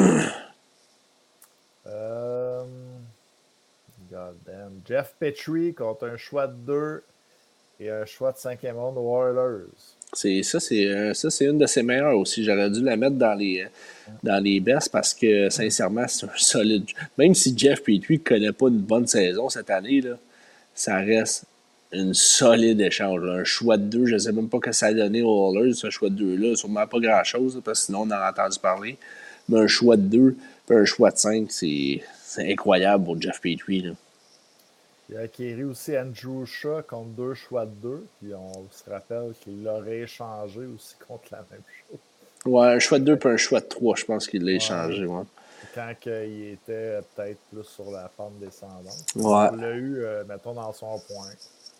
God damn. Jeff Petrie contre un choix de 2 et un choix de 5e ronde aux Oilers. C'est une de ses meilleures aussi. J'aurais dû la mettre dans les best parce que, sincèrement, c'est un solide. Même si Jeff Petrie ne connaît pas une bonne saison cette année, là, ça reste une solide échange. Là. Un choix de 2, je ne sais même pas ce que ça a donné aux Oilers, ce choix de 2-là. Sûrement pas grand-chose, parce que sinon on en a entendu parler. Mais un choix de 2 puis un choix de 5, c'est incroyable pour Jeff Petrie. Là. Il a acquis aussi Andrew Shaw contre 2 choix de 2. Puis on se rappelle qu'il l'aurait échangé aussi contre la même chose. Ouais, un choix de 2 puis un choix de 3, je pense qu'il l'a échangé. Ouais. Quand il était peut-être plus sur la pente descendante. Ouais. On l'a eu, mettons, dans son point.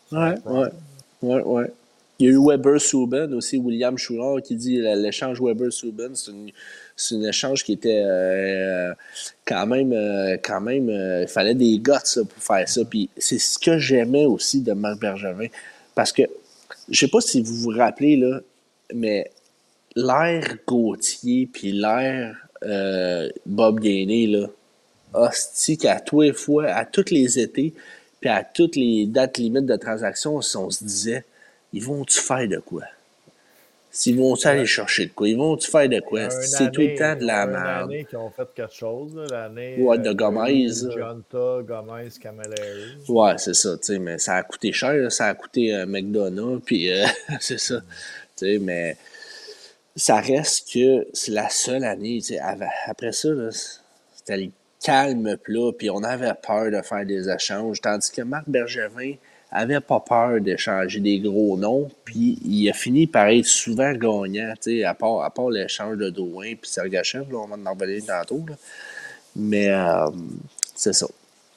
Ouais. Il y a eu Weber-Subban aussi, William Chouinard, qui dit l'échange Weber-Subban, c'est un échange qui était quand même, il fallait des guts ça, pour faire ça. Puis c'est ce que j'aimais aussi de Marc Bergevin. Parce que, je sais pas si vous vous rappelez, là, mais l'ère Gauthier puis l'ère Bob Gainey, là, hostie qu'à tous les fois, à tous les étés, puis à toutes les dates limites de transaction, on se disait, ils vont-tu faire de quoi? S'ils vont-tu aller chercher de quoi? Ils vont-tu faire de quoi? C'est tout le temps de la merde. Une année qui ont fait quelque chose, l'année de Gomez. Jonta, Gomez, Camilleri. Ouais, c'est ça, tu sais, mais ça a coûté cher, là, ça a coûté McDonough, puis c'est ça. Tu sais, mais ça reste que c'est la seule année, tu sais, après ça, là, c'était le calme plat, puis on avait peur de faire des échanges, tandis que Marc Bergevin avait pas peur d'échanger des gros noms, puis il a fini par être souvent gagnant, tu sais, à part l'échange de Drouin puis Sergachev, là, on va en revenir tantôt, là. Mais c'est ça.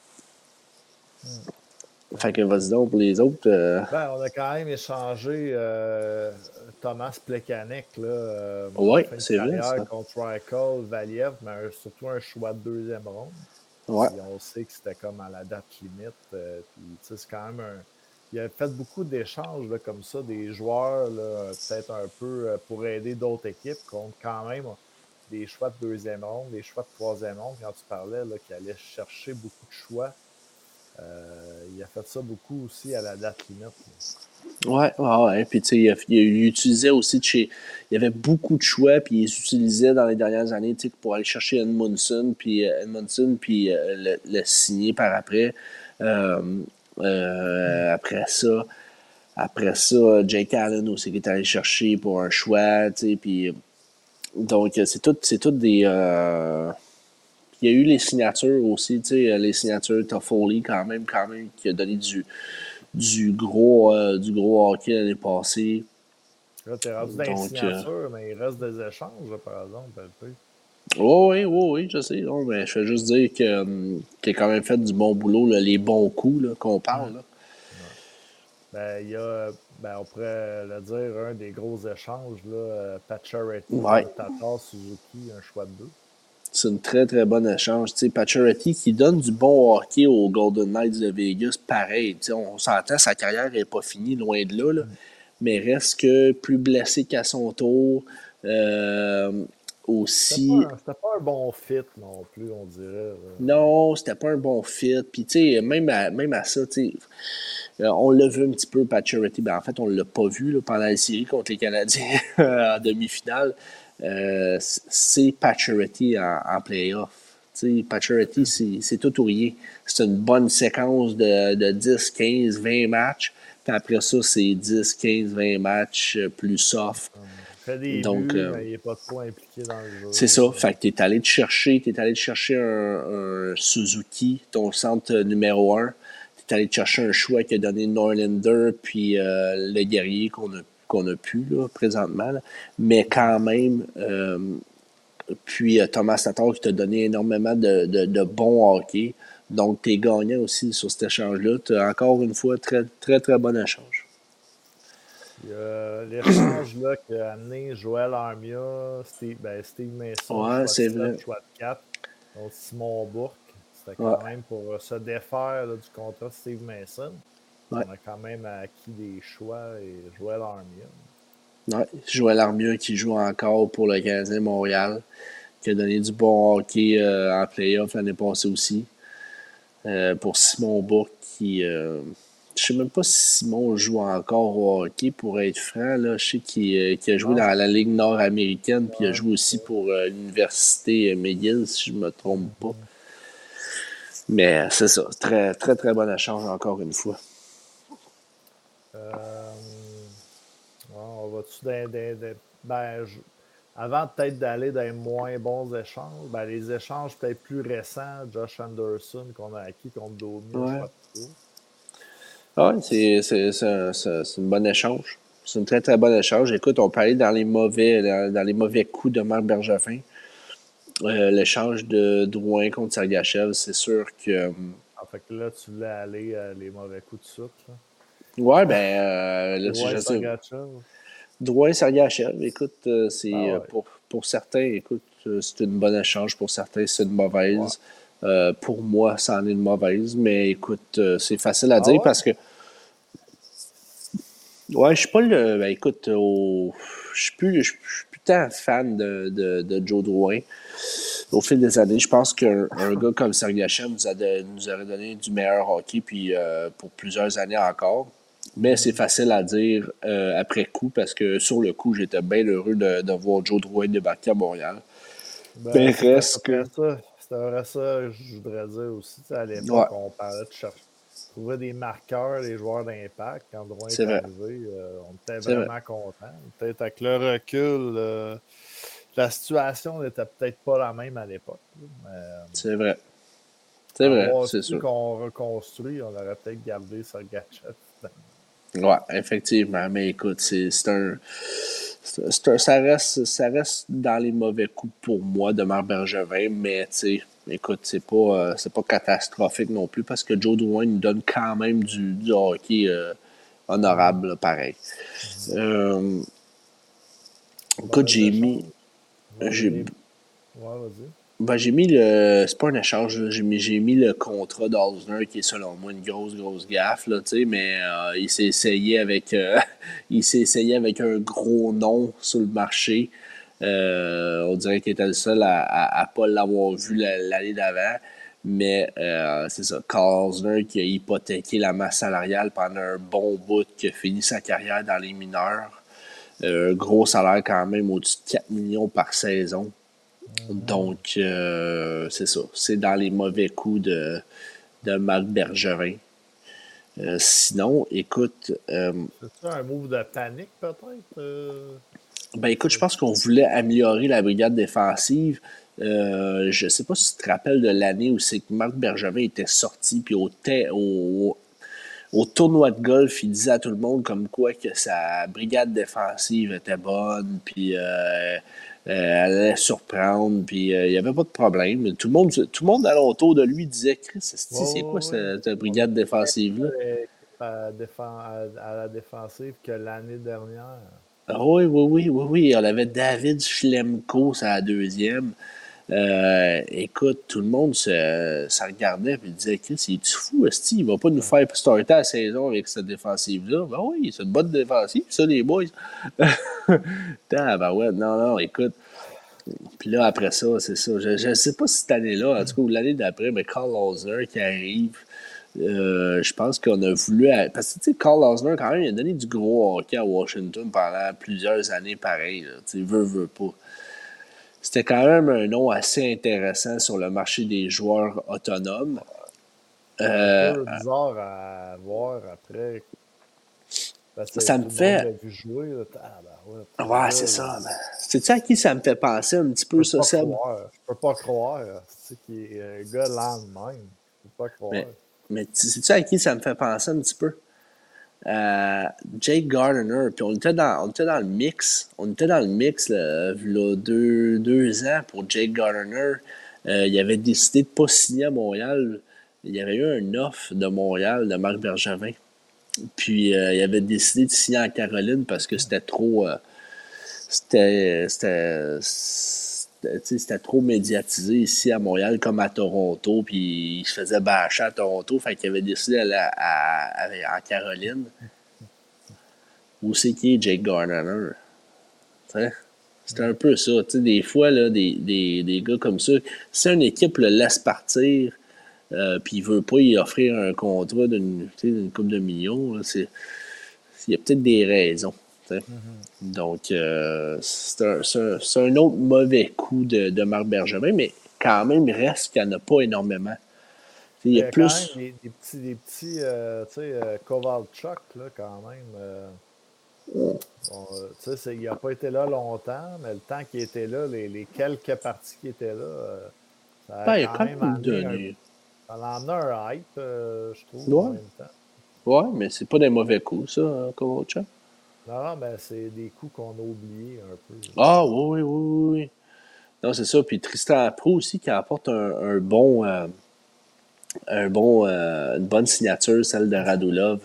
Fait que vas-y donc pour les autres. On a quand même échangé Thomas Plekanec oui, c'est vrai. Ça. Contre Reichel, Valiev, mais surtout un choix de 2e ronde. Ouais. Puis on sait que c'était comme à la date limite. Puis c'est quand même il a fait beaucoup d'échanges là, comme ça, des joueurs peut-être un peu pour aider d'autres équipes contre quand même des choix de 2e ronde, des choix de 3e ronde, quand tu parlais, qui allaient chercher beaucoup de choix. Il a fait ça beaucoup aussi à la date limite. Ouais. Puis, tu sais, il utilisait aussi il y avait beaucoup de choix, puis il les utilisait dans les dernières années, tu sais, pour aller chercher Edmondson, puis le signer par après. Euh, après ça, Jake Allen aussi qui est allé chercher pour un choix, tu sais, puis donc c'est tout des. Il y a eu les signatures aussi, tu sais, les signatures Toffoli quand même, qui a donné du gros hockey l'année passée. Là, tu es rendu dans les Donc, signatures, mais il reste des échanges, là, par exemple. oui, je sais. Non, mais je fais juste dire qu'il a quand même fait du bon boulot, là, les bons coups là, qu'on parle. Là. Ben, il y a, on pourrait le dire, un des gros échanges, là, Pacioretty, Ouais. Tatar, Suzuki, un choix de deux. C'est une très, très bonne échange. Pacioretty qui donne du bon hockey aux Golden Knights de Vegas, pareil. On s'entend, sa carrière n'est pas finie, loin de là. Mais reste que plus blessé qu'à son tour. Aussi. C'était pas un bon fit non plus, on dirait. Non, c'était pas un bon fit. Puis, tu sais, même à ça, tu sais, on l'a vu un petit peu, Pacioretty. Ben, en fait, on l'a pas vu là, pendant la série contre les Canadiens en demi-finale. C'est Pacioretty en playoff. Pacioretty, c'est tout ou rien. C'est une bonne séquence de 10, 15, 20 matchs. Puis après ça, c'est 10, 15, 20 matchs plus soft. Il fait des buts, mais il n'est pas trop impliqué dans le jeu. C'est ça. Fait que t'es allé te chercher un Suzuki, ton centre numéro 1. T'es allé te chercher un choix qui a donné Norlander puis le guerrier qu'on a pu là, présentement. Là. Mais quand même, puis Thomas Tatar qui t'a donné énormément de bons hockey. Donc, t'es gagnant aussi sur cet échange-là. T'as encore une fois très, très, très bon échange. Il y a l'échange là, qui a amené Joël Armia, Steve Mason, Ouais, c'est vrai. choix de 4, donc Simon Bourque. C'était quand même pour se défaire là, du contrat de Steve Mason. Ouais. On a quand même acquis des choix et Joël Armia. Ouais, Joël Armia qui joue encore pour le Canadien Montréal, qui a donné du bon hockey en playoff l'année passée aussi. Pour Simon Bourque qui. Je sais même pas si Simon joue encore au hockey, pour être franc. Là. Je sais qu'il a joué dans la Ligue nord-américaine, puis il a joué aussi pour l'Université McGill, si je me trompe pas. Mais c'est ça. Très, très, très bon échange, encore une fois. On va-tu avant peut-être d'aller dans les moins bons échanges, les échanges peut-être plus récents, Josh Anderson qu'on a acquis contre Domi, Ouais. pas c'est une bonne échange. C'est une très, très bonne échange. Écoute, on peut aller dans les mauvais coups de Marc Bergevin. L'échange de Drouin contre Sergachev, c'est sûr que. En fait que là, tu voulais aller les mauvais coups de sucre. Là. Ouais, là, Drouin, Sergachev. Drouin, Sergachev, écoute, c'est pour certains, écoute, c'est une bonne échange. Pour certains, c'est une mauvaise. Ouais. Pour moi, ça en est une mauvaise. Mais écoute, c'est facile à dire parce que. Ouais, je suis pas le. Ben, écoute, je suis plus tant fan de Joe Drouin. Au fil des années, je pense qu'un gars comme Sergachev nous aurait donné du meilleur hockey puis pour plusieurs années encore. Mais c'est facile à dire après coup parce que sur le coup, j'étais bien heureux de voir Joe Drouin débarquer à Montréal. Reste que... C'était vrai ça, je voudrais dire aussi. À l'époque, on parlait de trouver des marqueurs, les joueurs d'impact. Quand Drouin est arrivé, on était vraiment contents. Peut-être avec le recul, la situation n'était peut-être pas la même à l'époque. C'est vrai. C'est vrai, c'est sûr. Qu'on reconstruit, on aurait peut-être gardé Sergachev. Ouais, effectivement. Mais écoute, ça reste dans les mauvais coups pour moi de Marc Bergevin, mais tu sais, écoute, c'est pas catastrophique non plus parce que Joe Drouin nous donne quand même du hockey honorable, là, pareil. Écoute, j'ai mis. vas-y. J'ai mis le. C'est pas un échange, là. J'ai mis le contrat d'Alzner qui est selon moi une grosse gaffe, là, mais il s'est essayé avec un gros nom sur le marché. On dirait qu'il était le seul à pas l'avoir vu l'année d'avant. Mais c'est ça, Carl Osner qui a hypothéqué la masse salariale pendant un bon bout, qui a fini sa carrière dans les mineurs. Gros salaire quand même, au-dessus de 4 millions par saison. Donc, c'est ça. C'est dans les mauvais coups de Marc Bergevin. Sinon, écoute... c'est ça un move de panique, peut-être? Ben écoute, je pense qu'on voulait améliorer la brigade défensive. Je sais pas si tu te rappelles de l'année où c'est que Marc Bergevin était sorti, puis au tournoi de golf, il disait à tout le monde comme quoi que sa brigade défensive était bonne, puis elle allait surprendre, puis il n'y avait pas de problème. Tout le monde alentour de lui disait, Chris, c'est quoi cette brigade défensive-là? À la défensive que l'année dernière. Ah oui. On avait David Schlemko, c'est la deuxième. Écoute, tout le monde se regardait et disait, Chris, il est fou, esti, il va pas nous faire starter la saison avec cette défensive-là. Ben oui, c'est une bonne défensive, ça, les boys. Ben ouais, non, écoute. Puis là, après ça, c'est ça. Je sais pas si cette année-là, en tout cas, ou l'année d'après, mais Carl Osner qui arrive. Je pense qu'on a voulu... Parce que, tu sais, Carl Osner, quand même, il a donné du gros hockey à Washington pendant plusieurs années, pareil. Tu sais, veut pas. C'était quand même un nom assez intéressant sur le marché des joueurs autonomes. C'est un peu bizarre à voir après. Parce que ça me fait... Vu jouer, ouais, c'est ça. Ben, sais-tu à qui ça me fait penser un petit peu, ça, Seb? Je peux pas croire. C'est qu'il est un gars lent de même. Je peux pas croire. Mais sais-tu à qui ça me fait penser un petit peu? Jake Gardiner. Puis on était dans le mix. On était dans le mix là, deux ans pour Jake Gardiner. Il avait décidé de ne pas signer à Montréal. Il y avait eu un offre de Montréal de Marc Bergevin. Puis il avait décidé de signer en Caroline parce que c'était trop... c'était trop médiatisé ici à Montréal comme à Toronto, puis il se faisait bâcher à Toronto, fait qu'il avait décidé d'aller en Caroline. Où c'est qui est Jake Gardiner? C'est un peu ça. Des fois, là, des gars comme ça, si une équipe le laisse partir, puis il veut pas y offrir un contrat d'une couple de millions, il y a peut-être des raisons. Donc, c'est un autre mauvais coup de Marc Bergevin, mais quand même, il reste qu'il n'y en a pas énormément. Il y a plus... quand même des petits Kovalchuk, là, quand même. Il n'a pas été là longtemps, mais le temps qu'il était là, les quelques parties qui étaient là, ça a quand même amené ça a amené un hype, je trouve, en même temps. Ouais, mais c'est pas des mauvais coups, ça, Kovalchuk. Non, ben c'est des coups qu'on a oubliés un peu. Ah, oui. Non, c'est ça. Puis Tristan Pro aussi qui apporte une bonne signature, celle de Radulov.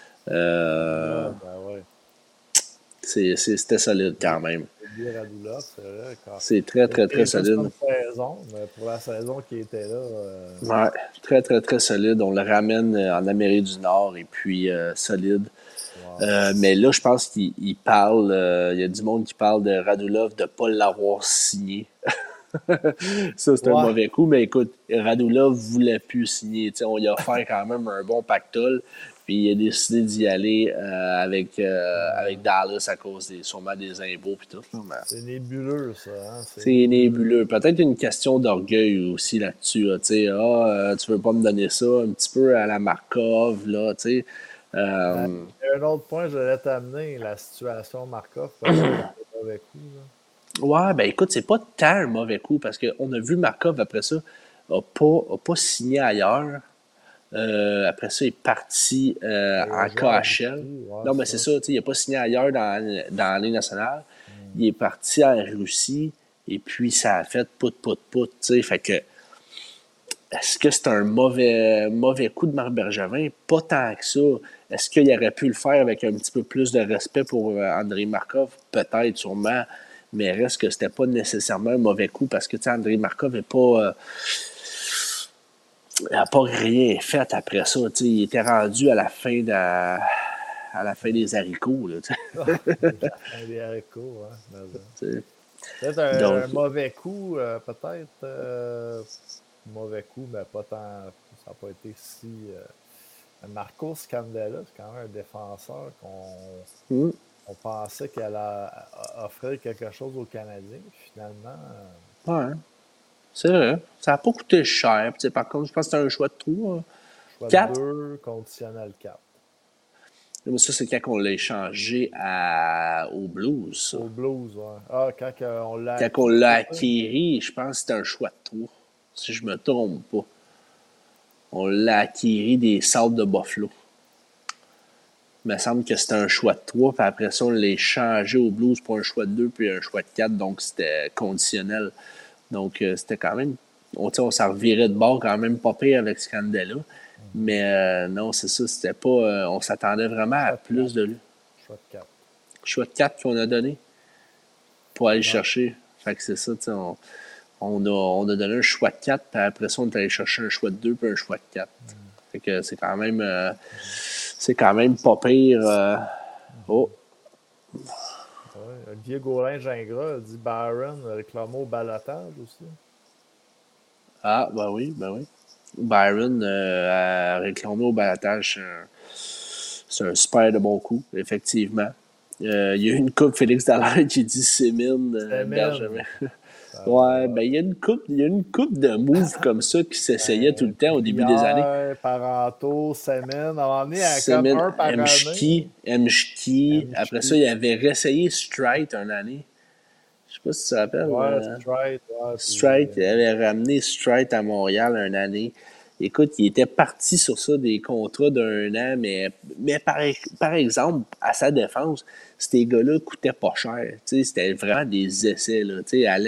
C'était solide quand même. C'est très, très, très solide. Pour la saison qui était là. Ouais, très, très, très solide. On le ramène en Amérique du Nord et puis solide. Wow. Mais là, je pense qu'il parle, il y a du monde qui parle de Radulov de ne pas l'avoir signé. Ça, c'est un mauvais coup, mais écoute, Radulov ne voulait plus signer. T'sais, on lui a offert quand même un bon pactole, puis il a décidé d'y aller avec Dallas à cause sûrement des impôts et tout. Mais... C'est nébuleux, ça. Hein? C'est nébuleux. Peut-être une question d'orgueil aussi là-dessus. Là, tu veux pas me donner ça un petit peu à la Markov, là, tu sais. Un autre point, je voulais t'amener, la situation Markov, parce que c'est un mauvais coup. Là. Ouais, ben écoute, c'est pas tant un mauvais coup, parce qu'on a vu Markov après ça, a pas signé ailleurs. Après ça, il est parti en KHL. Non, mais c'est ça, il n'a pas signé ailleurs dans la Ligue nationale. Il est parti en Russie, et puis ça a fait pout, tu sais. Fait que, est-ce que c'est un mauvais coup de Marc Bergevin? Pas tant que ça. Est-ce qu'il aurait pu le faire avec un petit peu plus de respect pour Andrei Markov? Peut-être, sûrement. Mais reste que c'était pas nécessairement un mauvais coup parce que Andrei Markov n'a pas rien fait après ça. Il était rendu à la fin des haricots. Là, la fin des haricots, hein. Peut-être un mauvais coup, peut-être. mauvais coup, mais pas tant. Ça n'a pas été si. Marco Scandella, c'est quand même un défenseur Mm. on pensait qu'elle allait offrir quelque chose aux Canadiens. Puis finalement, Ouais, c'est vrai. Ça n'a pas coûté cher. Puis, par contre, je pense que c'était un choix de 3. choix de 4. 2, conditionnel 4. Mais ça, c'est quand on l'a échangé au Blues, ça. Au Blues, ouais. Ah, quand on l'a Quand on acquis, l'a c'est ça? acquéri, je pense que c'était un choix de 3. Si je me trompe pas. On l'a acquéri des Sables de Buffalo. Il me semble que c'était un choix de 3, puis après ça, on l'a échangé au Blues pour un choix de 2 puis un choix de 4, donc c'était conditionnel. Donc, c'était quand même... On s'en revirait de bord quand même pas pire avec Scandella. Mais non, c'est ça, c'était pas... on s'attendait vraiment à Choix de plus 4. de lui. Choix de 4. Choix de 4 qu'on a donné pour aller le Ouais. chercher. Fait que c'est ça, tu sais, on a donné un choix de 4, puis après ça, on est allé chercher un choix de 2 puis un choix de 4. Fait que c'est quand même pas pire. Oh, Ouais. Olivier Gaulin-Gingras a dit Byron réclamé au balotage aussi. ah, ben oui. Byron a réclamé au balotage. C'est un super de bon coup, effectivement. Il y a eu une coupe, Félix Dallaire qui dit Sémine, Bergevin. Ouais, ben il y a une coupe de moves comme ça qui s'essayaient tout le temps au début des années. Brière, Paranto, Semin. À un moment donné, il y a comme Sémine, un par année. Mchki. Après ça, il avait réessayé Strite une année. Je sais pas si tu te rappelles. Ouais, Stride. Ouais, Strite, il avait ramené Strite à Montréal une année. Écoute, il était parti sur ça des contrats d'1 an, mais par exemple, à sa défense, ces gars-là coûtaient pas cher. C'était vraiment des essais. Là.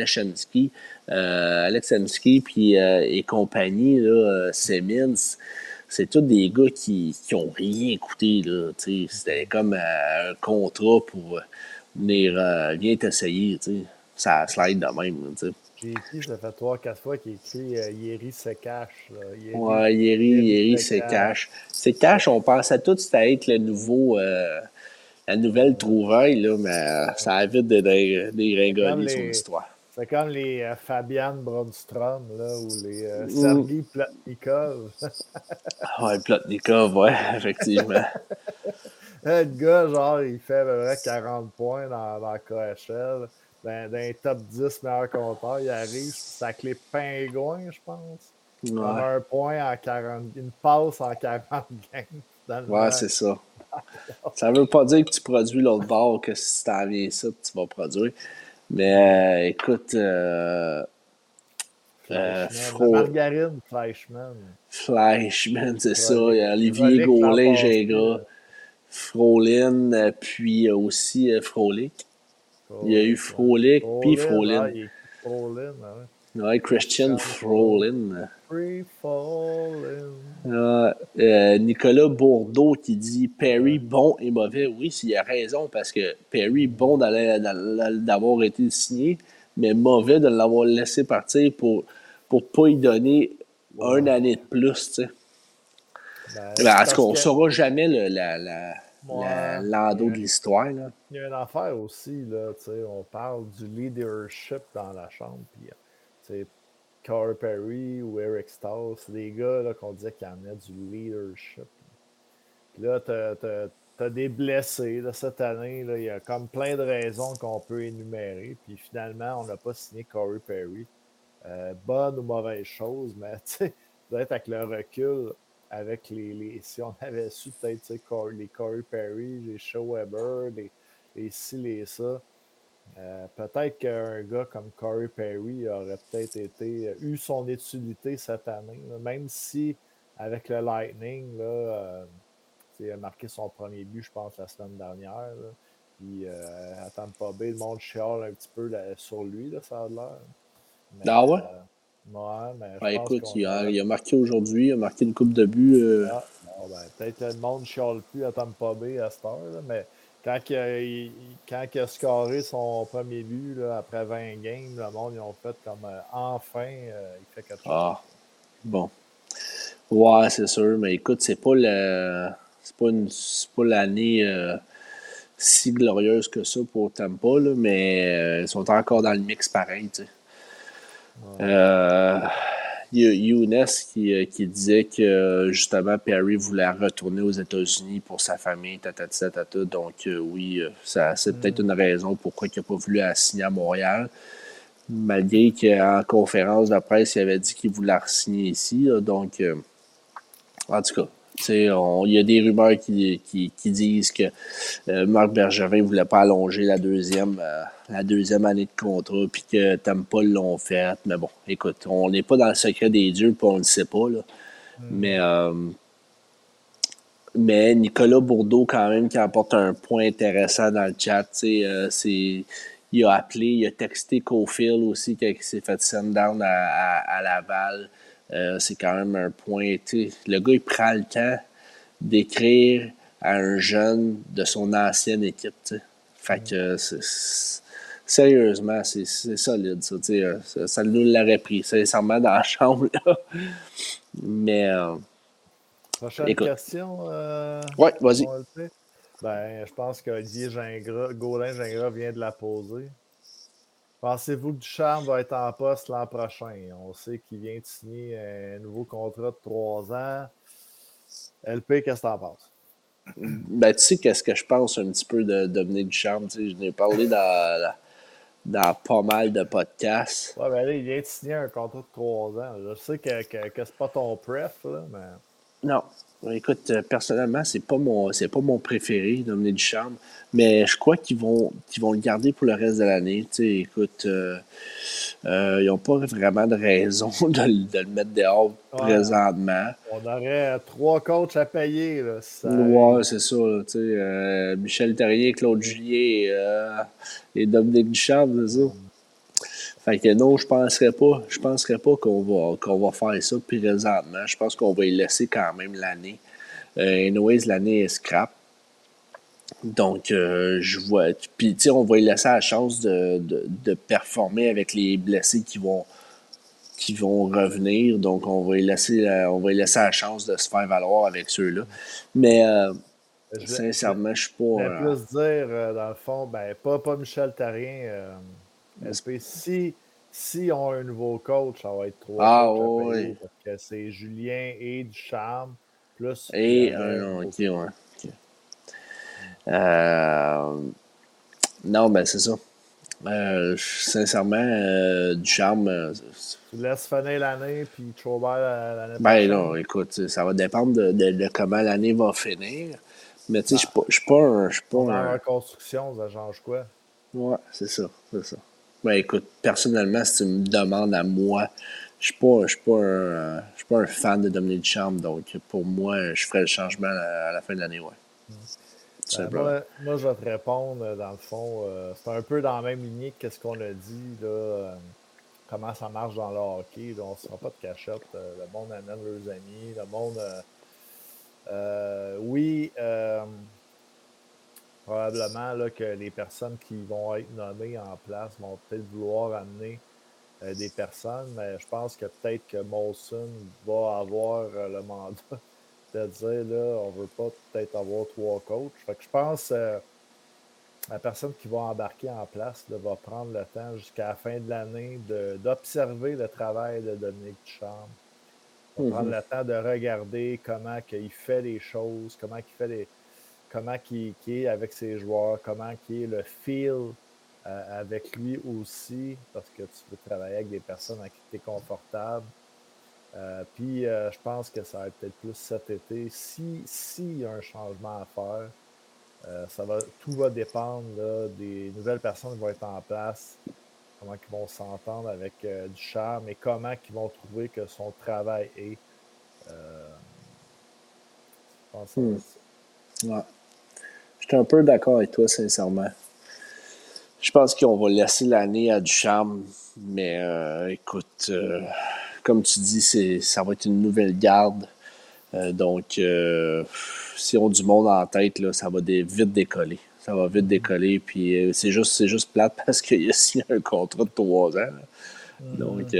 Alexemski et compagnie, Simmons, c'est tous des gars qui ont rien coûté. Là, c'était comme un contrat pour venir t'essayer. Ça slide de même. Là, JT, ça fait 3-4 fois qu'il écrit Yeri se cache. ouais, Yeri se cache. C'est cache, on pensait tous que c'était être le nouveau, la nouvelle trouvaille, là, mais ça a vite dégringolé son histoire. C'est comme les Fabian Brodstrom, là, ou les Sergei Plotnikov. Ouais, Plotnikov, ouais, effectivement. Le gars, genre, il fait à peu près 40 points dans la KHL. Dans les top 10 meilleurs compteurs, il arrive, c'est avec les Pingouins, je pense. Comme Ouais, un point en 40, une passe en 40 games, finalement. ouais, c'est ça. Ça veut pas dire que tu produis l'autre bord, que si t'en viens ça, tu vas produire. Mais écoute, Fleischmann. Margarine Fleischmann. Fleischmann, c'est ça. Il y a Olivier Frolic l'an Gaulin, passé, Gingras, Frolin, puis aussi Frolic. Il y a eu Frolic, puis Frolin. Il est Frolin, ouais. Ouais, Christian Frolin. Free Fallin. Nicolas Bourdeau qui dit Perry bon et mauvais. Oui, il a raison parce que Perry bon d'avoir été signé, mais mauvais de l'avoir laissé partir pour pas y donner une année de plus. Tu sais. En tout cas, on ne saura jamais l'endos de l'histoire. Là. Il y a une affaire aussi, là, on parle du leadership dans la chambre. Puis, Corey Perry ou Eric Stahl, c'est des gars là, qu'on disait qu'ils amenaient du leadership. Puis là, t'as des blessés là, cette année. Il y a comme plein de raisons qu'on peut énumérer. Puis finalement, on n'a pas signé Corey Perry. Bonne ou mauvaise chose, mais peut-être avec le recul, avec si on avait su peut-être les Corey Perry, les Shaw Weber, les ci, les ça, peut-être qu'un gars comme Corey Perry aurait peut-être eu son utilité cette année, là, même si avec le Lightning, là, il a marqué son premier but, je pense, la semaine dernière. Là. Puis à Tampa Bay, le monde chiale un petit peu sur lui, là, ça a l'air. Mais, ah ouais? Ouais, mais je pense écoute, il a marqué aujourd'hui, il a marqué une coupe de but. Peut-être que le monde ne chiale plus à Tampa Bay à cette heure, là, mais quand il a scoré son premier but là, après 20 games, le monde ils ont fait comme enfin, il fait quelque chose. Ah, bon. Ouais, c'est sûr, mais écoute, c'est pas l'année si glorieuse que ça pour Tampa, là, mais ils sont encore dans le mix pareil, tu sais. Il Younes qui disait que justement Perry voulait retourner aux États-Unis pour sa famille, donc oui, c'est peut-être une raison pourquoi il n'a pas voulu signer à Montréal. Malgré qu'en conférence de presse, il avait dit qu'il voulait signer ici. Là, donc, en tout cas, il y a des rumeurs qui disent que Marc Bergevin ne voulait pas allonger la deuxième année de contrat puis que Tampa l'ont fait. Mais bon, écoute, on n'est pas dans le secret des dieux puis on ne le sait pas. Là. Mais Nicolas Bourdeau, quand même, qui apporte un point intéressant dans le chat, il a appelé, il a texté Cofield aussi qui s'est fait send down à Laval. C'est quand même un point. Le gars, il prend le temps d'écrire à un jeune de son ancienne équipe. T'sais. Fait que sérieusement, c'est solide. Ça nous l'aurait pris, sincèrement, dans la chambre. Là. Mais. Prochaine question. Oui, vas-y. Je pense qu'Olivier Gaudin-Gingras vient de la poser. Pensez-vous que Ducharme va être en poste l'an prochain? On sait qu'il vient de signer un nouveau contrat de 3 ans. LP, qu'est-ce que tu en penses? Tu sais qu'est-ce que je pense un petit peu de Dominique Ducharme? Je n'ai parlé dans pas mal de podcasts. Ouais, là, il vient de signer un contrat de 3 ans. Je sais que c'est pas ton préf, là, mais... Non. Écoute, personnellement, c'est pas mon préféré, Dominique Ducharme, mais je crois qu'ils vont le garder pour le reste de l'année. Écoute, ils n'ont pas vraiment de raison de le mettre dehors présentement. On aurait 3 coachs à payer. Là, ouais, c'est ça. Là, Michel Terrien, Claude Julien et Dominique Ducharme, c'est ça. Fait que non, je penserais pas qu'on va faire ça présentement. Je pense qu'on va y laisser quand même l'année. Anyways, l'année est scrap. Donc, je vois. Puis, on va y laisser la chance de performer avec les blessés qui vont revenir. Donc, on va y laisser la chance de se faire valoir avec ceux-là. Mais, sincèrement, je suis pas. Je vais plus dire, dans le fond, pas Michel Terrien. SP, si on a un nouveau coach, ça va être 3 coachs à payer, parce que c'est Julien et Ducharme, plus... OK, ouais. Okay. Non, c'est ça. Sincèrement, Ducharme... tu laisses finir l'année, puis Traubert l'année prochaine? Non, écoute, ça va dépendre de comment l'année va finir. Mais tu sais, je suis pas un... En reconstruction, ça change quoi? Ouais, c'est ça. Écoute, personnellement, si tu me demandes à moi, je suis pas un fan de Dominique Ducharme, donc pour moi, je ferais le changement à la fin de l'année, ouais. Moi, je vais te répondre, dans le fond, c'est un peu dans la même lignée que ce qu'on a dit, là, comment ça marche dans le hockey. Là, on ne se fera pas de cachette. Le monde amène leurs amis, le monde... probablement là, que les personnes qui vont être nommées en place vont peut-être vouloir amener des personnes, mais je pense que peut-être que Molson va avoir le mandat de dire là, on veut pas peut-être avoir 3 coachs. Fait que je pense la personne qui va embarquer en place là, va prendre le temps jusqu'à la fin de l'année d'observer le travail de Dominique Ducharme. Va prendre le temps de regarder comment il fait les choses, comment il est avec ses joueurs, comment il est le feel avec lui aussi, parce que tu veux travailler avec des personnes avec qui tu es confortable. Puis, je pense que ça va être peut-être plus cet été. S'il y a un changement à faire, tout va dépendre là, des nouvelles personnes qui vont être en place, comment ils vont s'entendre avec Ducharme et comment ils vont trouver que son travail est. Je pense que ça. Ouais. Je suis un peu d'accord avec toi, sincèrement. Je pense qu'on va laisser l'année à Ducharme, mais écoute, comme tu dis, ça va être une nouvelle garde. Donc, si on a du monde en tête, là, ça va vite décoller. Ça va vite décoller, puis c'est juste plate parce qu'il a signé un contrat de 3 ans. Donc,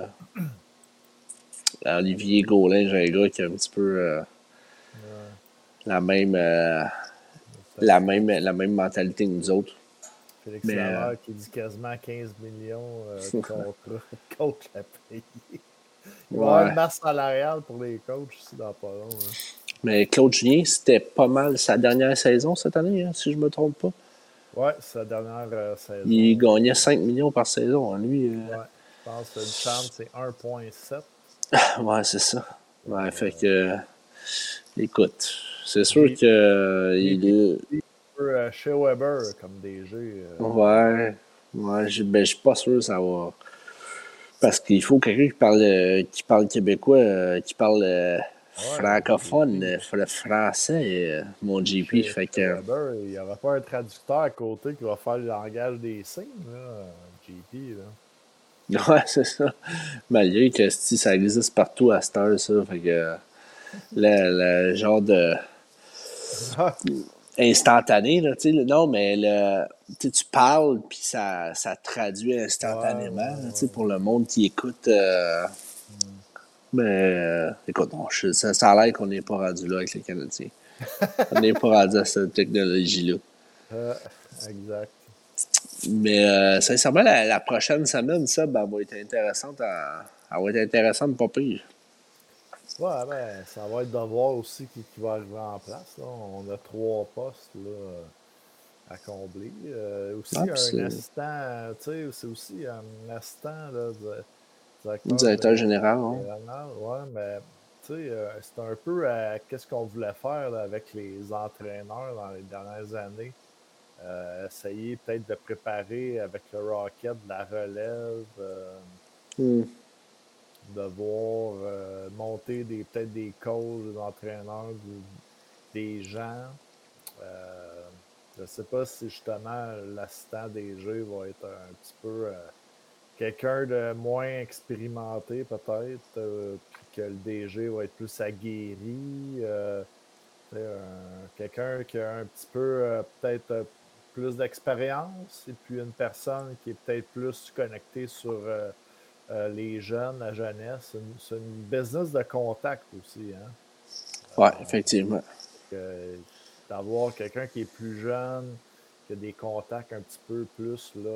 Olivier Gaudin-Gingras qui a un petit peu la même mentalité que nous autres. Félix Lavert qui dit quasiment 15 millions de contrats de coach à payer. Il va y avoir Ouais. une masse salariale pour les coachs ici dans pas long. Hein. Mais Claude Julien, c'était pas mal sa dernière saison cette année, hein, si je me trompe pas. Ouais, c'est la dernière saison. Il gagnait 5 millions par saison, hein, lui. Ouais, je pense que le chant, c'est 1,7. Ouais, c'est ça. Ouais, fait que. Écoute, c'est sûr que. Il est. Chez Weber comme DG. Ouais. Ouais, ben, je suis pas sûr que ça va. Parce qu'il faut quelqu'un qui parle québécois, qui parle Ouais, francophone, JP. le français, mon JP. Chez Fait que. Weber, il n'y aura pas un traducteur à côté qui va faire le langage des signes, là, JP. Là. Ouais, c'est ça. Malgré que si ça existe partout à cette heure, ça. Fait que le genre de instantané, là, tu sais, non, mais tu parles, puis ça traduit instantanément, là, tu sais, pour le monde qui écoute. Mais, écoute, non, ça a l'air qu'on n'est pas rendu là avec les Canadiens. On n'est pas rendu à cette technologie-là. Exact. Mais, sincèrement, la prochaine semaine, ça, ben, va être intéressante elle va être intéressante, pas pire. Ouais, ben, ça va être de voir aussi qui va arriver en place. Là. On a 3 postes là, à combler. Aussi, Ah, puis un c'est assistant, tu sais, c'est aussi un assistant là, directeur directeur général, hein. général. Ouais, mais tu sais, c'est un peu qu'est-ce qu'on voulait faire là, avec les entraîneurs dans les dernières années. Essayer peut-être de préparer avec le Rocket de la relève. Hmm. De voir monter peut-être des coachs, des entraîneurs, des gens. Je ne sais pas si justement l'assistant des jeux va être un petit peu quelqu'un de moins expérimenté peut-être, puis que le DG va être plus aguerri. Quelqu'un qui a un petit peu peut-être plus d'expérience et puis une personne qui est peut-être plus connectée sur les jeunes, la jeunesse. C'est une business de contact aussi. Hein? Ouais, effectivement. D'avoir quelqu'un qui est plus jeune, qui a des contacts un petit peu plus là,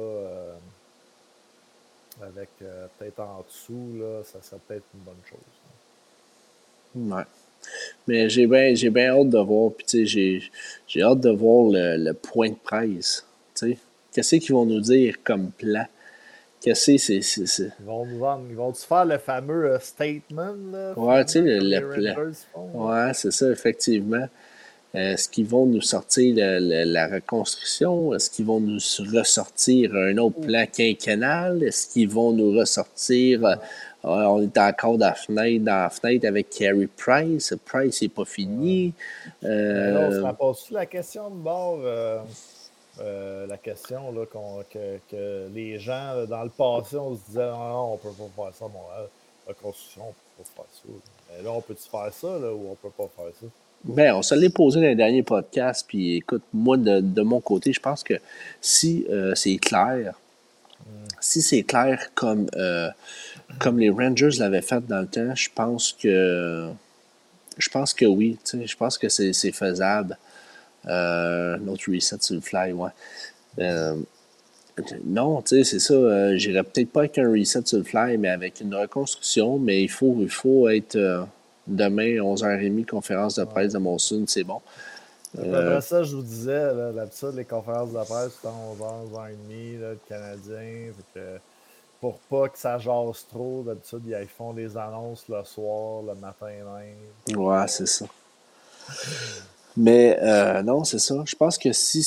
avec peut-être en dessous, là, ça serait peut-être une bonne chose. Hein. Ouais. Mais j'ai bien hâte de voir, puis tu sais, j'ai hâte de voir le point de presse. Tu sais, qu'est-ce qu'ils vont nous dire comme plan? Qu'est-ce que c'est. Ils vont nous vendre, ils vont se faire le fameux statement, là, Ouais, tu sais, finalement, comme les plan. Rangers font. Ouais, c'est ça, effectivement. Est-ce qu'ils vont nous sortir la reconstruction? Est-ce qu'ils vont nous ressortir un autre plan quinquennal? Est-ce qu'ils vont nous ressortir... on est encore dans la fenêtre avec Carey Price. Price n'est pas fini. Mais là, on se rappelle-tu la question de bord? La question là, que les gens, là, dans le passé, on se disait non, on peut pas faire ça à Montréal. La construction, on peut pas faire ça. Mais là, on peut-tu faire ça là, ou on peut pas faire ça? Ben, on se l'est posé dans les derniers podcasts, puis écoute, moi, de mon côté, je pense que si c'est clair, si c'est clair comme les Rangers l'avaient fait dans le temps, je pense que oui, tu sais, je pense que c'est faisable. Notre reset sur le fly, ouais. Euh, non, tu sais, c'est ça. J'irais peut-être pas avec un reset sur le fly, mais avec une reconstruction. Mais il faut être demain, 11h30, conférence de presse de Monsoon, c'est bon. Après ça, je vous disais, là, d'habitude, les conférences de presse, c'est à 11h, 11h30, là, le Canadien. Fait que pour pas que ça jase trop, d'habitude, ils font des annonces le soir, le matin même. Ouais, c'est ça. Mais non, c'est ça. Je pense que si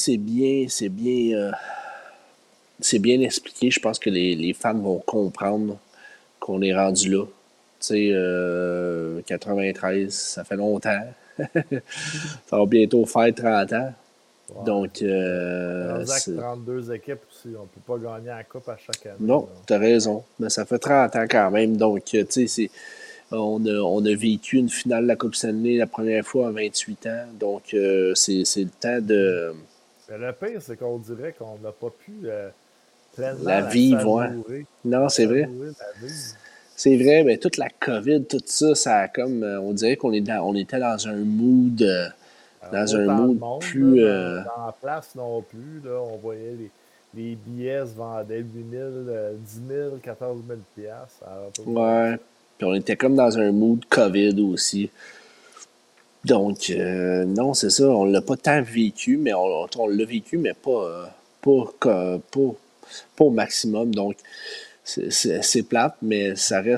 c'est bien expliqué, je pense que les fans vont comprendre qu'on est rendu là. Tu sais, 93, ça fait longtemps. Ça va bientôt faire 30 ans. Ouais. Donc, Avec 32 équipes aussi, on peut pas gagner la coupe à chaque année. non, t'as raison. Mais ça fait 30 ans quand même. Donc, tu sais, on a vécu une finale de la Coupe Stanley la première fois à 28 ans. Donc, c'est le temps de Mais le pire, c'est qu'on dirait qu'on n'a pas pu pleinement la la vivre. Ouais. savourer. Non, c'est vrai. La vivre. C'est vrai, mais toute la COVID, tout ça, ça a comme. On dirait on était dans un mood. Dans un Autant de mood monde plus. là, dans la place non plus. Là, on voyait les billets se vendaient 8 000, 10 000, 14 000 piastres. Ça n'a pas de bon Ouais. sens. Puis on était comme dans un mood COVID aussi. Donc, non, c'est ça. On l'a pas tant vécu, mais on l'a vécu, mais pas au maximum. Donc, c'est plate, mais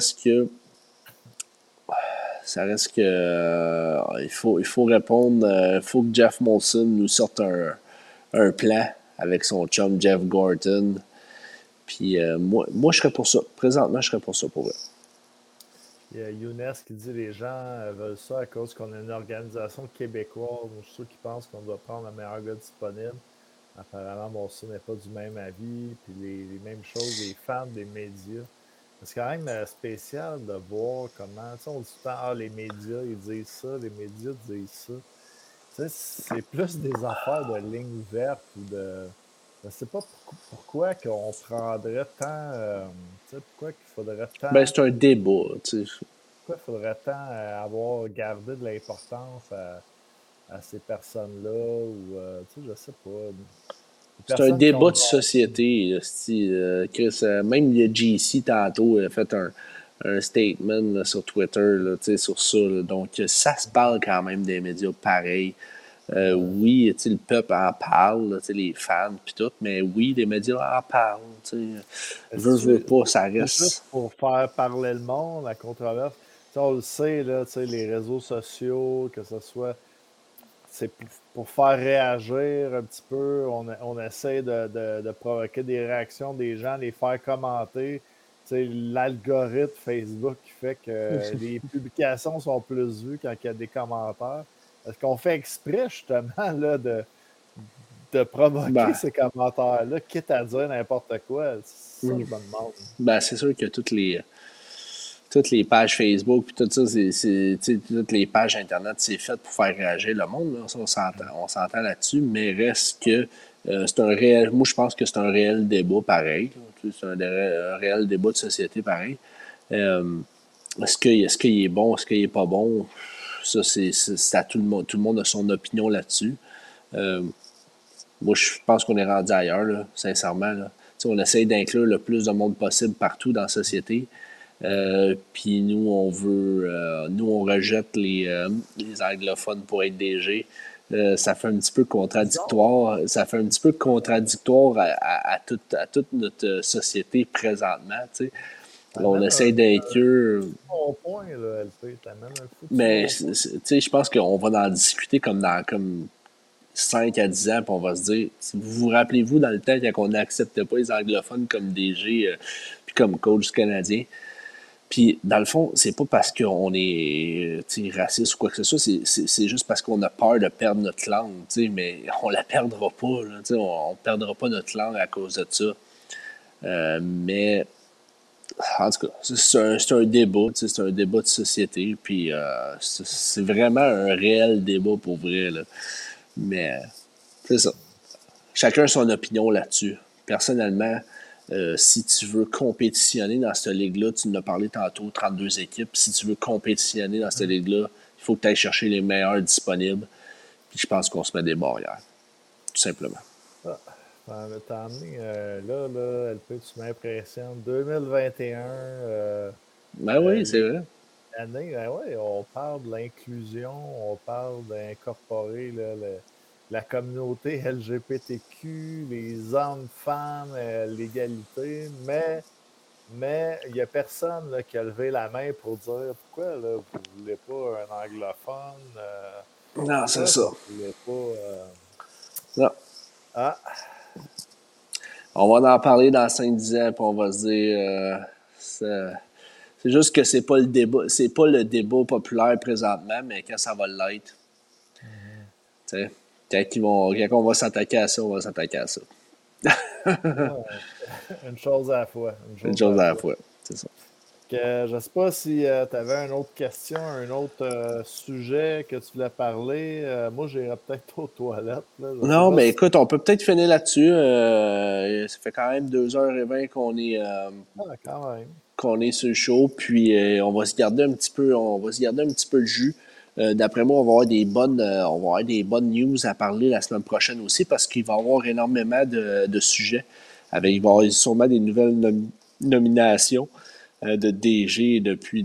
il faut répondre. Il faut que Jeff Molson nous sorte un plan avec son chum Jeff Gorton. Puis moi, je serais pour ça. Présentement, je serais pour ça pour eux. Il y a Younes qui dit les gens veulent ça à cause qu'on a une organisation québécoise. Je suis sûr qu'ils pensent qu'on doit prendre le meilleur gars disponible. Apparemment, Molson n'est pas du même avis. Puis les mêmes choses, les fans des médias. C'est quand même spécial de voir comment, tu sais, on dit tout le temps, les médias, ils disent ça, les médias disent ça. Tu sais, c'est plus des affaires de ligne verte ou de... Je ne sais pas pourquoi qu'on prendrait tant... tu sais, pourquoi qu'il faudrait tant... Ben, c'est un débat, tu sais. Pourquoi il faudrait tant avoir gardé de l'importance à ces personnes-là ou, tu sais, je sais pas... C'est un débat de société. Chris, même le JC tantôt a fait un statement là, sur Twitter là, sur ça. Là. Donc, ça se parle quand même des médias pareils. Oui, le peuple en parle, là, les fans puis tout, mais oui, les médias en parlent. Veux pas, ça reste. Juste pour faire parler le monde, la controverse. On le sait, là, les réseaux sociaux, que ce soit... C'est pour faire réagir un petit peu. On essaie de provoquer des réactions des gens, les faire commenter. L'algorithme Facebook qui fait que les publications sont plus vues quand il y a des commentaires. Est-ce qu'on fait exprès, justement, là, de provoquer ces commentaires-là, quitte à dire n'importe quoi? C'est ça que je me demande. C'est sûr que toutes les pages Facebook puis tout ça, toutes les pages Internet, c'est fait pour faire réagir le monde. Là. Ça, on s'entend là-dessus, mais reste que c'est un réel. Moi, je pense que c'est un réel débat pareil. C'est un réel débat de société pareil. Est-ce qu'il est bon, est-ce qu'il est pas bon? Ça, c'est à tout le monde. Tout le monde a son opinion là-dessus. Moi, je pense qu'on est rendu ailleurs, là, sincèrement. Là. On essaye d'inclure le plus de monde possible partout dans la société. Puis nous, on rejette les anglophones pour être DG. Ça fait un petit peu contradictoire. Ça fait un petit peu contradictoire à toute notre société présentement. T'sais. On essaie d'inclure. Bon point, là, LP. Mais je pense qu'on va en discuter comme dans 5 à 10 ans, puis on va se dire, vous rappelez-vous dans le temps quand on n'acceptait pas les anglophones comme DG puis comme coach canadien. Puis, dans le fond, c'est pas parce qu'on est raciste ou quoi que ce soit, c'est juste parce qu'on a peur de perdre notre langue, mais on la perdra pas, là, on perdra pas notre langue à cause de ça. Mais, en tout cas, c'est un débat, c'est un débat de société, puis c'est vraiment un réel débat pour vrai, là. Mais, c'est ça. Chacun a son opinion là-dessus. Personnellement, si tu veux compétitionner dans cette ligue-là, tu nous as parlé tantôt, 32 équipes. Si tu veux compétitionner dans cette ligue-là, il faut que tu ailles chercher les meilleurs disponibles. Puis je pense qu'on se met des barrières. Tout simplement. T'as amené, là, LP, tu m'impressionnes. 2021. Ben oui, c'est vrai. Année, on parle de l'inclusion, on parle d'incorporer la communauté LGBTQ, les hommes, femmes, l'égalité, mais il n'y a personne là, qui a levé la main pour dire pourquoi là, vous ne voulez pas un anglophone. Non, c'est ça. Vous voulez pas. Non. Ah. On va en parler dans 5-10 ans, puis on va se dire. C'est juste que c'est pas le débat populaire présentement, mais quand ça va l'être. Tu sais, quand on va s'attaquer à ça, on va s'attaquer à ça. Une chose à la fois. Une chose à la fois, c'est ça. Je ne sais pas si tu avais une autre question, un autre sujet que tu voulais parler. Moi, j'irais peut-être aux toilettes. Là. Non, mais écoute, on peut peut-être finir là-dessus. Ça fait quand même 2h20 qu'on est... quand même. Qu'on est sur le show, puis on va se garder un petit peu le jus. D'après moi, on va avoir des bonnes news à parler la semaine prochaine aussi, parce qu'il va y avoir énormément de sujets. Il va y avoir sûrement des nouvelles nominations. de DG et puis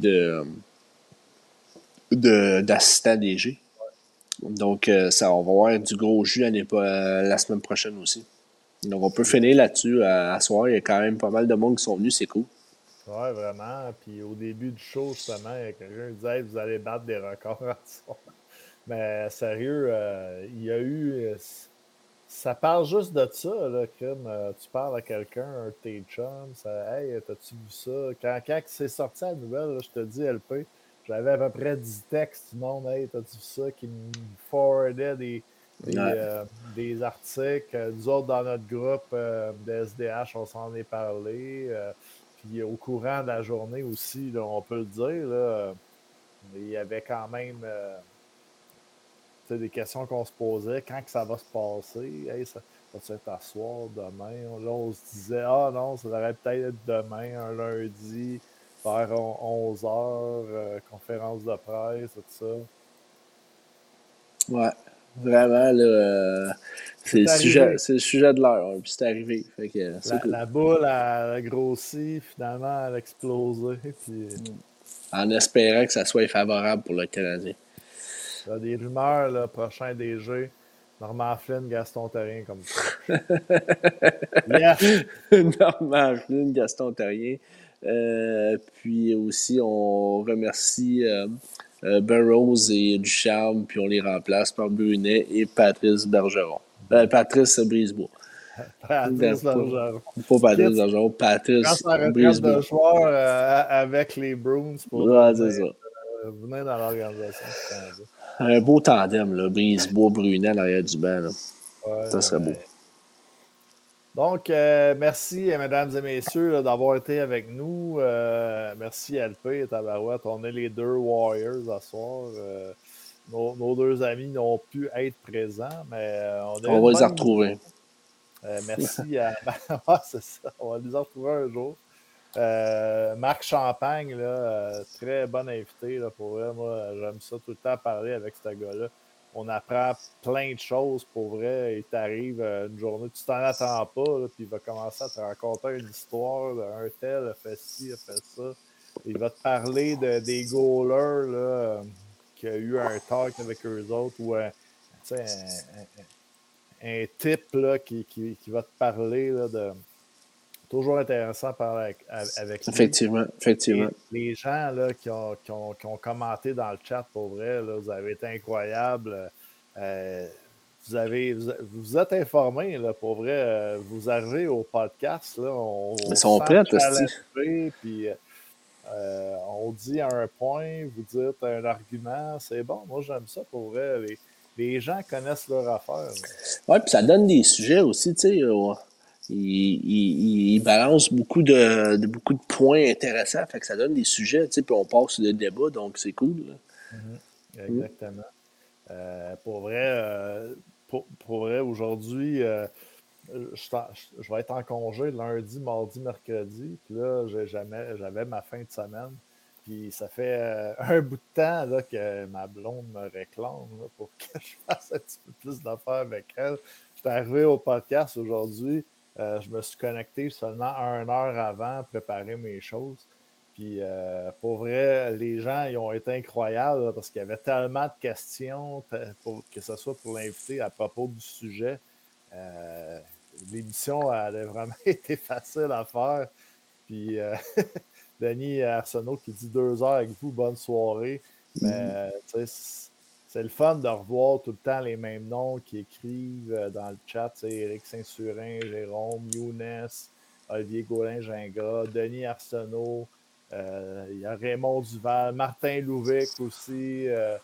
d'assistant DG. Donc, ça, on va avoir du gros jus la semaine prochaine aussi. Donc, on peut finir là-dessus. À soir, il y a quand même pas mal de monde qui sont venus, c'est cool. Ouais, vraiment. Puis au début du show, justement, il y a quelqu'un qui disait hey, vous allez battre des records à soir. Mais sérieux, il y a eu. Ça parle juste de ça, là, Kim. Tu parles à quelqu'un, un de tes chums, ça, hey, t'as-tu vu ça? Quand c'est sorti la nouvelle, là, je te dis, LP, j'avais à peu près 10 textes du monde, hey, t'as-tu vu ça? Qui me forwardait des articles. Nous autres, dans notre groupe de SDH, on s'en est parlé. Puis au courant de la journée aussi, là, on peut le dire, là, il y avait quand même des questions qu'on se posait. Quand que ça va se passer? Hey, ça va être à soir, demain? Là, on se disait, ah non, ça devrait peut-être être demain, un lundi, vers 11 h, conférence de presse, tout ça. Ouais, vraiment, là, c'est arrivé. le sujet de l'heure. Puis c'est arrivé. Fait que, c'est cool. La boule a grossi, finalement, elle a explosé. Puis, En espérant que ça soit favorable pour le Canadien. il y a des rumeurs, le prochain DG, Normand Flynn, Gaston Terrien comme coach. Yes! Normand Flynn, Gaston Terrien. Puis aussi, on remercie Burroughs et Ducharme, puis on les remplace par Brunet et Patrice Bergeron. Patrice Brisebois. Patrice Bergeron. Pas Patrice Bergeron, Quand Patrice sa retraite Brisebois. de joueur avec les Bruins pour Ouais, c'est ça. venir dans l'organisation du Canada. Un beau tandem, là, Brisebois-Brunet à l'arrière du banc. Là. Ouais, Ça serait beau. Donc, merci, mesdames et messieurs, là, d'avoir été avec nous. Merci, LP et Tabarouette. On est les deux Warriors ce soir. Nos deux amis n'ont pu être présents, mais on va les retrouver. Merci à. Ouais, c'est ça. On va les retrouver un jour. Marc Champagne, là, très bon invité. Là, pour vrai, moi, j'aime ça tout le temps parler avec ce gars-là. On apprend plein de choses pour vrai. Il t'arrive une journée, tu t'en attends pas, là, puis il va commencer à te raconter une histoire d'un tel a fait ci, a fait ça. Il va te parler des goalers là, qui a eu un talk avec eux autres ou un type là, qui va te parler là, de. Toujours intéressant de parler avec lui. Effectivement. Les gens là, qui ont commenté dans le chat, pour vrai, là, vous avez été incroyables. Vous êtes informés, là, pour vrai. Vous arrivez au podcast, là, Ils sont prêts, challengé, puis on dit un point, vous dites un argument. C'est bon, moi j'aime ça, pour vrai. Les gens connaissent leur affaire. Oui, puis ça donne des sujets aussi, tu sais. Il balance beaucoup de points intéressants, fait que ça donne des sujets, tu sais, puis on passe le débat, donc c'est cool. Exactement. Pour vrai, aujourd'hui, je vais être en congé lundi, mardi, mercredi. Puis là, j'avais ma fin de semaine. Puis ça fait un bout de temps là, que ma blonde me réclame là, pour que je fasse un petit peu plus d'affaires avec elle. Je suis arrivé au podcast aujourd'hui. Je me suis connecté seulement 1 heure avant, préparer mes choses. Puis pour vrai, les gens ils ont été incroyables là, parce qu'il y avait tellement de questions, que ce soit pour l'invité à propos du sujet. L'émission elle a vraiment été facile à faire. Puis Denis Arsenault qui dit 2 heures avec vous, bonne soirée. Mais c'est le fun de revoir tout le temps les mêmes noms qui écrivent dans le chat. Éric Saint-Surin, Jérôme, Younes, Olivier Gaulin-Gingras, Denis Arsenault, il y a Raymond Duval, Martin Louvic aussi,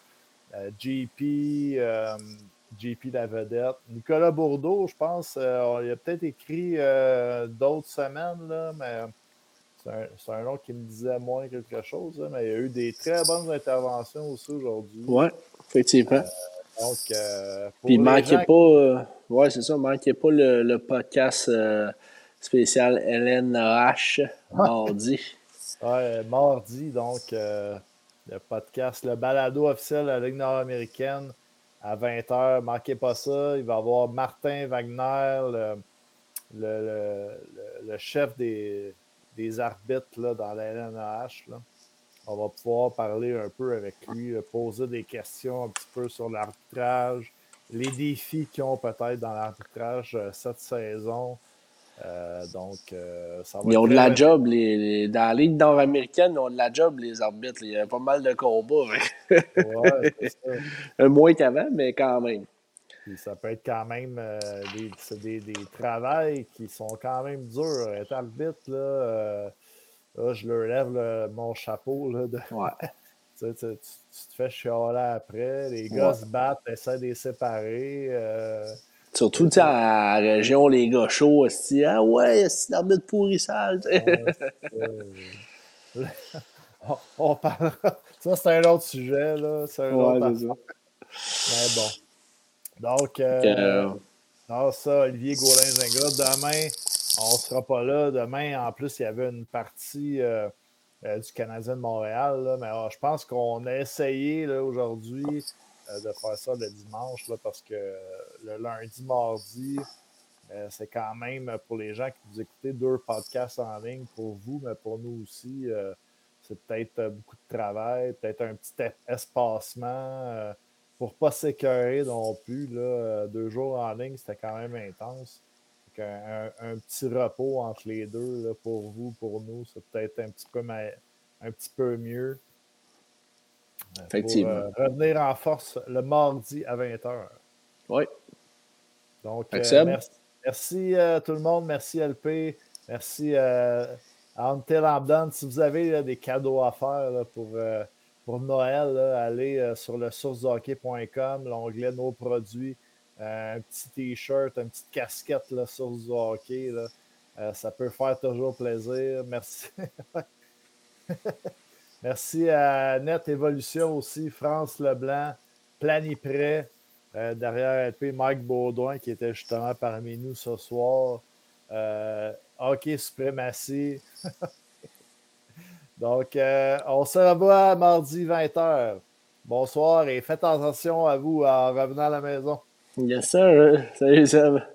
JP, JP la vedette. Nicolas Bourdeau, je pense, il a peut-être écrit d'autres semaines, là, mais c'est un nom qui me disait moins quelque chose, là, mais il y a eu des très bonnes interventions aussi aujourd'hui. Oui, effectivement. Donc, puis manquez pas, ouais, c'est ça, manquez pas le podcast spécial LNH mardi. Ouais, mardi, donc, le podcast, le balado officiel de la Ligue nord-américaine à 20h. Manquez pas ça. Il va y avoir Martin Wagner, le chef des des arbitres là, dans la LNAH. Là. On va pouvoir parler un peu avec lui, poser des questions un petit peu sur l'arbitrage, les défis qu'ils ont peut-être dans l'arbitrage cette saison. Donc, ça va Ils être ont de très la job, dans la Ligue nord-américaine, ils ont de la job, les arbitres. Il y a pas mal de combats. ouais, c'est ça. Moins qu'avant, mais quand même. Puis ça peut être quand même des travails qui sont quand même durs. Être arbitre, là, je leur lève mon chapeau. Là, Ouais. tu te fais chialer après. Les gars se battent, essaient de les séparer. Surtout à la région, les gars chauds, ah ouais, c'est l'arbitre pourrissage. On parlera. Ça, c'est un autre sujet. Là. C'est un autre affaire. Mais bon. Donc, non, ça, Olivier Gaulin-Gingras. Demain, on ne sera pas là. Demain, en plus, il y avait une partie du Canadien de Montréal. Là, mais je pense qu'on a essayé là, aujourd'hui de faire ça le dimanche là, parce que le lundi, mardi, c'est quand même pour les gens qui vous écoutez 2 podcasts en ligne pour vous, mais pour nous aussi, c'est peut-être beaucoup de travail, peut-être un petit espacement. Pour ne pas s'écœurer non plus, là, 2 jours en ligne, c'était quand même intense. Donc, un petit repos entre les deux là, pour vous, pour nous, c'est peut-être un petit peu mieux. Effectivement. Pour revenir en force le mardi à 20h. Oui. Donc, merci tout le monde. Merci LP. Merci à Until I'm Done. Si vous avez là, des cadeaux à faire là, pour Noël, là, allez sur le sourcehockey.com, l'onglet Nos produits, un petit t-shirt, une petite casquette là, Source du Hockey. Là. Ça peut faire toujours plaisir. Merci. Merci à Net Évolution aussi, France Leblanc, Planiprêt, derrière LP, Mike Baudouin qui était justement parmi nous ce soir. Hockey Suprématie. Donc, on se revoit mardi 20h. Bonsoir et faites attention à vous en revenant à la maison. Yes, sir. Salut, Seb.